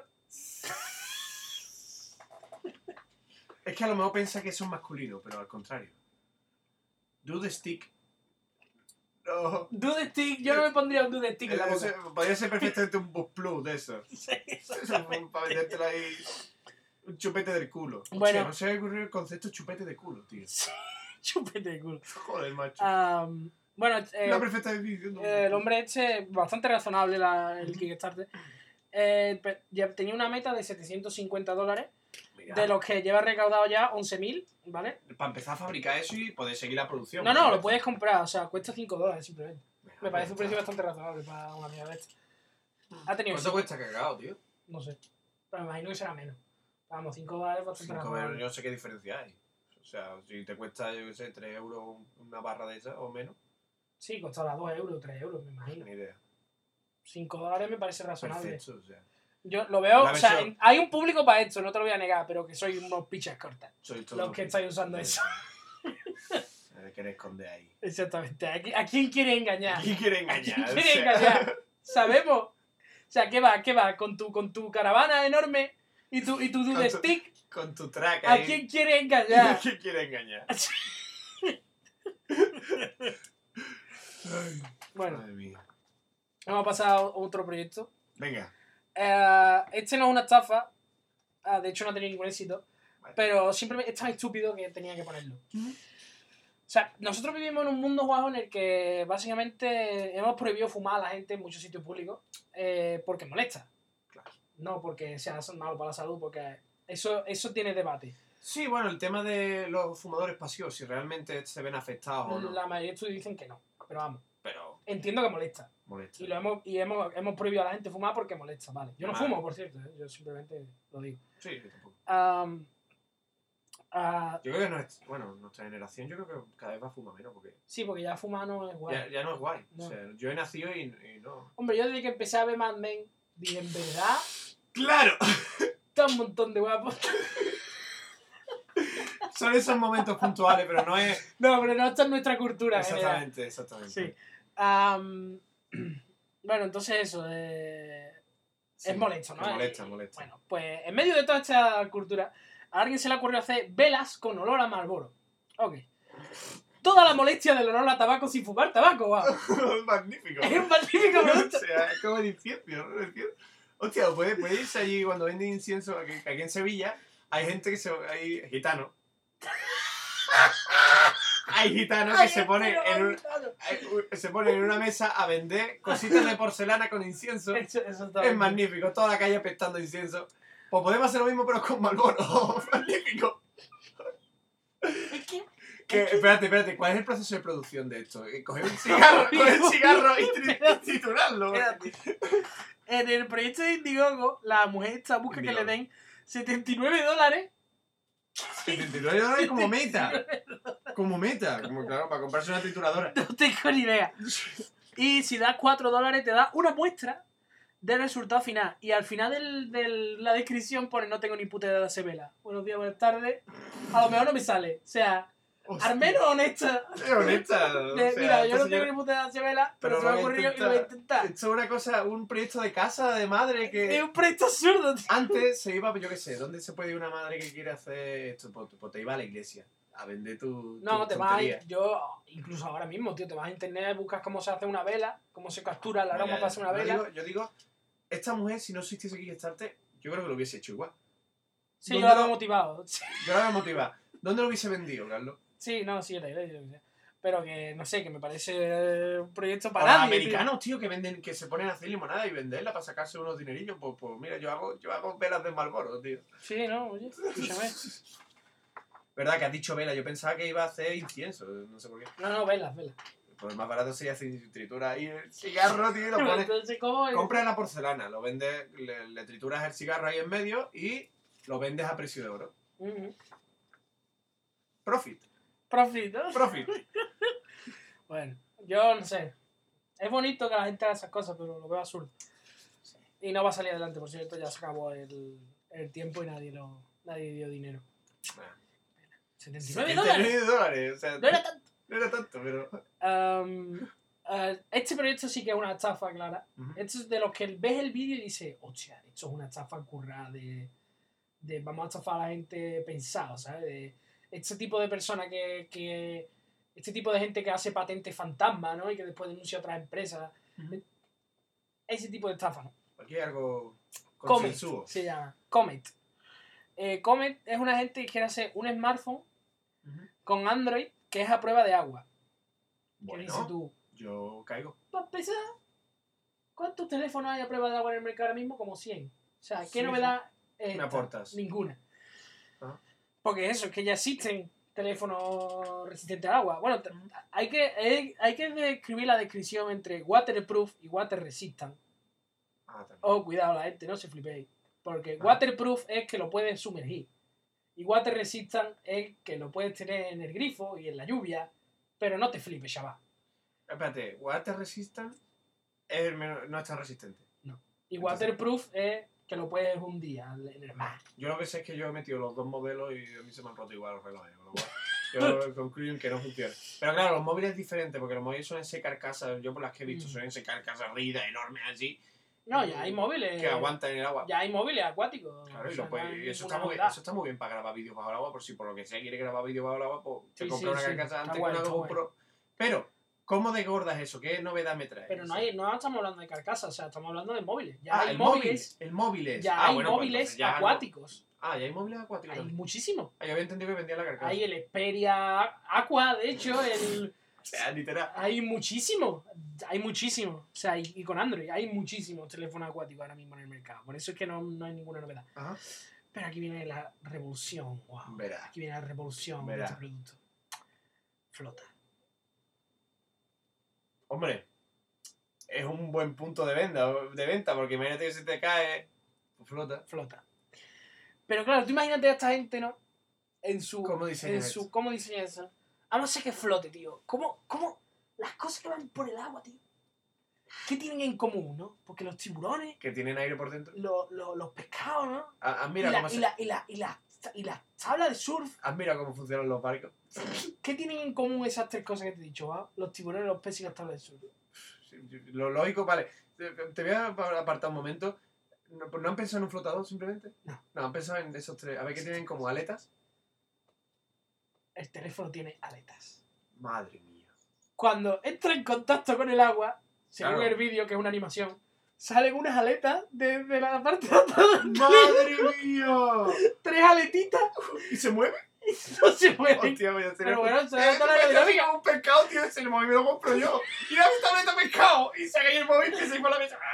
Es que a lo mejor piensa que eso es masculino, pero al contrario. Do the stick. No. Dude Stick, yo no me pondría un Dude Stick en la boca. Ese- Podría ser perfectamente un bus plus de eso. Sí, Para metértelo ahí. Un chupete del culo. Hostia, Bueno. no se me ocurrió el concepto chupete de culo, tío. Chupete de culo. Joder, macho. Am, bueno, eh, Una perfecta definición de un eh, el bus hombre este, bastante razonable la, el Kickstarter. Eh, pe- ya tenía una meta de setecientos cincuenta dólares, plus. Mira, de los que lleva recaudado ya once mil, ¿vale? para empezar a fabricar eso y poder seguir la producción. No, por no, lo supuesto. puedes comprar, o sea, cuesta cinco dólares simplemente. Venga, Me parece un pues, precio está. bastante razonable para una mierda de esta. Ha tenido ¿Cuánto éxito, cuesta cagado, tío? no sé. Pero me imagino que será menos. Vamos, cinco dólares bastante cinco razonable. euros, yo no sé qué diferencia hay. O sea, si te cuesta, yo qué sé, tres euros una barra de esa o menos, Sí, costará dos euros, tres euros, me imagino. ni idea. cinco dólares me parece razonable. Perfecto, o sea. Yo lo veo, La o sea, versión- en- hay un público para esto, no te lo voy a negar, pero que soy unos pichas cortas. Soy todo Los que estáis usando eso. Me quiere esconder ahí. Exactamente. ¿A, qui- a quién quiere engañar? ¿Quién quiere ¿A engañar? quién O quiere sea, engañar? ¿Sabemos? O sea, ¿qué va? ¿Qué va? Con tu, con tu caravana enorme y tu, y tu Con dude tu- stick, Con tu track ¿a ahí. quién quiere ¿A engañar? quién quiere engañar? Bueno, Madre mía. vamos a pasar a otro proyecto. Venga. Eh, este no es una estafa, ah, de hecho no ha tenido ningún éxito, Vale. pero simplemente es tan estúpido que tenía que ponerlo. O sea, nosotros vivimos en un mundo, Juanjo, en el que básicamente hemos prohibido fumar a la gente en muchos sitios públicos eh, porque molesta. Claro. No porque sea malo para la salud, porque eso, eso tiene debate. Sí, bueno, el tema de los fumadores pasivos, si realmente se ven afectados o no. La mayoría de estudios dicen que no, pero vamos, Pero entiendo que molesta. molesta. Y, lo hemos, y hemos, hemos prohibido a la gente fumar porque molesta, vale. Yo no Vale. fumo, por cierto, ¿eh? Yo simplemente lo digo. Sí, yo tampoco. Am, ah, Yo creo que no es, bueno, nuestra generación yo creo que cada vez va a fumar menos porque sí, porque ya fumar no es guay. ya, ya no es guay. No. O sea, yo he nacido y, y no. Hombre, yo desde que empecé a ver Mad Men, dije, en verdad, ¡Claro! está un montón de guapos. Son esos momentos puntuales, pero no es. No, pero no está en nuestra cultura. en general. Exactamente, exactamente. Sí. Am, bueno, entonces eso, eh, Sí, es molesto, ¿no? que molesta, Y- molesta. Bueno, pues en medio de toda esta cultura, a alguien se le ocurrió hacer velas con olor a Marlboro. Ok. Toda la molestia del olor a tabaco sin fumar tabaco, wow. Magnífico. Es un magnífico O producto. sea, es como el incienso, ¿no? El incienso. Hostia, puede, puede irse allí cuando venden incienso, aquí, aquí en Sevilla, hay gente que se. Hay gitanos. Hay gitanos que Ay, se ponen pero, en un- claro. hay- se ponen en una mesa a vender cositas de porcelana con incienso. Eso, eso está Es bien. magnífico, toda la calle apestando incienso. Pues podemos hacer lo mismo pero con Marlboro. Magnífico. Es que Que, espérate, espérate, ¿cuál es el proceso de producción de esto? Eh, Coger un cigarro, coger un cigarro y tri- triturarlo. Espérate. En el proyecto de Indiegogo, la mujer esta busca que le Indiegogo. den setenta y nueve dólares. setenta y nueve dólares como meta. Como meta. Como claro, para comprarse una trituradora. No tengo ni idea. Y si das cuatro dólares, te da una muestra del resultado final. Y al final de la descripción pone: no tengo ni puta idea de hacer vela. Buenos días, buenas tardes. A lo mejor no me sale. O sea, Hostia, al menos honesta. es honesta. o De, sea, mira, yo esta no señora- tengo ni puta idea de hacer vela, pero, Pero se me ha lo voy a ocurrido y lo voy a intentar. Esto es una cosa, un proyecto de casa, de madre Es que... un proyecto absurdo, tío. Antes se iba, yo qué sé, ¿dónde se puede ir una madre que quiere hacer esto? Pues, pues te iba a la iglesia a vender tu No, tu te vas a tontería. ir, yo, incluso ahora mismo, tío, te vas a internet, buscas cómo se hace una vela, cómo se captura el aroma Ya, ya. para hacer una Yo vela. digo, yo digo, esta mujer, si no existiese Kickstarter, yo creo que lo hubiese hecho igual. Sí, yo ¿dónde la veo lo- motivado. Sí, Yo la voy a motivar. ¿Dónde lo hubiese vendido, Carlos? sí, no, sí, la idea, yo qué sé. Pero que, no sé, que me parece eh, un proyecto O para los nadie, tío. americanos, tío, que venden, que se ponen a hacer limonada y venderla para sacarse unos dinerillos. Pues, pues mira, yo hago, yo hago velas de Marlboro, tío. Sí, no, oye, escúchame. ¿Verdad que has dicho vela? Yo pensaba que iba a hacer incienso, no sé por qué. No, no, velas, velas. Pues más barato sería hacer tritura ahí el cigarro, tío, y lo pones. Entonces, ¿cómo? Compras la porcelana, lo vendes, le, le trituras el cigarro ahí en medio y lo vendes a precio de oro. Ujú. Profit, Profit, ¿no? profit. Bueno, yo no sé. Es bonito que la gente haga esas cosas, pero lo veo absurdo. Y no va a salir adelante, por cierto, ya se acabó el, el tiempo y nadie lo nadie dio dinero. setenta y nueve dólares. setenta y nueve dólares, o sea, No era tanto. no era tanto, pero... Um, uh, este proyecto sí que es una estafa, clara. Ujú. Esto es de los que ves el vídeo y dices, hostia, esto es una estafa currada de, de vamos a estafar a la gente pensado, ¿sabes? De este tipo de persona que, que este tipo de gente que hace patentes fantasma, ¿no? Y que después denuncia a otras empresas. Ujú. Ese tipo de estafa, ¿no? Aquí hay algo Comet consensuo. se llama. Comet. Eh, Comet es una gente que quiere hacer un smartphone Ujú. con Android que es a prueba de agua. ¿Qué dices Bueno, tú? yo caigo. Para empezar, ¿cuántos teléfonos hay a prueba de agua en el mercado ahora mismo? Como cien. O sea, ¿qué Sí, novedad es Me esta? aportas. Ninguna. Ah. Porque eso, es que ya existen teléfonos resistentes al agua. Bueno, te- hay que, hay, hay que describir la descripción entre waterproof y water resistant. Ah, también. Oh, cuidado la gente, no se flipéis. Porque Ah. waterproof es que lo puedes sumergir. Y water resistant es que lo puedes tener en el grifo y en la lluvia, pero no te flipes, chaval. Espérate, Water Resistant es el menos- no es tan resistente. Y Entonces- waterproof es que lo puedes hundir al- en el mar. Yo lo que sé es que yo he metido los dos modelos y a mí se me han roto igual los relojes. Con lo cual, yo concluyo en que no funciona. Pero claro, los móviles es diferente porque los móviles suelen ser carcasas. Yo por las que he visto Mm. suelen ser carcasas rígidas, enormes así, No, ya hay móviles. que aguantan en el agua. Ya hay móviles acuáticos. Claro, y, o sea, lo puede- no hay y eso, ninguna está muy, novedad. eso está muy bien para grabar vídeos bajo el agua, por si por lo que sea quiere grabar vídeos bajo el agua, pues te Sí, compra sí, una sí, carcasa está antes que guay, una está GoPro. Pero, ¿cómo de gorda es eso? ¿Qué novedad me trae? Pero no, O sea, hay, no estamos hablando de carcasas, o sea, estamos hablando de móviles. Ya ah, hay el móviles, móvil. El móvil es. ya ah, hay bueno, pues móviles entonces ya no- acuáticos. Ah, ya hay móviles acuáticos. Hay también. muchísimos. Ah, yo había entendido que vendía la carcasa. Hay el Xperia Aqua, de hecho, el, O sea, literal. hay muchísimos. Hay muchísimos. O sea, y, y con Android hay muchísimos teléfonos acuáticos ahora mismo en el mercado. Por eso es que no, no hay ninguna novedad. Ajá. Pero aquí viene la revolución. Wow. Verá. Aquí viene la revolución Verá. de este producto. Flota. Hombre, es un buen punto de venta, de venta porque imagínate que se te cae, pues flota. Flota. Pero claro, tú imagínate a esta gente, ¿no? En su. ¿Cómo diseñan en su esto? ¿Cómo diseñan eso? A no ser que flote, tío. ¿Cómo, ¿Cómo? Las cosas que van por el agua, tío. ¿Qué tienen en común, no? Porque los tiburones, Que tienen aire por dentro. los, los, los pescados, ¿no? Ah, ah, mira y, la, cómo y, se- la, y, la, y, la, y las tablas de surf. ah, mira cómo funcionan los barcos. ¿Qué tienen en común esas tres cosas que te he dicho, ¿va? Los tiburones, los peces y las tablas de surf. Sí, sí, Lo lógico, vale. Te te voy a apartar un momento. ¿No, ¿no han pensado en un flotador simplemente? No. No, han pensado en esos tres. A ver qué tienen como aletas. El teléfono tiene aletas. Madre mía. Cuando entra en contacto con el agua, según Claro. el vídeo, que es una animación, salen unas aletas desde la parte de atrás. ¡Madre mía! Tres aletitas ¿Y se mueve? y no se mueven. Hostia, voy a hacer Pero esto. bueno, se Eh, ve toda la me parece dinámica. como un pescado, tío, ese el móvil me lo compro yo. Y la tableta pescado. Y saca ahí el móvil que se por la mesa.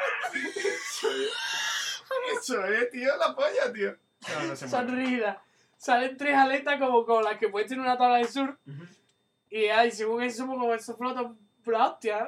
Eso es, tío, la polla, tío. No, no se mueve. Sonrida. Salen tres aletas como, como las que puedes tener una tabla de surf. Ujú. Y ay, según eso, pues, como eso flota, pero hostia.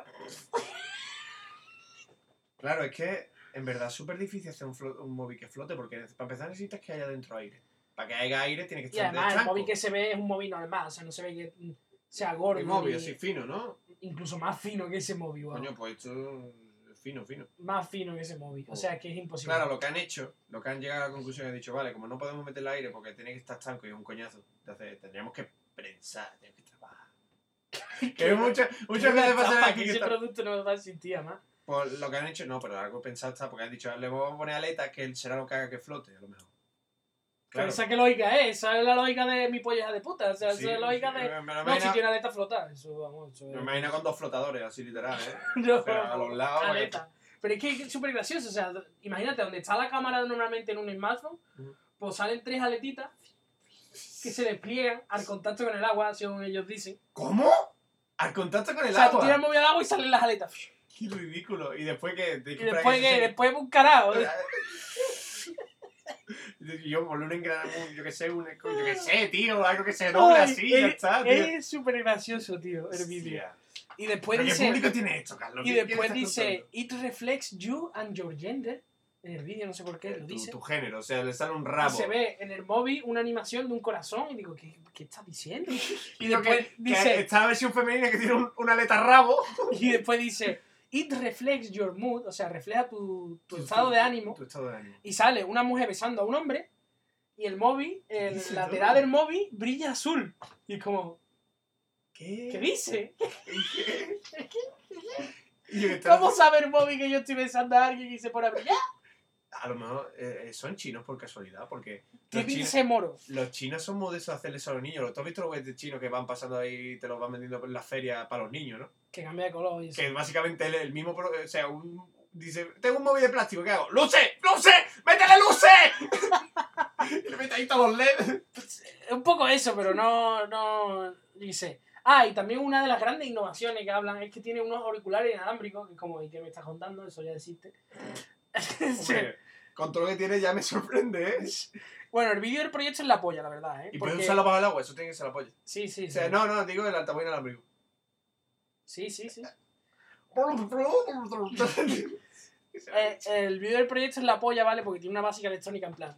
Claro, es que en verdad es súper difícil hacer un, flo- un móvil que flote porque para empezar necesitas que haya dentro aire. Para que haya aire tiene que Y estar además, el estanco. móvil que se ve es un móvil normal, o sea, no se ve que mm, sea gordo. Un móvil ni- así fino, ¿no? Incluso más fino que ese móvil, wow. Coño, pues esto es fino, fino. Más fino que ese móvil. O sea, que es imposible. Claro, lo que han hecho, lo que han llegado a la conclusión, han dicho, vale, como no podemos meterle aire porque tiene que estar estanco y es un coñazo, entonces tendríamos que prensar, tenemos que trabajar. Que hay muchas muchas Una veces pasa chapa, aquí que que ese está... producto no va a existir, además. Pues lo que han hecho, no, pero algo pensado está, porque han dicho, le vamos a poner aletas que será lo que haga que flote, a lo mejor. Pero esa qué lógica es, esa es la lógica de mi polleja de puta. O sea, Sí, esa es la lógica sí, de. me- me lo No, si imagino- tiene aleta flotar. Eso, vamos, eso Me es. imagino con dos flotadores, así literal, ¿eh? No, Pero a los lados, aleta. Pero es que es súper gracioso. O sea, imagínate, donde está la cámara normalmente en un smartphone, Ujú. pues salen tres aletitas que se despliegan al contacto con el agua, según ellos dicen. ¿Cómo? Al contacto con O el sea, tú agua. tiras el móvil al agua y salen las aletas. Qué ridículo. Y después que... Y después que, después un carajo. ¿eh? Yo ponle un engranaje, yo que sé, un, yo que sé, tío, algo que se doble Ay, así, ya es- está, tío. Es súper gracioso, tío, el vídeo. Hostia. Y después ¿Pero qué dice. público tiene esto, Carlos? Y ¿Qué- qué después me estás dice, it reflects you and your gender. En el vídeo, no sé por qué, contando? lo Tu, dice. tu género, o sea, le sale un Y rabo. se ve en el móvil una animación de un corazón. Y digo, ¿qué, qué estás diciendo? Y Digo después que, que dice, está la versión femenina que tiene un, una aleta rabo. y después dice, it reflects your mood. O sea, refleja tu, tu Tu- estado tu- de ánimo. Tu estado de ánimo. Y sale una mujer besando a un hombre. Y el móvil, el dice lateral todo? del móvil, brilla azul. Y es como, ¿Qué? ¿qué dice? ¿Qué? Y yo que estaba- ¿Cómo sabe el móvil que yo estoy besando a alguien y se pone a brillar? A lo mejor eh, son chinos por casualidad, porque ¿Qué los chinos, dice moro? los chinos son muy de eso de hacerle eso a los niños. ¿Tú has visto los juguetes chinos que van pasando ahí y te los van vendiendo en la feria para los niños, no? Que cambia de color y eso. Que básicamente el, el mismo, pro- o sea, un, dice, tengo un móvil de plástico, ¿qué hago? ¡Luces! ¡Luces! ¡Métele luces! Y le mete ahí todos los L E D. Un poco eso, pero no, no, dice. Ah, y también una de las grandes innovaciones que hablan es que tiene unos auriculares inalámbricos, que como, ¿y qué me estás contando? Eso ya existe. Sí. Hombre, con todo lo que tiene ya me sorprende, ¿eh? Bueno, el vídeo del proyecto es la polla, la verdad, ¿eh? Y puedes Porque- usarlo bajo el agua, eso tiene que ser la polla. Sí, sí, O sea, sí. no, no, digo el altavoz inalámbrico. Sí, sí, sí. Eh, el vídeo del proyecto es la polla, ¿vale? Porque tiene una básica electrónica en plan.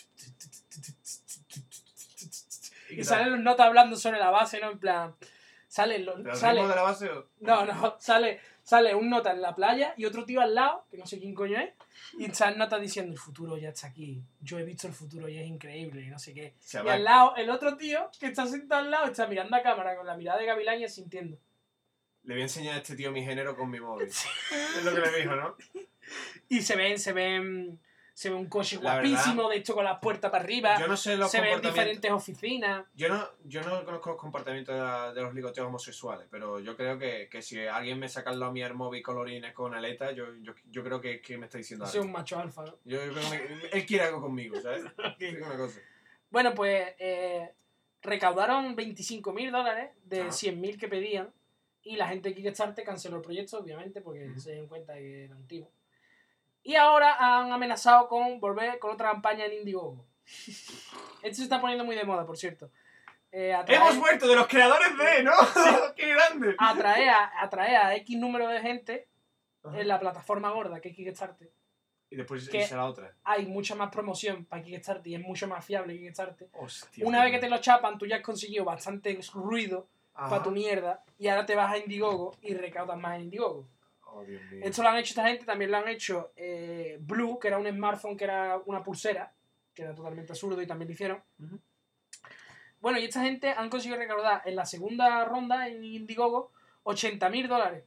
Y salen los notas hablando sobre la base, ¿no? En plan. Sale, los, ¿El sale ritmo de la base o...? No, no, sale, sale un nota en la playa y otro tío al lado, que no sé quién coño es, y está el nota diciendo el futuro ya está aquí. Yo he visto el futuro y es increíble y no sé qué. Se Y va- al lado, el otro tío que está sentado al lado está mirando a cámara con la mirada de gavilán y sintiendo. Le voy a enseñar a este tío mi género con mi móvil. Es lo que le dijo, ¿no? Y se ven, se ven, se ve un coche La guapísimo, verdad, de hecho con las puertas para arriba. Yo no sé los Se ven comportamientos... diferentes oficinas. Yo no, yo no conozco los comportamientos de, la- de los ligoteos homosexuales, pero yo creo que, que si alguien me saca al lado mi móvil colorines con aletas, yo, yo, yo creo que, que me está diciendo Soy algo. un macho alfa, ¿no? Yo creo que me- él quiere algo conmigo, ¿sabes? Sí, una cosa. Bueno, pues eh, recaudaron veinticinco mil dólares de Ajá. cien mil que pedían y la gente de Kickstarter canceló el proyecto, obviamente, porque Ujú. se dieron cuenta que era un timo. Y ahora han amenazado con volver con otra campaña en Indiegogo. Esto se está poniendo muy de moda, por cierto. Eh, atraer, ¡Hemos vuelto de los creadores de, ¿no? ¡Qué grande! atraer a, atraer a X número de gente Ajá. en la plataforma gorda que es Kickstarter. Y después que- irse a la otra. Hay mucha más promoción para Kickstarter y es mucho más fiable Kickstarter. Hostia. Una vez que te lo chapan, tú ya has conseguido bastante ruido Ajá. para tu mierda y ahora te vas a Indiegogo y recaudas más en Indiegogo. Oh, Dios mío. Esto lo han hecho esta gente, también lo han hecho eh, Blue, que era un smartphone que era una pulsera, que era totalmente absurdo y también lo hicieron. Ujú. Bueno, y esta gente han conseguido recaudar en la segunda ronda en Indiegogo ochenta mil dólares.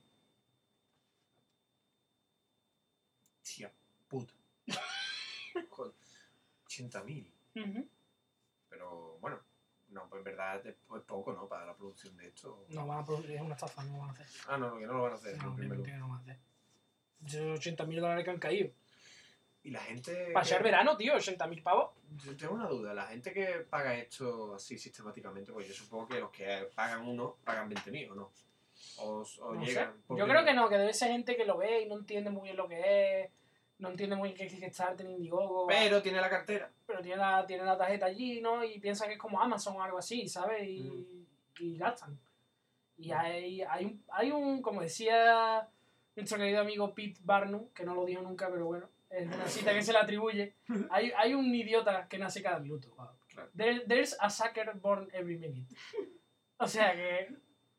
Tía puta. Joder. ochenta mil. Ujú. Pero bueno, no, pues en verdad es pues poco, ¿no? Para la producción de esto. No van a producir, es una estafa, no lo van a hacer. Ah, no, que no lo van a hacer. No, en primer obviamente que lugar. no lo van a hacer. Esos ochenta mil dólares que han caído. Y la gente. Para ser que- verano, tío, ochenta mil pavos. Yo tengo una duda, la gente que paga esto así sistemáticamente, pues yo supongo que los que pagan uno pagan veinte mil, ¿o no? O, o No llegan. sé. porque- Yo creo que no, que debe ser gente que lo ve y no entiende muy bien lo que es, no entiende muy bien qué es Kickstarter en Indiegogo, Pero tiene la cartera. pero tiene la, tiene la tarjeta allí, ¿no? Y piensa que es como Amazon o algo así, ¿sabes? Y, Mm. y gastan. Y hay, hay, un, hay un, como decía nuestro querido amigo Pete Barnum, que no lo dijo nunca, pero bueno, es una cita que se le atribuye, hay, hay un idiota que nace cada minuto. Wow. Claro. There- there's a sucker born every minute. O sea que...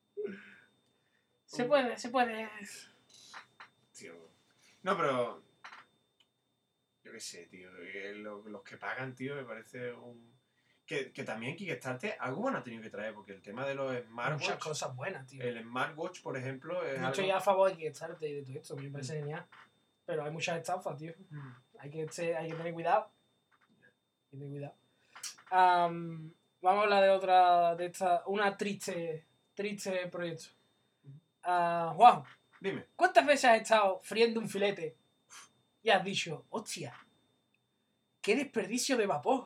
Se puede, se puede... Tío. No, pero. Yo qué sé, tío. eh, lo- Los que pagan, tío, me parece un. Que, que también Kickstarter algo bueno ha tenido que traer, porque el tema de los Muchas smartwatch. cosas buenas, tío. El smartwatch, por ejemplo, es Yo algo. estoy a favor de Kickstarter y de todo esto, me parece genial. Pero hay muchas estafas, tío. Mm. Hay que, ser- hay que tener cuidado. Hay que tener cuidado. Am, vamos a hablar de otra, de esta, una triste, triste proyecto. Ah, Juan, Dime. ¿cuántas veces has estado friendo un filete y has dicho, hostia, qué desperdicio de vapor?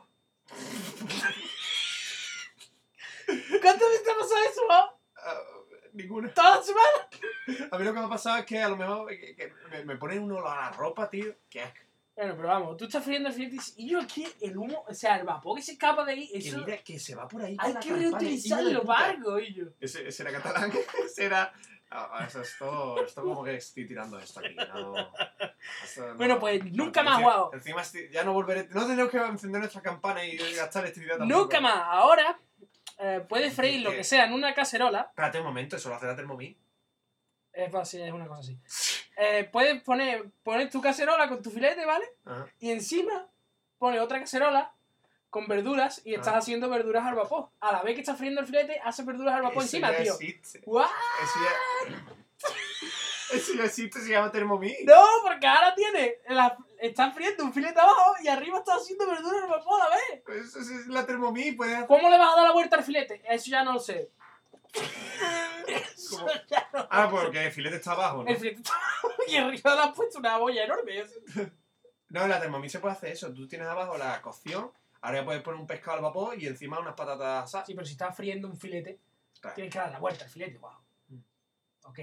¿Cuántas veces te ha pasado eso, Juan? Ah, ninguna. ¿Toda la semana? A mí lo que me ha pasado es que a lo mejor que- que me, me ponen uno a la ropa, tío. Que asco. Bueno, pero vamos, tú estás friendo el filete y yo aquí el humo, o sea, el vapor que se escapa de ahí, Que eso mira, que se va por ahí con hay la que campana, hijo de reutilizarlo puta. para algo, y yo. Ese, ese era catalán, ese era... Ah, ah, eso es todo, esto como que estoy tirando esto aquí, no... esto no- Bueno, pues nunca más, encima- guau. Encima estoy- ya no volveré... No tendremos que encender nuestra campana y gastar electricidad tampoco. Nunca más. Ahora eh, puedes freír lo ¿Qué? que sea en una cacerola. Espérate un momento, eso lo hace la Thermomix. Es fácil, es una cosa así. Eh, puedes poner, poner tu cacerola con tu filete, ¿vale? Ajá. Y encima pones otra cacerola con verduras y estás Ah. haciendo verduras al vapor. A la vez que estás friendo el filete, haces verduras al vapor Eso encima, ya tío. existe. ¿What? Eso ya... Eso ya existe, se llama Thermomix. No, porque ahora tienes, la, estás friendo un filete abajo y arriba estás haciendo verduras al vapor a la vez. Eso es la Thermomix, puedes hacer... ¿Cómo le vas a dar la vuelta al filete? Eso ya no lo sé. ¿Cómo? Eso ya no Ah, lo sé. porque el filete está abajo, ¿no? El filete está abajo y arriba le has puesto una boya enorme. No, en la Thermomix se puede hacer eso. Tú tienes abajo la cocción, ahora ya puedes poner un pescado al vapor y encima unas patatas asadas. Sí, pero si estás friendo un filete, Claro. tienes que dar la vuelta al filete, wow. Mm. Ok.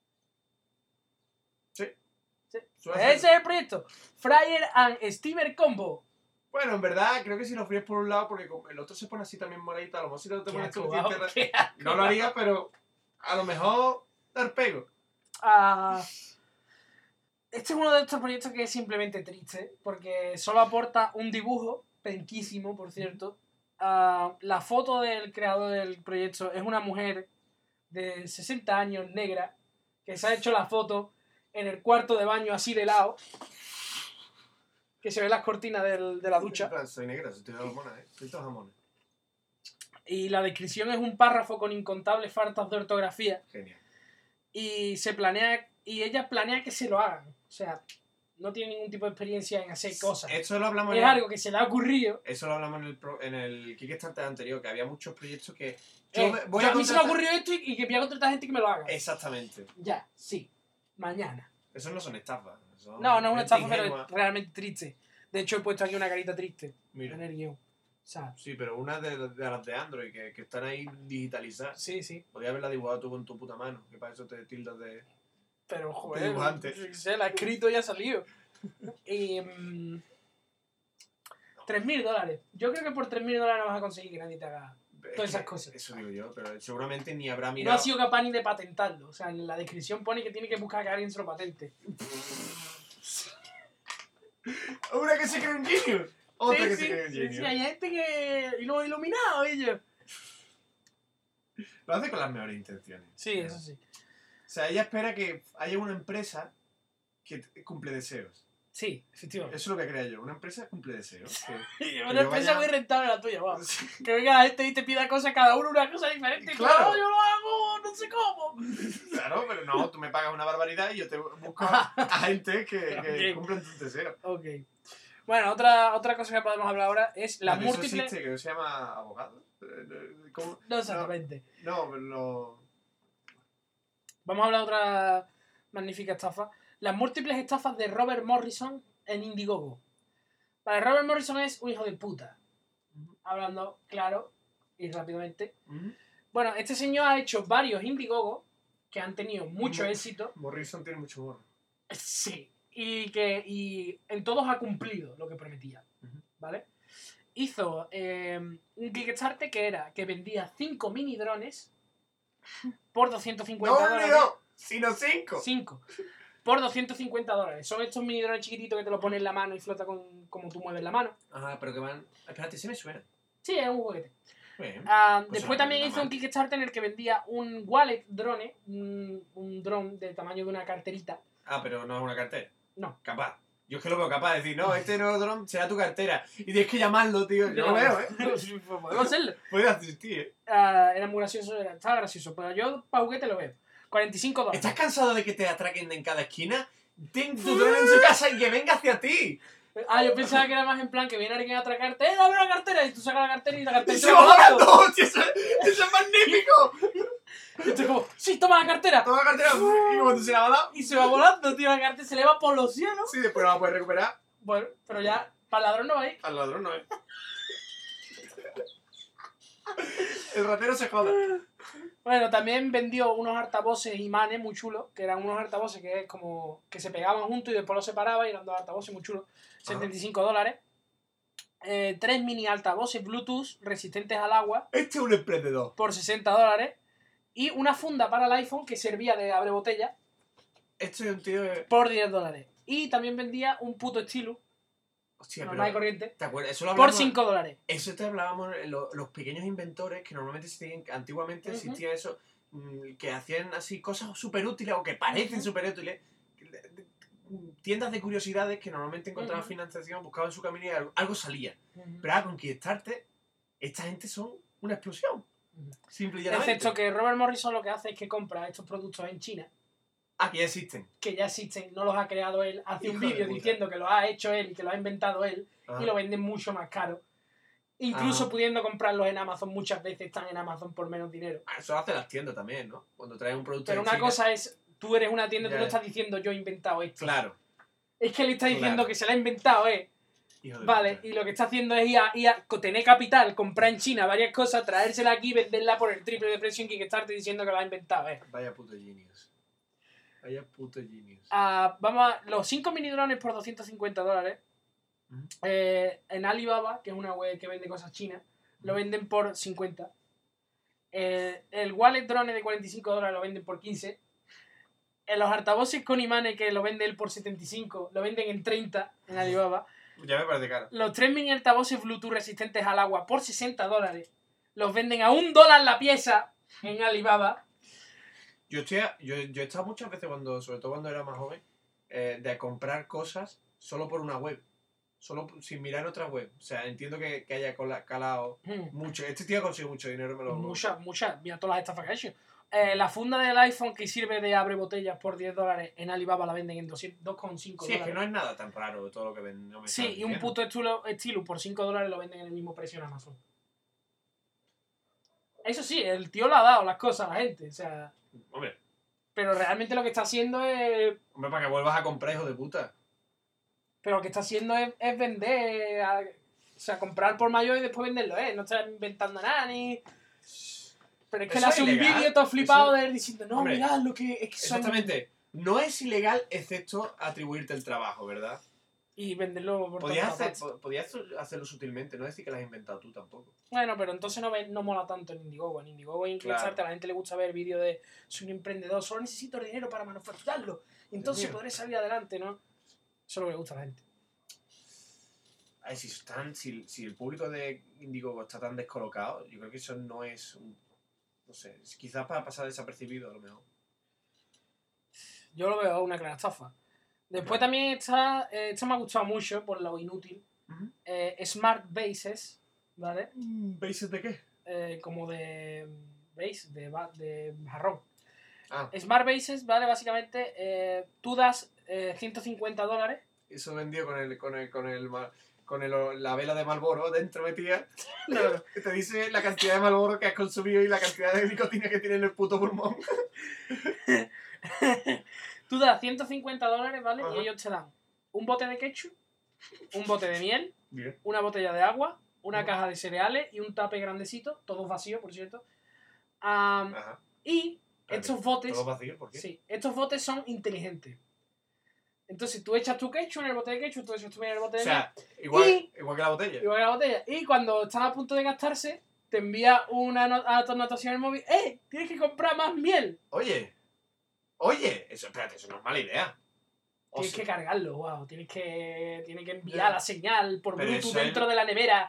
Sí. Sí. Suele Ese ser. es el proyecto. Fryer and Steamer Combo. Bueno, en verdad, creo que si lo fríes por un lado, porque como el otro se pone así también moradito, a lo mejor si no te Qué pones asco, tú guau, tierra- qué asco. no lo haría, pero a lo mejor dar pego. Ah, Este es uno de estos proyectos que es simplemente triste, porque solo aporta un dibujo, penquísimo, por cierto. Uh, la foto del creador del proyecto es una mujer de sesenta años, negra, que se ha hecho la foto en el cuarto de baño así de lado, que se ven las cortinas del, de la ducha. Soy negra, soy toda jamona, ¿eh? Soy toda jamona. Y la descripción es un párrafo con incontables faltas de ortografía. Genial. Y se planea, y ella planea que se lo hagan. O sea, no tiene ningún tipo de experiencia en hacer cosas. Eso lo hablamos es en el, algo que se le ha ocurrido. Eso lo hablamos en el, pro, en el Kickstarter anterior, que había muchos proyectos que... Yo, eh, voy yo a, a mí se me ha ocurrido esto y, y que voy a contratar gente que me lo haga. Exactamente. Ya, sí. Mañana. Esos no son estafas. Son no, no es una estafa, pero es realmente triste. De hecho, he puesto aquí una carita triste. Mira. En el guión. ¿Sabes? Sí, pero una de, de las de Android, que, que están ahí digitalizadas. Sí, sí. Podrías haberla dibujado tú con tu puta mano, que para eso te tildas de... Pero, joder, de dibujante. No sé, la he escrito y ha salido. y... Um, tres mil dólares. Yo creo que por tres mil dólares no vas a conseguir que nadie te haga todas es esas cosas. Eso digo yo, pero seguramente ni habrá mirado... No ha sido capaz ni de patentarlo. O sea, en la descripción pone que tiene que buscar que alguien se lo patente. Una que se cree un genio. Otra sí, que sí, se cree un sí, genio. Sí, hay gente que... Y los iluminados, ellos. Lo hace con las mejores intenciones. Sí, eso sí. O sea, ella espera que haya una empresa que cumple deseos. Sí, efectivamente. Eso es lo que creo yo. Una empresa cumple deseos. Que, que una empresa vaya... muy rentable la tuya, wow. Que venga la gente y te pida cosas, cada uno una cosa diferente. Claro. Claro, yo lo hago, no sé cómo. Claro, pero no, tú me pagas una barbaridad y yo te busco a, a gente que, que okay. cumplen tus deseos. Ok. Bueno, otra, otra cosa que podemos hablar ahora es la múltiple... Eso existe, que se llama abogado. ¿Cómo? No exactamente. No, pero no... Vamos a hablar de otra magnífica estafa. Las múltiples estafas de Robert Morrison en Indiegogo. Vale, Robert Morrison es un hijo de puta. Uh-huh. Hablando claro y rápidamente. Uh-huh. Bueno, este señor ha hecho varios Indiegogo que han tenido mucho Mor- éxito. Morrison tiene mucho humor. Sí. Y que y en todos ha cumplido lo que prometía. Uh-huh. ¿Vale? Hizo eh, un Kickstarter que era que vendía cinco mini drones por doscientos cincuenta no, dólares. No, sino cinco. cinco. Por doscientos cincuenta dólares. Son estos mini drones chiquititos que te lo pones en la mano y flota con, como tú mueves la mano. Ajá, pero que van... Espérate, sí me suena. Sí, es un juguete. Bien. Uh, pues después también hizo un Kickstarter en el que vendía un wallet drone, un, un dron del tamaño de una carterita. Ah, pero no es una cartera. No. Capaz. Yo es que lo veo capaz de decir, no, este nuevo dron será tu cartera. Y tienes que llamarlo, tío. Yo no, lo veo, ¿eh? Podemos hacerlo. Puede asistir, ¿eh? Uh, era muy gracioso, era, estaba gracioso. Pero yo para juguete lo veo. cuarenta y cinco dólares. ¿Estás cansado de que te atraquen en cada esquina? Ten tu dron en su casa y que venga hacia ti. Ah, yo pensaba que era más en plan que viene alguien a atracarte. ¡Eh, dame la cartera! Y tú sacas la cartera y la cartera ¡Y se va volando! ¡Eso, eso es magnífico! Y estoy como, ¡sí, toma la cartera! Toma la cartera. Y cuando se la va a dar... Y se va volando, tío. La cartera se le va por los cielos. Sí, después no la puedes recuperar. Bueno, pero ya, para el ladrón no va a ir. Al ladrón no es. El ratero se joda. Bueno, también vendió unos altavoces imanes muy chulos, que eran unos altavoces que es como que se pegaban juntos y después los separaba y eran dos altavoces muy chulos. setenta y cinco dólares. Eh, tres mini altavoces Bluetooth resistentes al agua. Este es un emprendedor. Por sesenta dólares. Y una funda para el iPhone que servía de abre botella. Este es un tío de... Por diez dólares. Y también vendía un puto estilo. Hostia, normal y corriente. ¿Te acuerdas? Eso lo hablamos, por cinco dólares. Eso te hablábamos, lo, los pequeños inventores que normalmente existían, antiguamente uh-huh. existía eso, mmm, que hacían así cosas súper útiles o que parecen uh-huh. súper útiles. Tiendas de curiosidades que normalmente encontraban uh-huh. financiación, buscaban su camino y algo, algo salía. Uh-huh. Pero ahora con Kickstarter, esta gente son una explosión. Uh-huh. Simple y llanamente. Excepto que Robert Morrison lo que hace es que compra estos productos en China. Ah, que ya existen. Que ya existen, no los ha creado él. Hace un vídeo diciendo que lo ha hecho él y que lo ha inventado él. Ajá. Y lo venden mucho más caro. Incluso Ajá. pudiendo comprarlos en Amazon, muchas veces están en Amazon por menos dinero. Ah, eso lo hacen las tiendas también, ¿no? Cuando traes un producto Pero de una China... cosa es, tú eres una tienda y ya. tú no estás diciendo yo he inventado esto. Claro. Es que él está diciendo claro. que se lo ha inventado, ¿eh? Vale, puta. Y lo que está haciendo es ir a, ir a tener capital, comprar en China varias cosas, traérsela aquí y venderla por el triple de precio en Kickstarter diciendo que lo ha inventado, ¿eh? Vaya puto genius. Vaya puto genius. Uh, vamos a... Los cinco mini drones por doscientos cincuenta dólares. Uh-huh. Eh, en Alibaba, que es una web que vende cosas chinas, uh-huh. lo venden por cincuenta. Eh, el wallet drone de cuarenta y cinco dólares lo venden por quince. En los altavoces con imanes que lo vende él por setenta y cinco, lo venden en treinta en Alibaba. Ya me parece caro. Los tres mini altavoces Bluetooth resistentes al agua por sesenta dólares. Los venden a un dólar la pieza en Alibaba. Yo, estoy a- yo, yo he estado muchas veces, cuando, sobre todo cuando era más joven, eh, de comprar cosas solo por una web. Solo p- sin mirar otra web. O sea, entiendo que, que haya cola- calado Hmm. mucho. Este tío ha conseguido mucho dinero. Me lo... Muchas, muchas. Mira todas las estafas que ha hecho. Eh, la funda del iPhone que sirve de abre botellas por diez dólares en Alibaba la venden en dos coma cinco Sí, es dólares. que no es nada tan raro todo lo que ven. No me Sí, estás y un diciendo. puto estilo, estilo por cinco dólares lo venden en el mismo precio en Amazon. Eso sí, el tío le ha dado las cosas a la gente, o sea... Hombre, Pero realmente lo que está haciendo es... hombre, para que vuelvas a comprar, hijo de puta. Pero lo que está haciendo es, es vender... a- o sea, comprar por mayor y después venderlo, ¿eh? No está inventando nada ni... Pero es que Eso le es hace un ilegal. vídeo todo flipado Eso- de él diciendo, no, Hombre, mirad lo que... Es que soy... Exactamente. No es ilegal excepto atribuirte el trabajo, ¿verdad? Y venderlo por Podías, todas hacer, partes. po- podías hacerlo sutilmente, no decir que lo has inventado tú tampoco. Bueno, pero entonces no, ve- no mola tanto en Indiegogo. En Indiegogo y en Claro. Kickstarter a la gente le gusta ver vídeos de soy un emprendedor, solo necesito dinero para manufacturarlo. Y entonces mío. podré salir adelante, ¿no? Eso es lo que le gusta a la gente. Ay, si, están, si, si el público de Indiegogo está tan descolocado, yo creo que eso no es un... No sé, es quizás para pasar desapercibido a lo mejor. Yo lo veo una clara estafa. Después también está, eh, esta me ha gustado mucho por lo inútil. Ujú. eh, Smart Bases, ¿vale? ¿Bases de qué? Eh, como de base, de, ba- de jarrón. Ah, Smart Bases, ¿vale? Básicamente, eh, tú das eh, ciento cincuenta dólares. eso vendido con el, con el, con el, ma- con el, la vela de Marlboro dentro metida. No, no, Que te dice la cantidad de Marlboro que has consumido y la cantidad de nicotina que tiene en el puto pulmón. Tú das ciento cincuenta dólares, ¿vale? Ajá. Y ellos te dan un bote de ketchup, un bote de miel, Bien. una botella de agua, una Ujú. caja de cereales y un tape grandecito, todos vacíos, por cierto. Am, Ajá. y Espérate, estos botes, ¿todo vacío? ¿Por qué? sí, estos botes son inteligentes. Entonces tú echas tu ketchup en el bote de ketchup, tú echas tu miel en el bote O de miel, sea, igual, Y- igual que la botella. igual que la botella. Y cuando están a punto de gastarse, te envía una no- anotación en el móvil, ¡eh! Tienes que comprar más miel. Oye, oye, eso, espérate, eso no es mala idea. O Tienes sea, que cargarlo, wow. Tienes que, tienes que enviar Ya. la señal por Pero Bluetooth eso es- dentro de la nevera.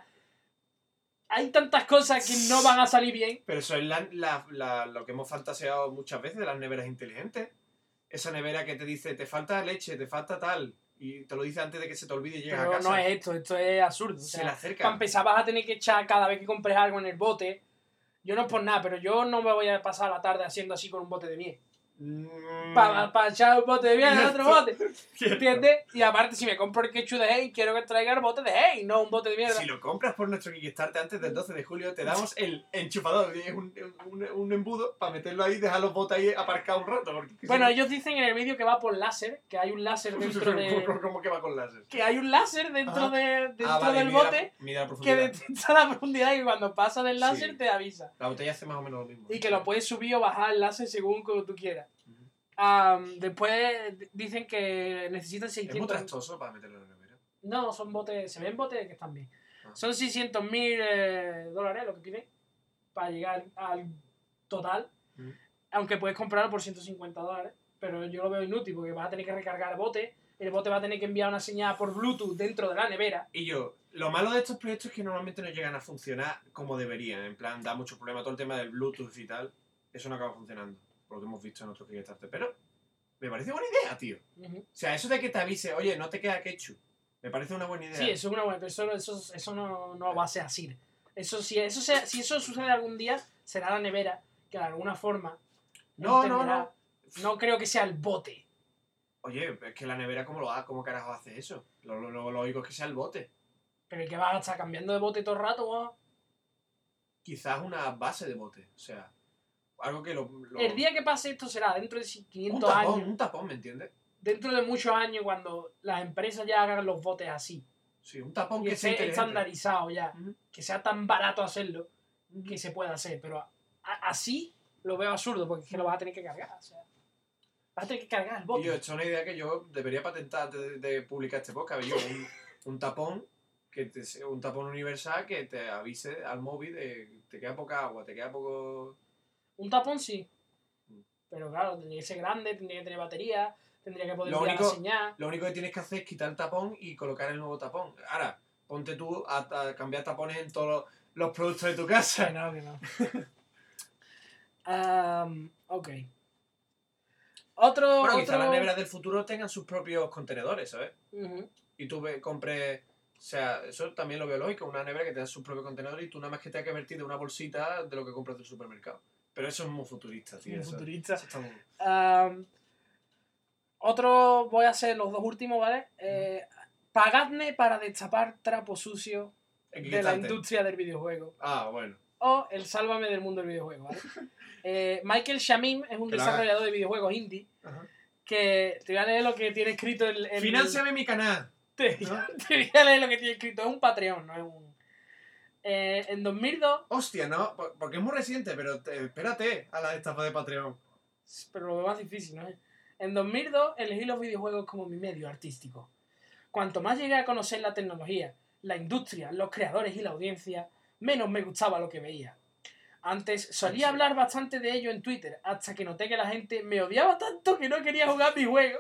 Hay tantas cosas que no van a salir bien. Pero eso es la, la- la- lo que hemos fantaseado muchas veces de las neveras inteligentes. Esa nevera que te dice, te falta leche, te falta tal, y te lo dice antes de que se te olvide y llegas a Pero casa. no es esto, esto es absurdo. O Se sea, le para acerca. empezar vas a tener que echar cada vez que compres algo en el bote. Yo no es por nada, pero yo no me voy a pasar la tarde haciendo así con un bote de miel. Mm, Para echar un bote de miel en otro bote. cierto. ¿Entiendes? Y aparte, si me compro el ketchup de Hey, quiero que traiga el bote de Hey, no un bote de mierda. Si lo compras por nuestro Kickstarter antes del doce de julio, te damos el enchufador. Es un, un, un embudo para meterlo ahí y dejar los botes ahí aparcados un rato. Porque si Bueno, no- ellos dicen en el vídeo que va por láser, que hay un láser dentro de. ¿Cómo que va con láser? Que hay un láser dentro, Ajá. de, dentro Ah, vale, del mide la- bote mide la que profundidad. detecta la profundidad y cuando pasa del láser Sí. te avisa. La botella hace más o menos lo mismo. Y que lo puedes subir o bajar el láser según como tú quieras. Ujú. Am, después dicen que necesitan Es muy seiscientos. trastoso para meterlo en la nevera. No, son botes, se ven botes que están bien. Ah. Son seiscientos mil eh, dólares lo que piden para llegar al total. Mm. Aunque puedes comprarlo por ciento cincuenta dólares. Pero yo lo veo inútil porque vas a tener que recargar el bote. El bote va a tener que enviar una señal por Bluetooth dentro de la nevera. Y yo, lo malo de estos proyectos es que normalmente no llegan a funcionar como deberían. En plan, da mucho problema todo el tema del Bluetooth y tal. Eso no acaba funcionando. Por lo que hemos visto en otros Kickstarter. Pero me parece buena idea, tío. Ujú. O sea, eso de que te avise, oye, no te queda ketchup. Me parece una buena idea. Sí, eso es una buena, pero eso, eso, eso no, no va a ser así. Eso, si, eso sea, si eso sucede algún día, será la nevera que de alguna forma No, no, entenderá. no. No creo que sea el bote. Oye, es que la nevera, ¿cómo lo hace? ¿Cómo carajo hace eso? Lo, lo, lo lógico es que sea el bote. Pero el que vas a estar cambiando de bote todo el rato, guau. Quizás una base de bote. O sea, algo que lo. lo- El día que pase esto será dentro de un quinientos tapón, años. un tapón, ¿me entiendes? Dentro de muchos años cuando las empresas ya hagan los botes así. Sí, un tapón Y que que sea esté inteligente. estandarizado ya. Ujú. Que sea tan barato hacerlo que se pueda hacer. Pero a- a- así lo veo absurdo porque es que lo vas a tener que cargar. O sea, vas a tener que cargar el Y bote. yo, esto es una idea que yo debería patentar antes de, de publicar este podcast. Yo, un, un tapón, que te, sea un tapón universal que te avise al móvil de te queda poca agua, te queda poco... Un tapón sí. Pero claro, tendría que ser grande, tendría que tener batería, tendría que poder Lo enviar único- la señal. Lo único que tienes que hacer es quitar el tapón y colocar el nuevo tapón. Ahora, ponte tú a, a cambiar tapones en todos los, los productos de tu Que casa. no, que no. Am, ok. Otro. Bueno, quizás otro... las neveras del futuro tengan sus propios contenedores, ¿sabes? Ujú. Y tú ve- compres... O sea, eso también lo veo lógico, una nevera que tenga sus propios contenedores y tú nada más que tengas que vertir de una bolsita de lo que compras del supermercado. Pero eso es muy futurista, tío. Muy eso- futurista. eso está muy- Am, otro, voy a hacer los dos últimos, ¿vale? Eh, pagadme para destapar trapos sucios En de la Kickstarter. industria del videojuego. Ah, bueno. O el sálvame del mundo del videojuego, ¿vale? Eh, Michael Shamim es un Que lo haga. desarrollador de videojuegos indie Ajá. que te voy a leer lo que tiene escrito en el... Financiame mi canal. Te, ¿no? te voy a leer lo que tiene escrito. Es un Patreon, no es un... Eh, en dos mil dos... Hostia, no, por- porque es muy reciente, pero te- espérate a la estafa de Patreon. Pero lo más difícil, ¿no? En dos mil dos elegí los videojuegos como mi medio artístico. Cuanto más llegué a conocer la tecnología, la industria, los creadores y la audiencia, menos me gustaba lo que veía. Antes solía Sí. hablar bastante de ello en Twitter, hasta que noté que la gente me odiaba tanto que no quería jugar mi juego.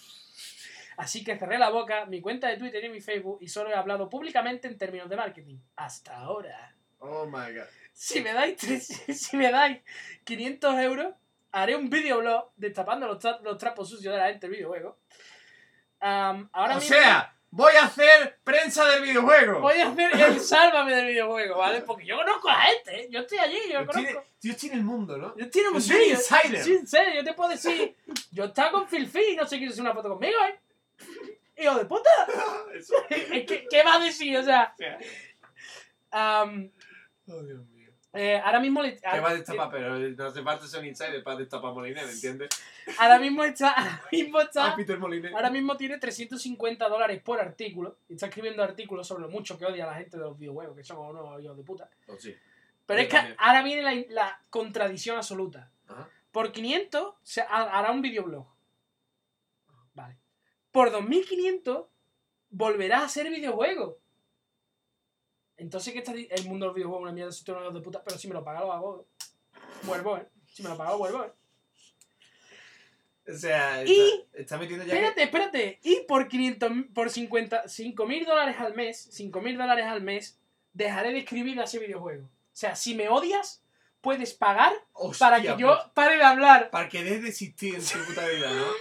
Así que cerré la boca, mi cuenta de Twitter y mi Facebook, y solo he hablado públicamente en términos de marketing. Hasta ahora. Oh my god. Si me dais, tres- si me dais quinientos euros, haré un videoblog destapando los, tra- los trapos sucios de la gente del videojuego. Am, ahora O mismo sea, voy a hacer prensa del videojuego. voy a hacer el sálvame del videojuego, ¿vale? Porque yo conozco a la gente, ¿eh? Yo estoy allí, yo Yo estoy, conozco. yo estoy en el mundo, ¿no? Yo estoy en Yo un soy un vídeo. insider. Sí, en serio, yo te puedo decir. Yo estaba con Filfi y no sé quién hacer una foto conmigo, ¿eh? ¡Hijo de puta! Eso. Es que, ¿qué va a decir? O sea. O sea, am, oh, Dios mío. eh, ahora mismo le- Que va a destapar, pero no hace falta ser un insider para destapar Moliner, ¿entiendes? ahora mismo está. Ahora mismo está. Ah, Peter Moliner. Ahora mismo tiene trescientos cincuenta dólares por artículo. Y está escribiendo artículos sobre lo mucho que odia a la gente de los videojuegos, que somos unos hijos de puta. Oh, sí. Pero Yo es que también. ahora viene la, la contradicción absoluta. Ajá. Por quinientos se ha- hará un videoblog. Vale. Por dos mil quinientos volverá a hacer videojuegos. Entonces, ¿qué está di- el mundo del videojuego? Una mierda, si tú no eres de puta, pero si me lo paga, lo hago. Vuelvo, ¿eh? Si me lo paga, vuelvo, ¿eh? O sea, Y- está, está metiendo ya. que- Espérate, espérate. Y por quinientos, por cincuenta, cinco mil dólares al mes, cinco mil dólares al mes, dejaré de escribir a ese videojuego. O sea, si me odias, puedes pagar Hostia, para que yo pues, pare de hablar. para que dejes de existir en tu puta vida, ¿no?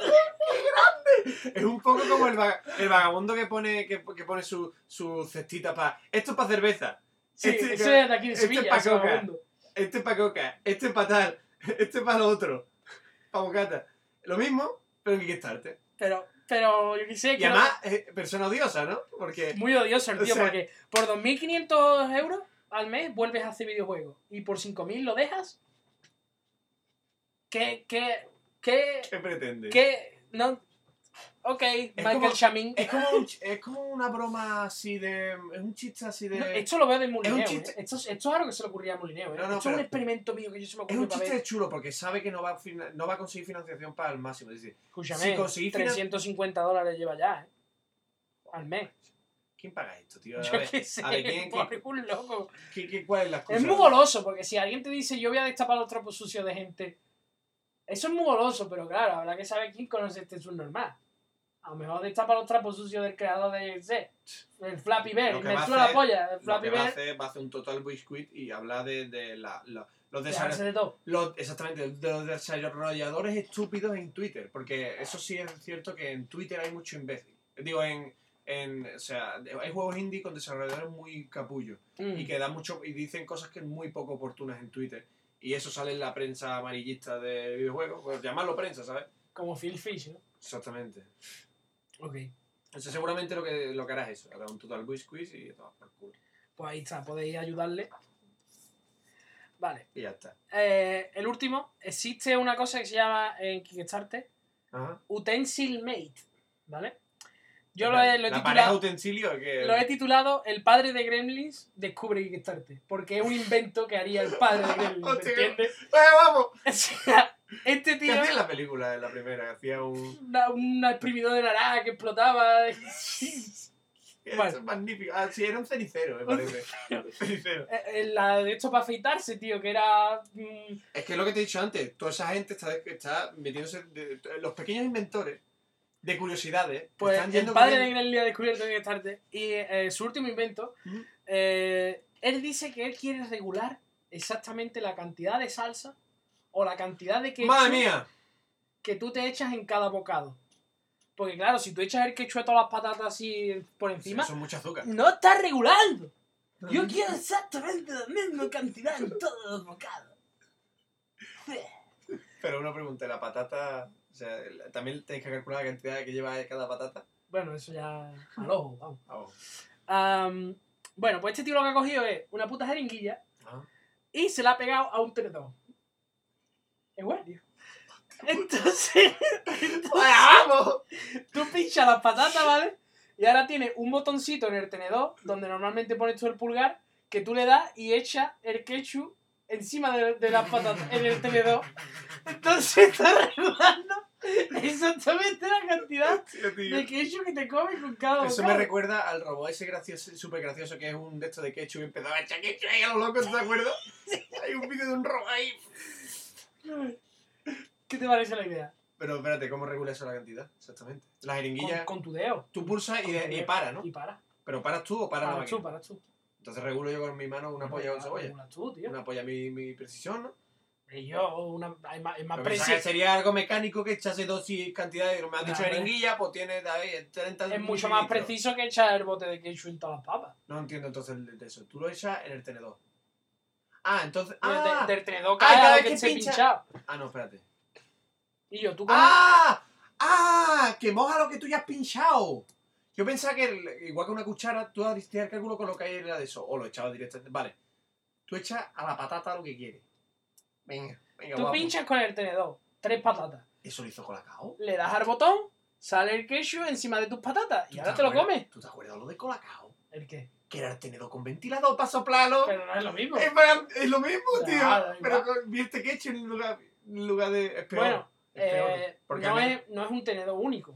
¡Qué grande! Es un poco como el, vaga- el vagabundo que pone, que, que pone su, su cestita para. Esto es para cerveza. Sí, este- eso es de aquí de este Sevilla, pa' ese coca. vagabundo. Este es para coca. Este es para tal. Este es para lo otro. Para bocata. Lo mismo, pero en Kickstarter. Pero, pero yo qué sé, Y que además, eh, persona odiosa, ¿no? Porque. muy odioso el tío, o sea- porque por dos mil quinientos euros al mes vuelves a hacer videojuegos y por cinco mil lo dejas. ¿Qué, qué, qué, ¿Qué pretende? qué? No. Ok, Michael como- Shamin. Es como, un ch- es como una broma así de. Es un chiste así de. No, esto lo veo del Molineo. un ¿eh? chiste- Esto, es- esto es algo que se le ocurría a Molineo. ¿eh? No, no, esto es pero- un experimento mío que yo se me Es ocurrió un para chiste ver. chulo porque sabe que no va a, fina- no va a conseguir financiación para el máximo. Es decir, Escúchame, si conseguí finan- trescientos cincuenta dólares lleva ya, ¿eh? Al mes. ¿quién paga esto, tío? A Yo ver, qué sé, a ver, ¿quién- por quién- un loco. qué- qué- ¿cuál es la excusa? Es muy goloso, porque si alguien te dice yo voy a destapar los trapos sucios de gente, eso es muy goloso, pero claro, habrá que saber quién conoce este subnormal. A lo mejor destapa los trapos sucios del creador de, yo qué sé, el Flappy Bear, Lo y que me va a suena la hacer- polla, el Lo Flappy que va a Bear, hacer, va a hacer un total biscuit y hablar de, de la, la- los, dejarse desarroll- de todo. los- exactamente, de los desarrolladores estúpidos en Twitter. Porque eso sí es cierto que en Twitter hay mucho imbécil. Digo, en, en o sea, hay juegos indie con desarrolladores muy capullos. Mm. Y que dan mucho y dicen cosas que muy poco oportunas en Twitter. Y eso sale en la prensa amarillista de videojuegos. Pues llamarlo prensa, ¿sabes? Como Phil Fish, ¿no? Exactamente. Ok. O sea, seguramente lo que, lo que harás es eso. Hará un total biscuit y todo por culo. Pues ahí está, podéis ayudarle. Vale. Y ya está. Eh, el último, existe una cosa que se llama en Kickstarter Ajá. Utensil Mate, ¿vale? Yo lo la, he, lo he la pareja titulado... utensilio que... Lo he titulado El padre de Gremlins descubre Kickstarter. Porque es un invento que haría el padre de Gremlins, ¿me Hostia. entiendes? ¡Eh, vamos! O sea, este ¿Qué tío, hacía en la película, en la primera? Hacía un... una, una exprimidor de naranja que explotaba. Qué Bueno. Esto es magnífico. Ah, sí, era un cenicero, me parece. Un cenicero. Eh, eh, La de esto para afeitarse, tío, que era... mm, Es que es lo que te he dicho antes, toda esa gente está, está metiéndose. De, de- los pequeños inventores de curiosidades Pues están el yendo padre de corriendo. Gremlin ha descubierto que es tarde. Y eh, su último invento, Ujú. eh, él dice que él quiere regular exactamente la cantidad de salsa o la cantidad de ketchup ¡Madre mía! que tú te echas en cada bocado. Porque claro, si tú echas el ketchup a todas las patatas así por encima, Eso es mucha azúcar. no estás regulando. Yo quiero exactamente la misma cantidad en todos los bocados. Pero una pregunta, la patata. O sea, la- también tenéis que calcular la cantidad que lleva cada patata. Bueno, eso ya al ojo, vamos. Ah, oh. Am, bueno, pues este tío lo que ha cogido es una puta jeringuilla Ah. y se la ha pegado a un tenedor. Es bueno, tío. Entonces, ¡Vamos! tú pinchas las patatas, ¿vale? Y ahora tienes un botoncito en el tenedor donde normalmente pones tú el pulgar que tú le das y echas el ketchup encima de, de las patatas en el tenedor. Entonces estás regulando exactamente la cantidad Tío, tío. de ketchup que te comes con cada Eso bocado. me recuerda al robot ese gracioso, súper gracioso que es un de estos de ketchup y empezaba a echar ketchup ahí a lo loco, ¿te acuerdas? Hay un vídeo de un robot ahí. ¿Qué te parece la idea? Pero espérate, ¿cómo regula eso la cantidad? Exactamente. La Con, jeringuilla, con tu dedo. tú pulsas y, Con de- tu y dedo. para, ¿no? Y para. Pero paras tú o para la Para máquina. tú, para tú. Entonces regulo yo con mi mano una polla con cebolla. Regulas tú, tío. Una polla mi, mi precisión, ¿no? Y yo, una, hay más, hay más Lo que pasa es que presión. sería algo mecánico que echase dosis, cantidad, me has dicho Claro. jeringuilla, pues tiene ahí, treinta Es mucho más mililitros. preciso que echar el bote de ketchup en todas las papas. No entiendo entonces el- de eso. Tú lo echas en el tenedor. Ah, entonces... Y el Ah, de- del tenedor Ah, cae cada a vez que que esté pincha- pinchado. ah, no, espérate. Y yo, tú coges... ¡Ah! ¡Ah! ¡Que moja lo que tú ya has pinchado! Yo pensaba que, el- igual que una cuchara, tú hacías el cálculo con lo que hay en la de eso. O lo echabas directamente. Vale. Tú echas a la patata lo que quieres. Venga, venga, tú guapo. pinchas con el tenedor. Tres patatas. ¿Eso lo hizo Colacao? Le das al botón, sale el ketchup encima de tus patatas. Y ¿Tú ahora te te lo acuerdas- comes. ¿Tú te acuerdas de lo de Colacao? ¿El qué? Que era el tenedor con ventilador para soplarlo. Pero no es lo mismo. Es, para- es lo mismo, Ya, tío. da Pero igual. con vierte ketchup en lugar, en lugar de... Es peor. Bueno, es peor. eh, Porque no, a mí- es, no es un tenedor único.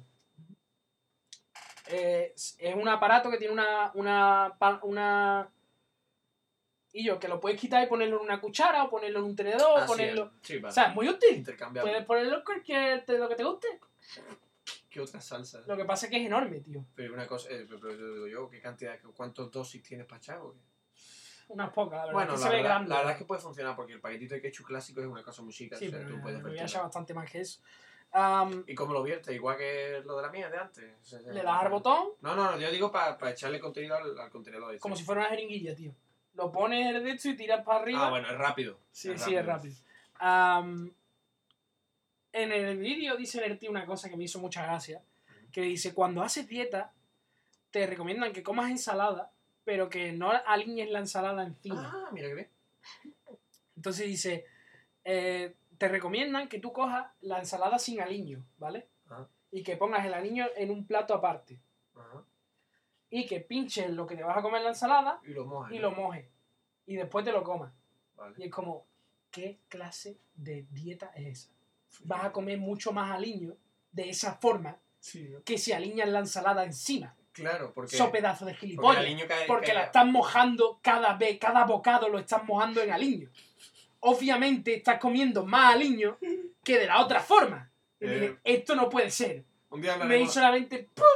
Eh, es es un aparato que tiene una, una, pa- una... Y yo, que lo puedes quitar y ponerlo en una cuchara o ponerlo en un tenedor Ah, o ponerlo... Sí, sí, vale. O sea, es muy útil. Intercambiable. Puedes ponerlo en cualquier tenedor que te guste. ¿Qué otra salsa? Lo que pasa es que es enorme, tío. Pero una cosa, eh, pero, pero yo digo yo, ¿qué cantidad, cuántos dosis tienes para echar? ¿O qué? Unas pocas, la verdad. Bueno, es que la se ve verdad, grande. la verdad es que puede funcionar porque el paquetito de ketchup clásico es una cosa muy chica. Sí, o sea, pero tú me puedes voy a verterlo. echar bastante más que eso. Am, ¿Y cómo lo viertes? Igual que lo de la mía de antes. O sea, le das al botón No, no, no, yo digo para echarle contenido al, al contenedor. ese. como si fuera una jeringuilla, tío. Lo pones de esto y tiras para arriba. Ah, bueno, es rápido. Sí, sí, es rápido. Am, en el vídeo dice el tío una cosa que me hizo mucha gracia. Que dice, cuando haces dieta, te recomiendan que comas ensalada, pero que no alinees la ensalada encima. Ah, mira que bien. Entonces dice, eh, te recomiendan que tú cojas la ensalada sin aliño, ¿vale? Ajá. Y que pongas el aliño en un plato aparte. Ajá. Y que pinches lo que te vas a comer en la ensalada Y lo mojas. y ¿no? lo mojes. Y después te lo comas. Vale. Y es como, ¿qué clase de dieta es esa? Vas a comer mucho más aliño de esa forma Sí, ¿no? que si aliñas la ensalada encima. Claro, porque... So pedazo de porque gilipollas. el aliño cae- Porque cae- la estás mojando cada vez, cada bocado lo estás mojando en aliño. Obviamente estás comiendo más aliño que de la otra forma. Y Eh, dije, esto no puede ser. Un día Me hablaremos... hizo la mente... ¡pum!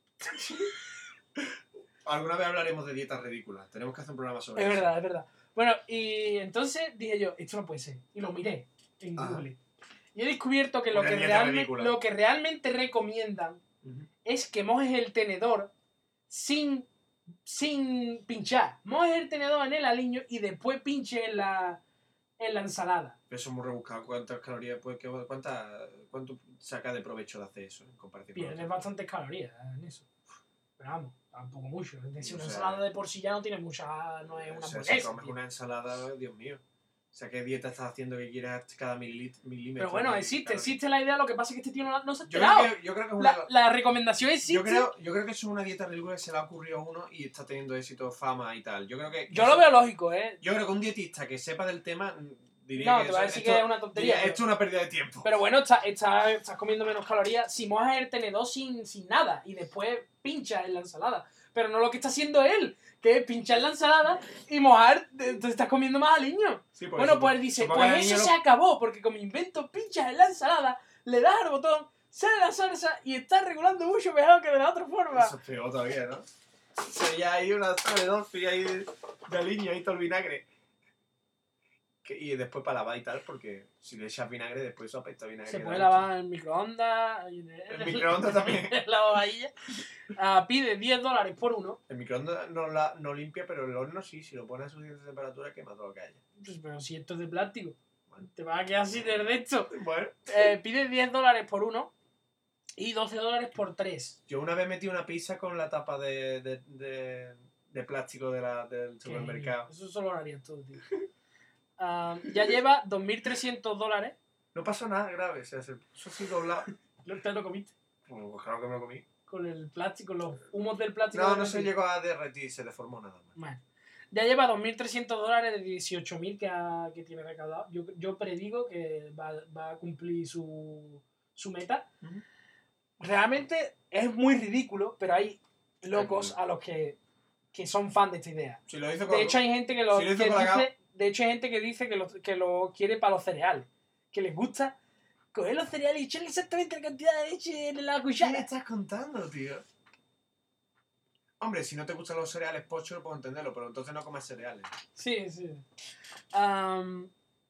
Alguna vez hablaremos de dietas ridículas. Tenemos que hacer un programa sobre Es eso. verdad, es verdad. Bueno, y entonces dije yo, esto no puede ser. Y lo miré en Ajá. Google. Y he descubierto que lo Una que, dieta realmente, ridícula. lo que realmente recomiendan Ujú. es que mojes el tenedor sin, sin pinchar. Mojes el tenedor en el aliño y después pinches en la, en la ensalada. Eso es muy rebuscado. ¿Cuántas calorías, pues, qué- cuánta, cuánto saca de provecho de hacer eso en comparación con Pierdes otras? bastantes calorías en eso. Pero vamos, tampoco mucho. Es decir, O una sea, ensalada de por sí ya no tiene mucha... No es una O sea, si hamburguesa. comes tío. una ensalada, Dios mío. O sea, ¿qué dieta estás haciendo que quieras cada milit- milímetro? Pero bueno, de existe, calorías? existe la idea. Lo que pasa es que este tío no, no se ha Yo enterado. creo, que, yo creo que es una... La, la recomendación existe. Yo creo, yo creo que eso es una dieta ridícula que se le ha ocurrido a uno y está teniendo éxito, fama y tal. Yo creo que... Yo lo veo lógico, ¿eh? Yo creo que un dietista que sepa del tema mm, diría No, que te va a eso- decir esto, que es una tontería. diría, pero- esto es una pérdida de tiempo. Pero bueno, está, está- estás comiendo menos calorías si mojas el tenedor sin, sin nada y después pinchas en la ensalada. pero no lo que está haciendo él, que es pinchar la ensalada y mojar, te, te estás comiendo más al niño. Sí, porque Bueno, supo- pues él dice, supongo que pues el eso niño se lo- acabó, porque con mi invento pinchas en la ensalada, le das al botón, sale la salsa y está regulando mucho mejor que de la otra forma. Eso es peor todavía, ¿no? Sería ahí una sobredosis ahí de, de aliño, ahí todo el vinagre. Que- y después para lavar y tal, porque si le echas vinagre, después eso apesta a vinagre. Se da puede mucho. lavar en microondas, en En microondas también. en la vajilla. Ah, pide diez dólares por uno. El microondas no, la, no limpia, pero el horno sí. Si lo pones a suficiente temperatura, quema todo lo que haya. Pues, pero si esto es de plástico, Bueno. te vas a quedar sin el de esto. Bueno, Eh, pide diez dólares por uno y doce dólares por tres. yo una vez metí una pizza con la tapa de, de, de, de plástico de la, del Que supermercado. Eso solo lo harías tú, tío. Ah, ya lleva dos mil trescientos dólares. No pasó nada grave, o sea, se puso así doblado. Lo- Te lo comiste. Pues claro que me lo comí. Con el plástico, los humos del plástico. No, no derretido. se llegó a derretir, se deformó nada más. Bueno, ya lleva dos mil trescientos dólares de dieciocho mil que, ha- que tiene recaudado. Yo, yo predigo que va, va a cumplir su, su meta. Ujú. Realmente es muy ridículo, pero hay locos Es muy- a los que, que son fan de esta idea. Si lo hizo con... De hecho, hay gente que lo, Si lo hizo que con la dice, de hecho, hay gente que dice que lo, que lo quiere para los cereales. Que les gusta coger los cereales y echarle exactamente la cantidad de leche en la ¿Qué me cuchara. estás contando, tío? Hombre, si no te gustan los cereales pocho, puedo entenderlo, pero entonces no comas cereales. Sí, sí. Am,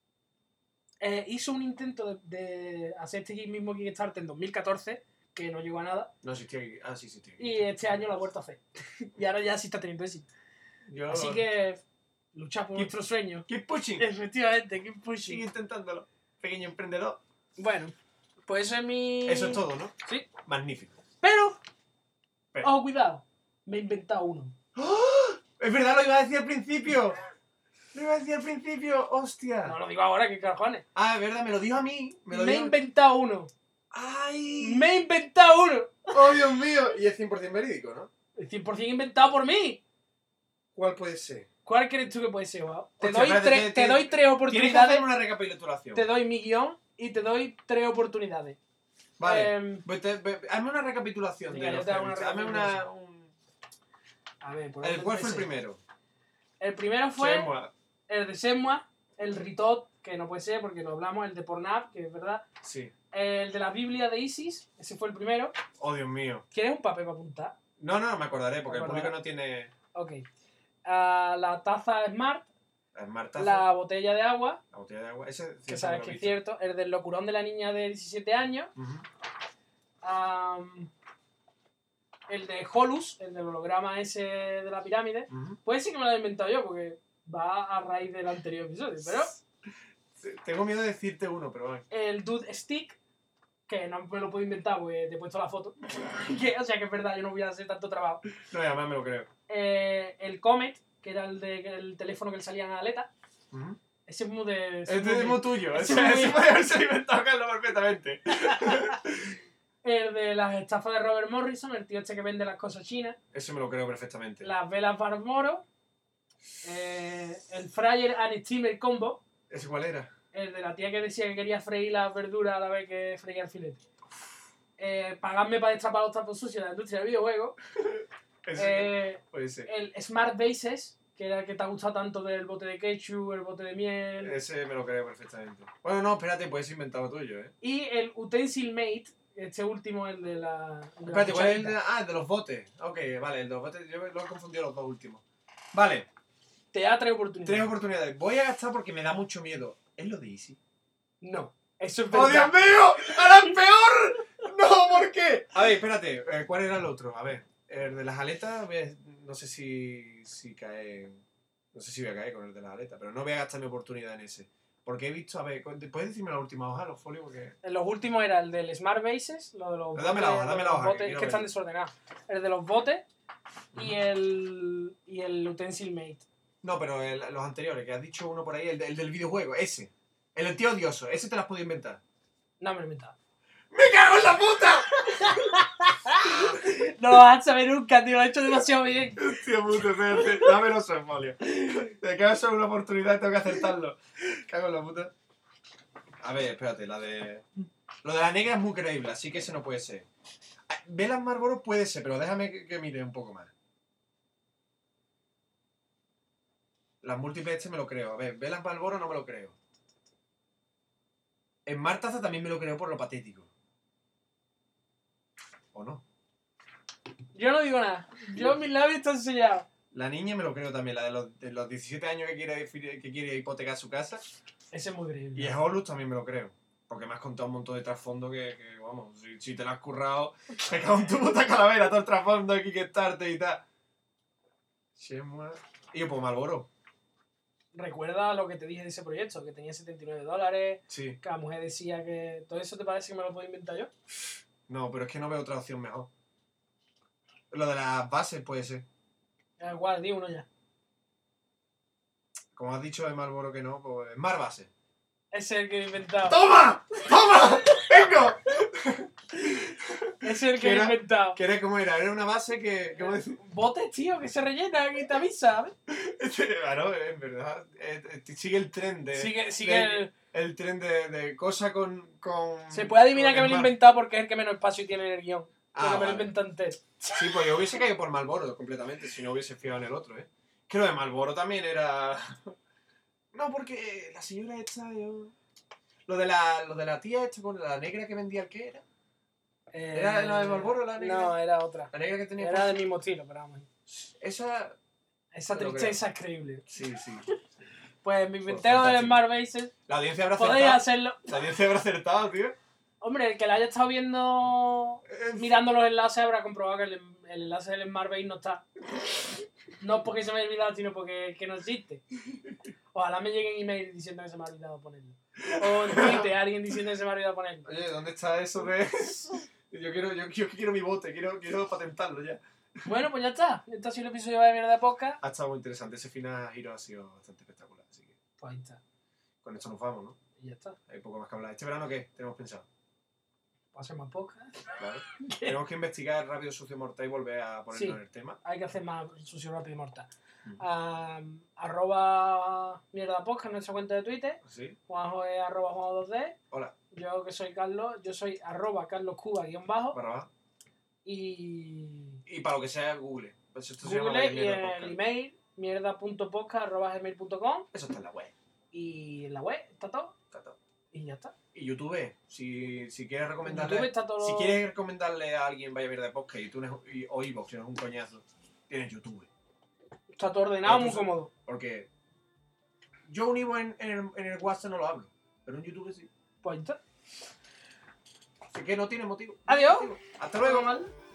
eh, hizo un intento de, de hacer este mismo Kickstarter en dos mil catorce, que no llegó a nada, No existía aquí. Ah, sí, existía aquí. y este año lo ha vuelto a hacer. Y ahora ya sí está teniendo éxito. Yo... Así que lucha por Keep- nuestro sueño. Keep pushing. Efectivamente, keep Sigue pushing. intentándolo. Pequeño emprendedor. Bueno, pues eso es mi... Eso es todo, ¿no? Sí. Magnífico. Pero, Pero- ojo, cuidado, me he inventado uno. ¡Oh! Es verdad, lo iba a decir al principio. Lo iba a decir al principio, hostia. No lo digo ahora, ¿qué cojones? Ah, es verdad, me lo dijo a mí. Me lo Me he dijo... inventado uno. ¡Ay! Me he inventado uno. ¡Oh, Dios mío! Y es cien por ciento verídico, ¿no? El cien por ciento inventado por mí. ¿Cuál puede ser? ¿Cuál crees tú que puede ser, Guau? Te, Hostia, doy, espérate, tres- tiene- te tiene- doy tres Tienes que oportunidades. hacer una recapitulación. Te doy mi guión y te doy tres oportunidades. Vale. Em, Vete- ve- hazme una recapitulación Venga, de yo los te hago una Fenix. Hazme una... recapitulación. Un... a ver, por El, dónde ¿Cuál fue el empecé? primero? El primero fue Semua. el de Semua, el Ritot, que no puede ser porque lo hablamos, el de Pornhub, que es verdad. Sí. El de la Biblia de Isis, ese fue el primero. Oh, Dios mío. ¿Quieres un papel para apuntar? No, no, me acordaré, porque Me el acordaré. público no tiene... Ok. Ah, la taza Smart, Las martazas, la botella de agua, la botella de agua. Ese sí que me sabes lo he que es visto. cierto. El del locurón de la niña de diecisiete años. Ujú. Am, el de Holus, el del holograma ese de la pirámide. Ujú. Puede ser que me lo haya inventado yo, porque va a raíz del anterior episodio. Pero Tengo miedo de decirte uno, pero bueno. el Dude Stick, que no me lo puedo inventar porque te he puesto la foto. que, o sea que es verdad, yo no voy a hacer tanto trabajo. No, y además me lo creo. Eh, el Comet, que era el, de, el teléfono que le salían a Aleta. Ujú. Ese es muy de. ese es Este muy es de- muy tuyo. ese Ese, es muy- ese puede haberse inventado Carlos perfectamente. El de las estafas de Robert Morrison, el tío este que vende las cosas chinas. Eso me lo creo perfectamente. Las velas Barmoro. Eh, el Fryer and Steamer Combo. ¿Ese cuál era? El de la tía que decía que quería freír las verduras a la vez que freía el filete. Eh, pagarme para destapar los trapos sucios de la industria del videojuego. Ese Eh, puede ser. el Smart Bases, que era el que te ha gustado tanto del bote de ketchup, el bote de miel. Ese me lo creo perfectamente. Bueno, no, espérate, puedes inventado tuyo, ¿eh? Y el Utensil Mate, este último, el de la. el de la Espérate, ¿cuál es el de, cucharita. ah, el de los botes? Ok, vale, el de los botes, yo lo he confundido los dos últimos. Vale, Te da tres oportunidades. tres oportunidades. Voy a gastar porque me da mucho miedo. ¿Es lo de Easy? No, eso es ¡Oh, verdad. Dios mío! ¡Ahora es peor! ¡No, ¿por qué? A ver, espérate, eh, ¿cuál era el otro? A ver, el de las aletas, ves, no sé si, si cae... No sé si voy a caer con el de las aletas, pero no voy a gastar mi oportunidad en ese. Porque he visto, a ver, ¿puedes decirme la última hoja, los folios? Porque... Los últimos era el del Smart Bases, lo de los Dame la hoja, botes- dame la los hoja, que botes, es quiero que están verlo. desordenados. El de los botes y Ujú. el, y el Utensil Mate. No, pero el- los anteriores, que has dicho uno por ahí, el, de- el del videojuego, ese. El del tío odioso, ese te las puedo inventar. No me lo he inventado. ¡Me cago en la puta! No lo vas a saber nunca, tío, lo he hecho demasiado bien. Tío puto, espérate, dame los folios. Te quedas solo una oportunidad y tengo que acertarlo. Cago en la puta. A ver, espérate, la de... Lo de la negra es muy creíble, así que ese no puede ser. Ah, Velas Marlboro puede ser, pero déjame que, que mire un poco más. Las múltiples este me lo creo. A ver, Velas Malboro no me lo creo. En Martaza también me lo creo por lo patético. ¿O no? Yo no digo nada. Yo mis labios están sellados. La niña me lo creo también, la de los, de los diecisiete años que quiere, que quiere hipotecar su casa. Ese es muy creíble. Y es Holus también me lo creo. Porque me has contado un montón de trasfondo que, que vamos, si, si te lo has currado, te cago en tu puta calavera, todo el trasfondo de Kickstarter y tal. Shenmue. Y yo, pues Malboro. Recuerda lo que te dije de ese proyecto, que tenía setenta y nueve dólares, Sí. que la mujer decía que... ¿Todo eso te parece que me lo puedo inventar yo? No, pero es que no veo otra opción mejor. Lo de las bases puede ser. Da igual, di uno ya. Como has dicho de Malboro que no, pues es Mar Base. Ese es el que he inventado. ¡Toma! ¡Toma! ¡Vengo! Ese es el que he era- inventado. ¿Qué era cómo era? Era una base que... ¿Cómo decir? Botes, tío, que se rellenan y te avisa, ¿sabes? Claro, en verdad. eh, eh, Sigue el tren de... Sigue, sigue de- el... El tren de, de cosa con, con... Se puede adivinar con que me lo he el mar. inventado porque es el que menos espacio tiene en el guión. Ah, Pero me lo vale. invento entero. Sí, pues yo hubiese caído por Malboro completamente si no hubiese fijado en el otro, ¿eh? Que lo de Malboro también era... No, porque la señora esta, yo... Lo de la, lo de la tía esta con la negra que vendía el qué era. ¿Era la de Marlboro, la negra? No, era otra. La negra que tenía... Era del mismo estilo, pero vamos. Esa... Esa Te lo tristeza es creíble. Sí, sí. Pues me inventé Pues lo del fantástico. Smart Bases. La audiencia habrá Podéis acertado. hacerlo. La audiencia habrá acertado, tío. Hombre, el que la haya estado viendo Eh, mirando los enlaces habrá comprobado que el, el enlace del Smart Base no está. No es porque se me haya olvidado, sino porque es que no existe. Ojalá me lleguen emails diciendo que se me ha olvidado ponerlo. O en Twitter alguien diciendo que se me ha olvidado ponerlo. Oye, ¿dónde está eso de...? Yo quiero, yo, yo quiero mi bote, quiero, quiero patentarlo ya. Bueno, pues ya está. Este ha sido el episodio de Mierda de Podcast. Ha estado muy interesante. Ese final giro ha sido bastante espectacular. Así que Pues ahí está. con esto nos vamos, ¿no? Y ya está. Hay poco más que hablar. ¿Este verano qué? Tenemos pensado. Pues hacer más podcast. Claro. Tenemos que investigar Rápido, Sucio, Mortal y volver a ponernos Sí. en el tema. Hay que hacer más sucio, rápido y mortal. Mm. Ah, arroba Mierda Podcast, nuestra cuenta de Twitter. ¿Sí? Juanjo es arroba Juanjo dos D. Hola. Yo que soy Carlos, yo soy arroba Carlos Cuba guión bajo. Barra baja. Y Y para lo que sea, Google. Pues esto se llama Google y Mierda el Podcast. email mierda punto podcast arroba gmail punto com. Eso está en la web. Y en la web está todo. Está todo. Y ya está. Y YouTube, si, si quieres En recomendarle... YouTube está todo. Si quieres recomendarle a alguien Vaya Mierda de Podcast y tú no es- y- o iVoox, si no es un coñazo, tienes YouTube. Está todo ordenado, muy Entonces- cómodo. Porque yo un iVoox en, en, el, en el WhatsApp no lo hablo, pero en YouTube sí. Pues ahí está. Así que no tiene motivo. Adiós. Hasta luego. Mal.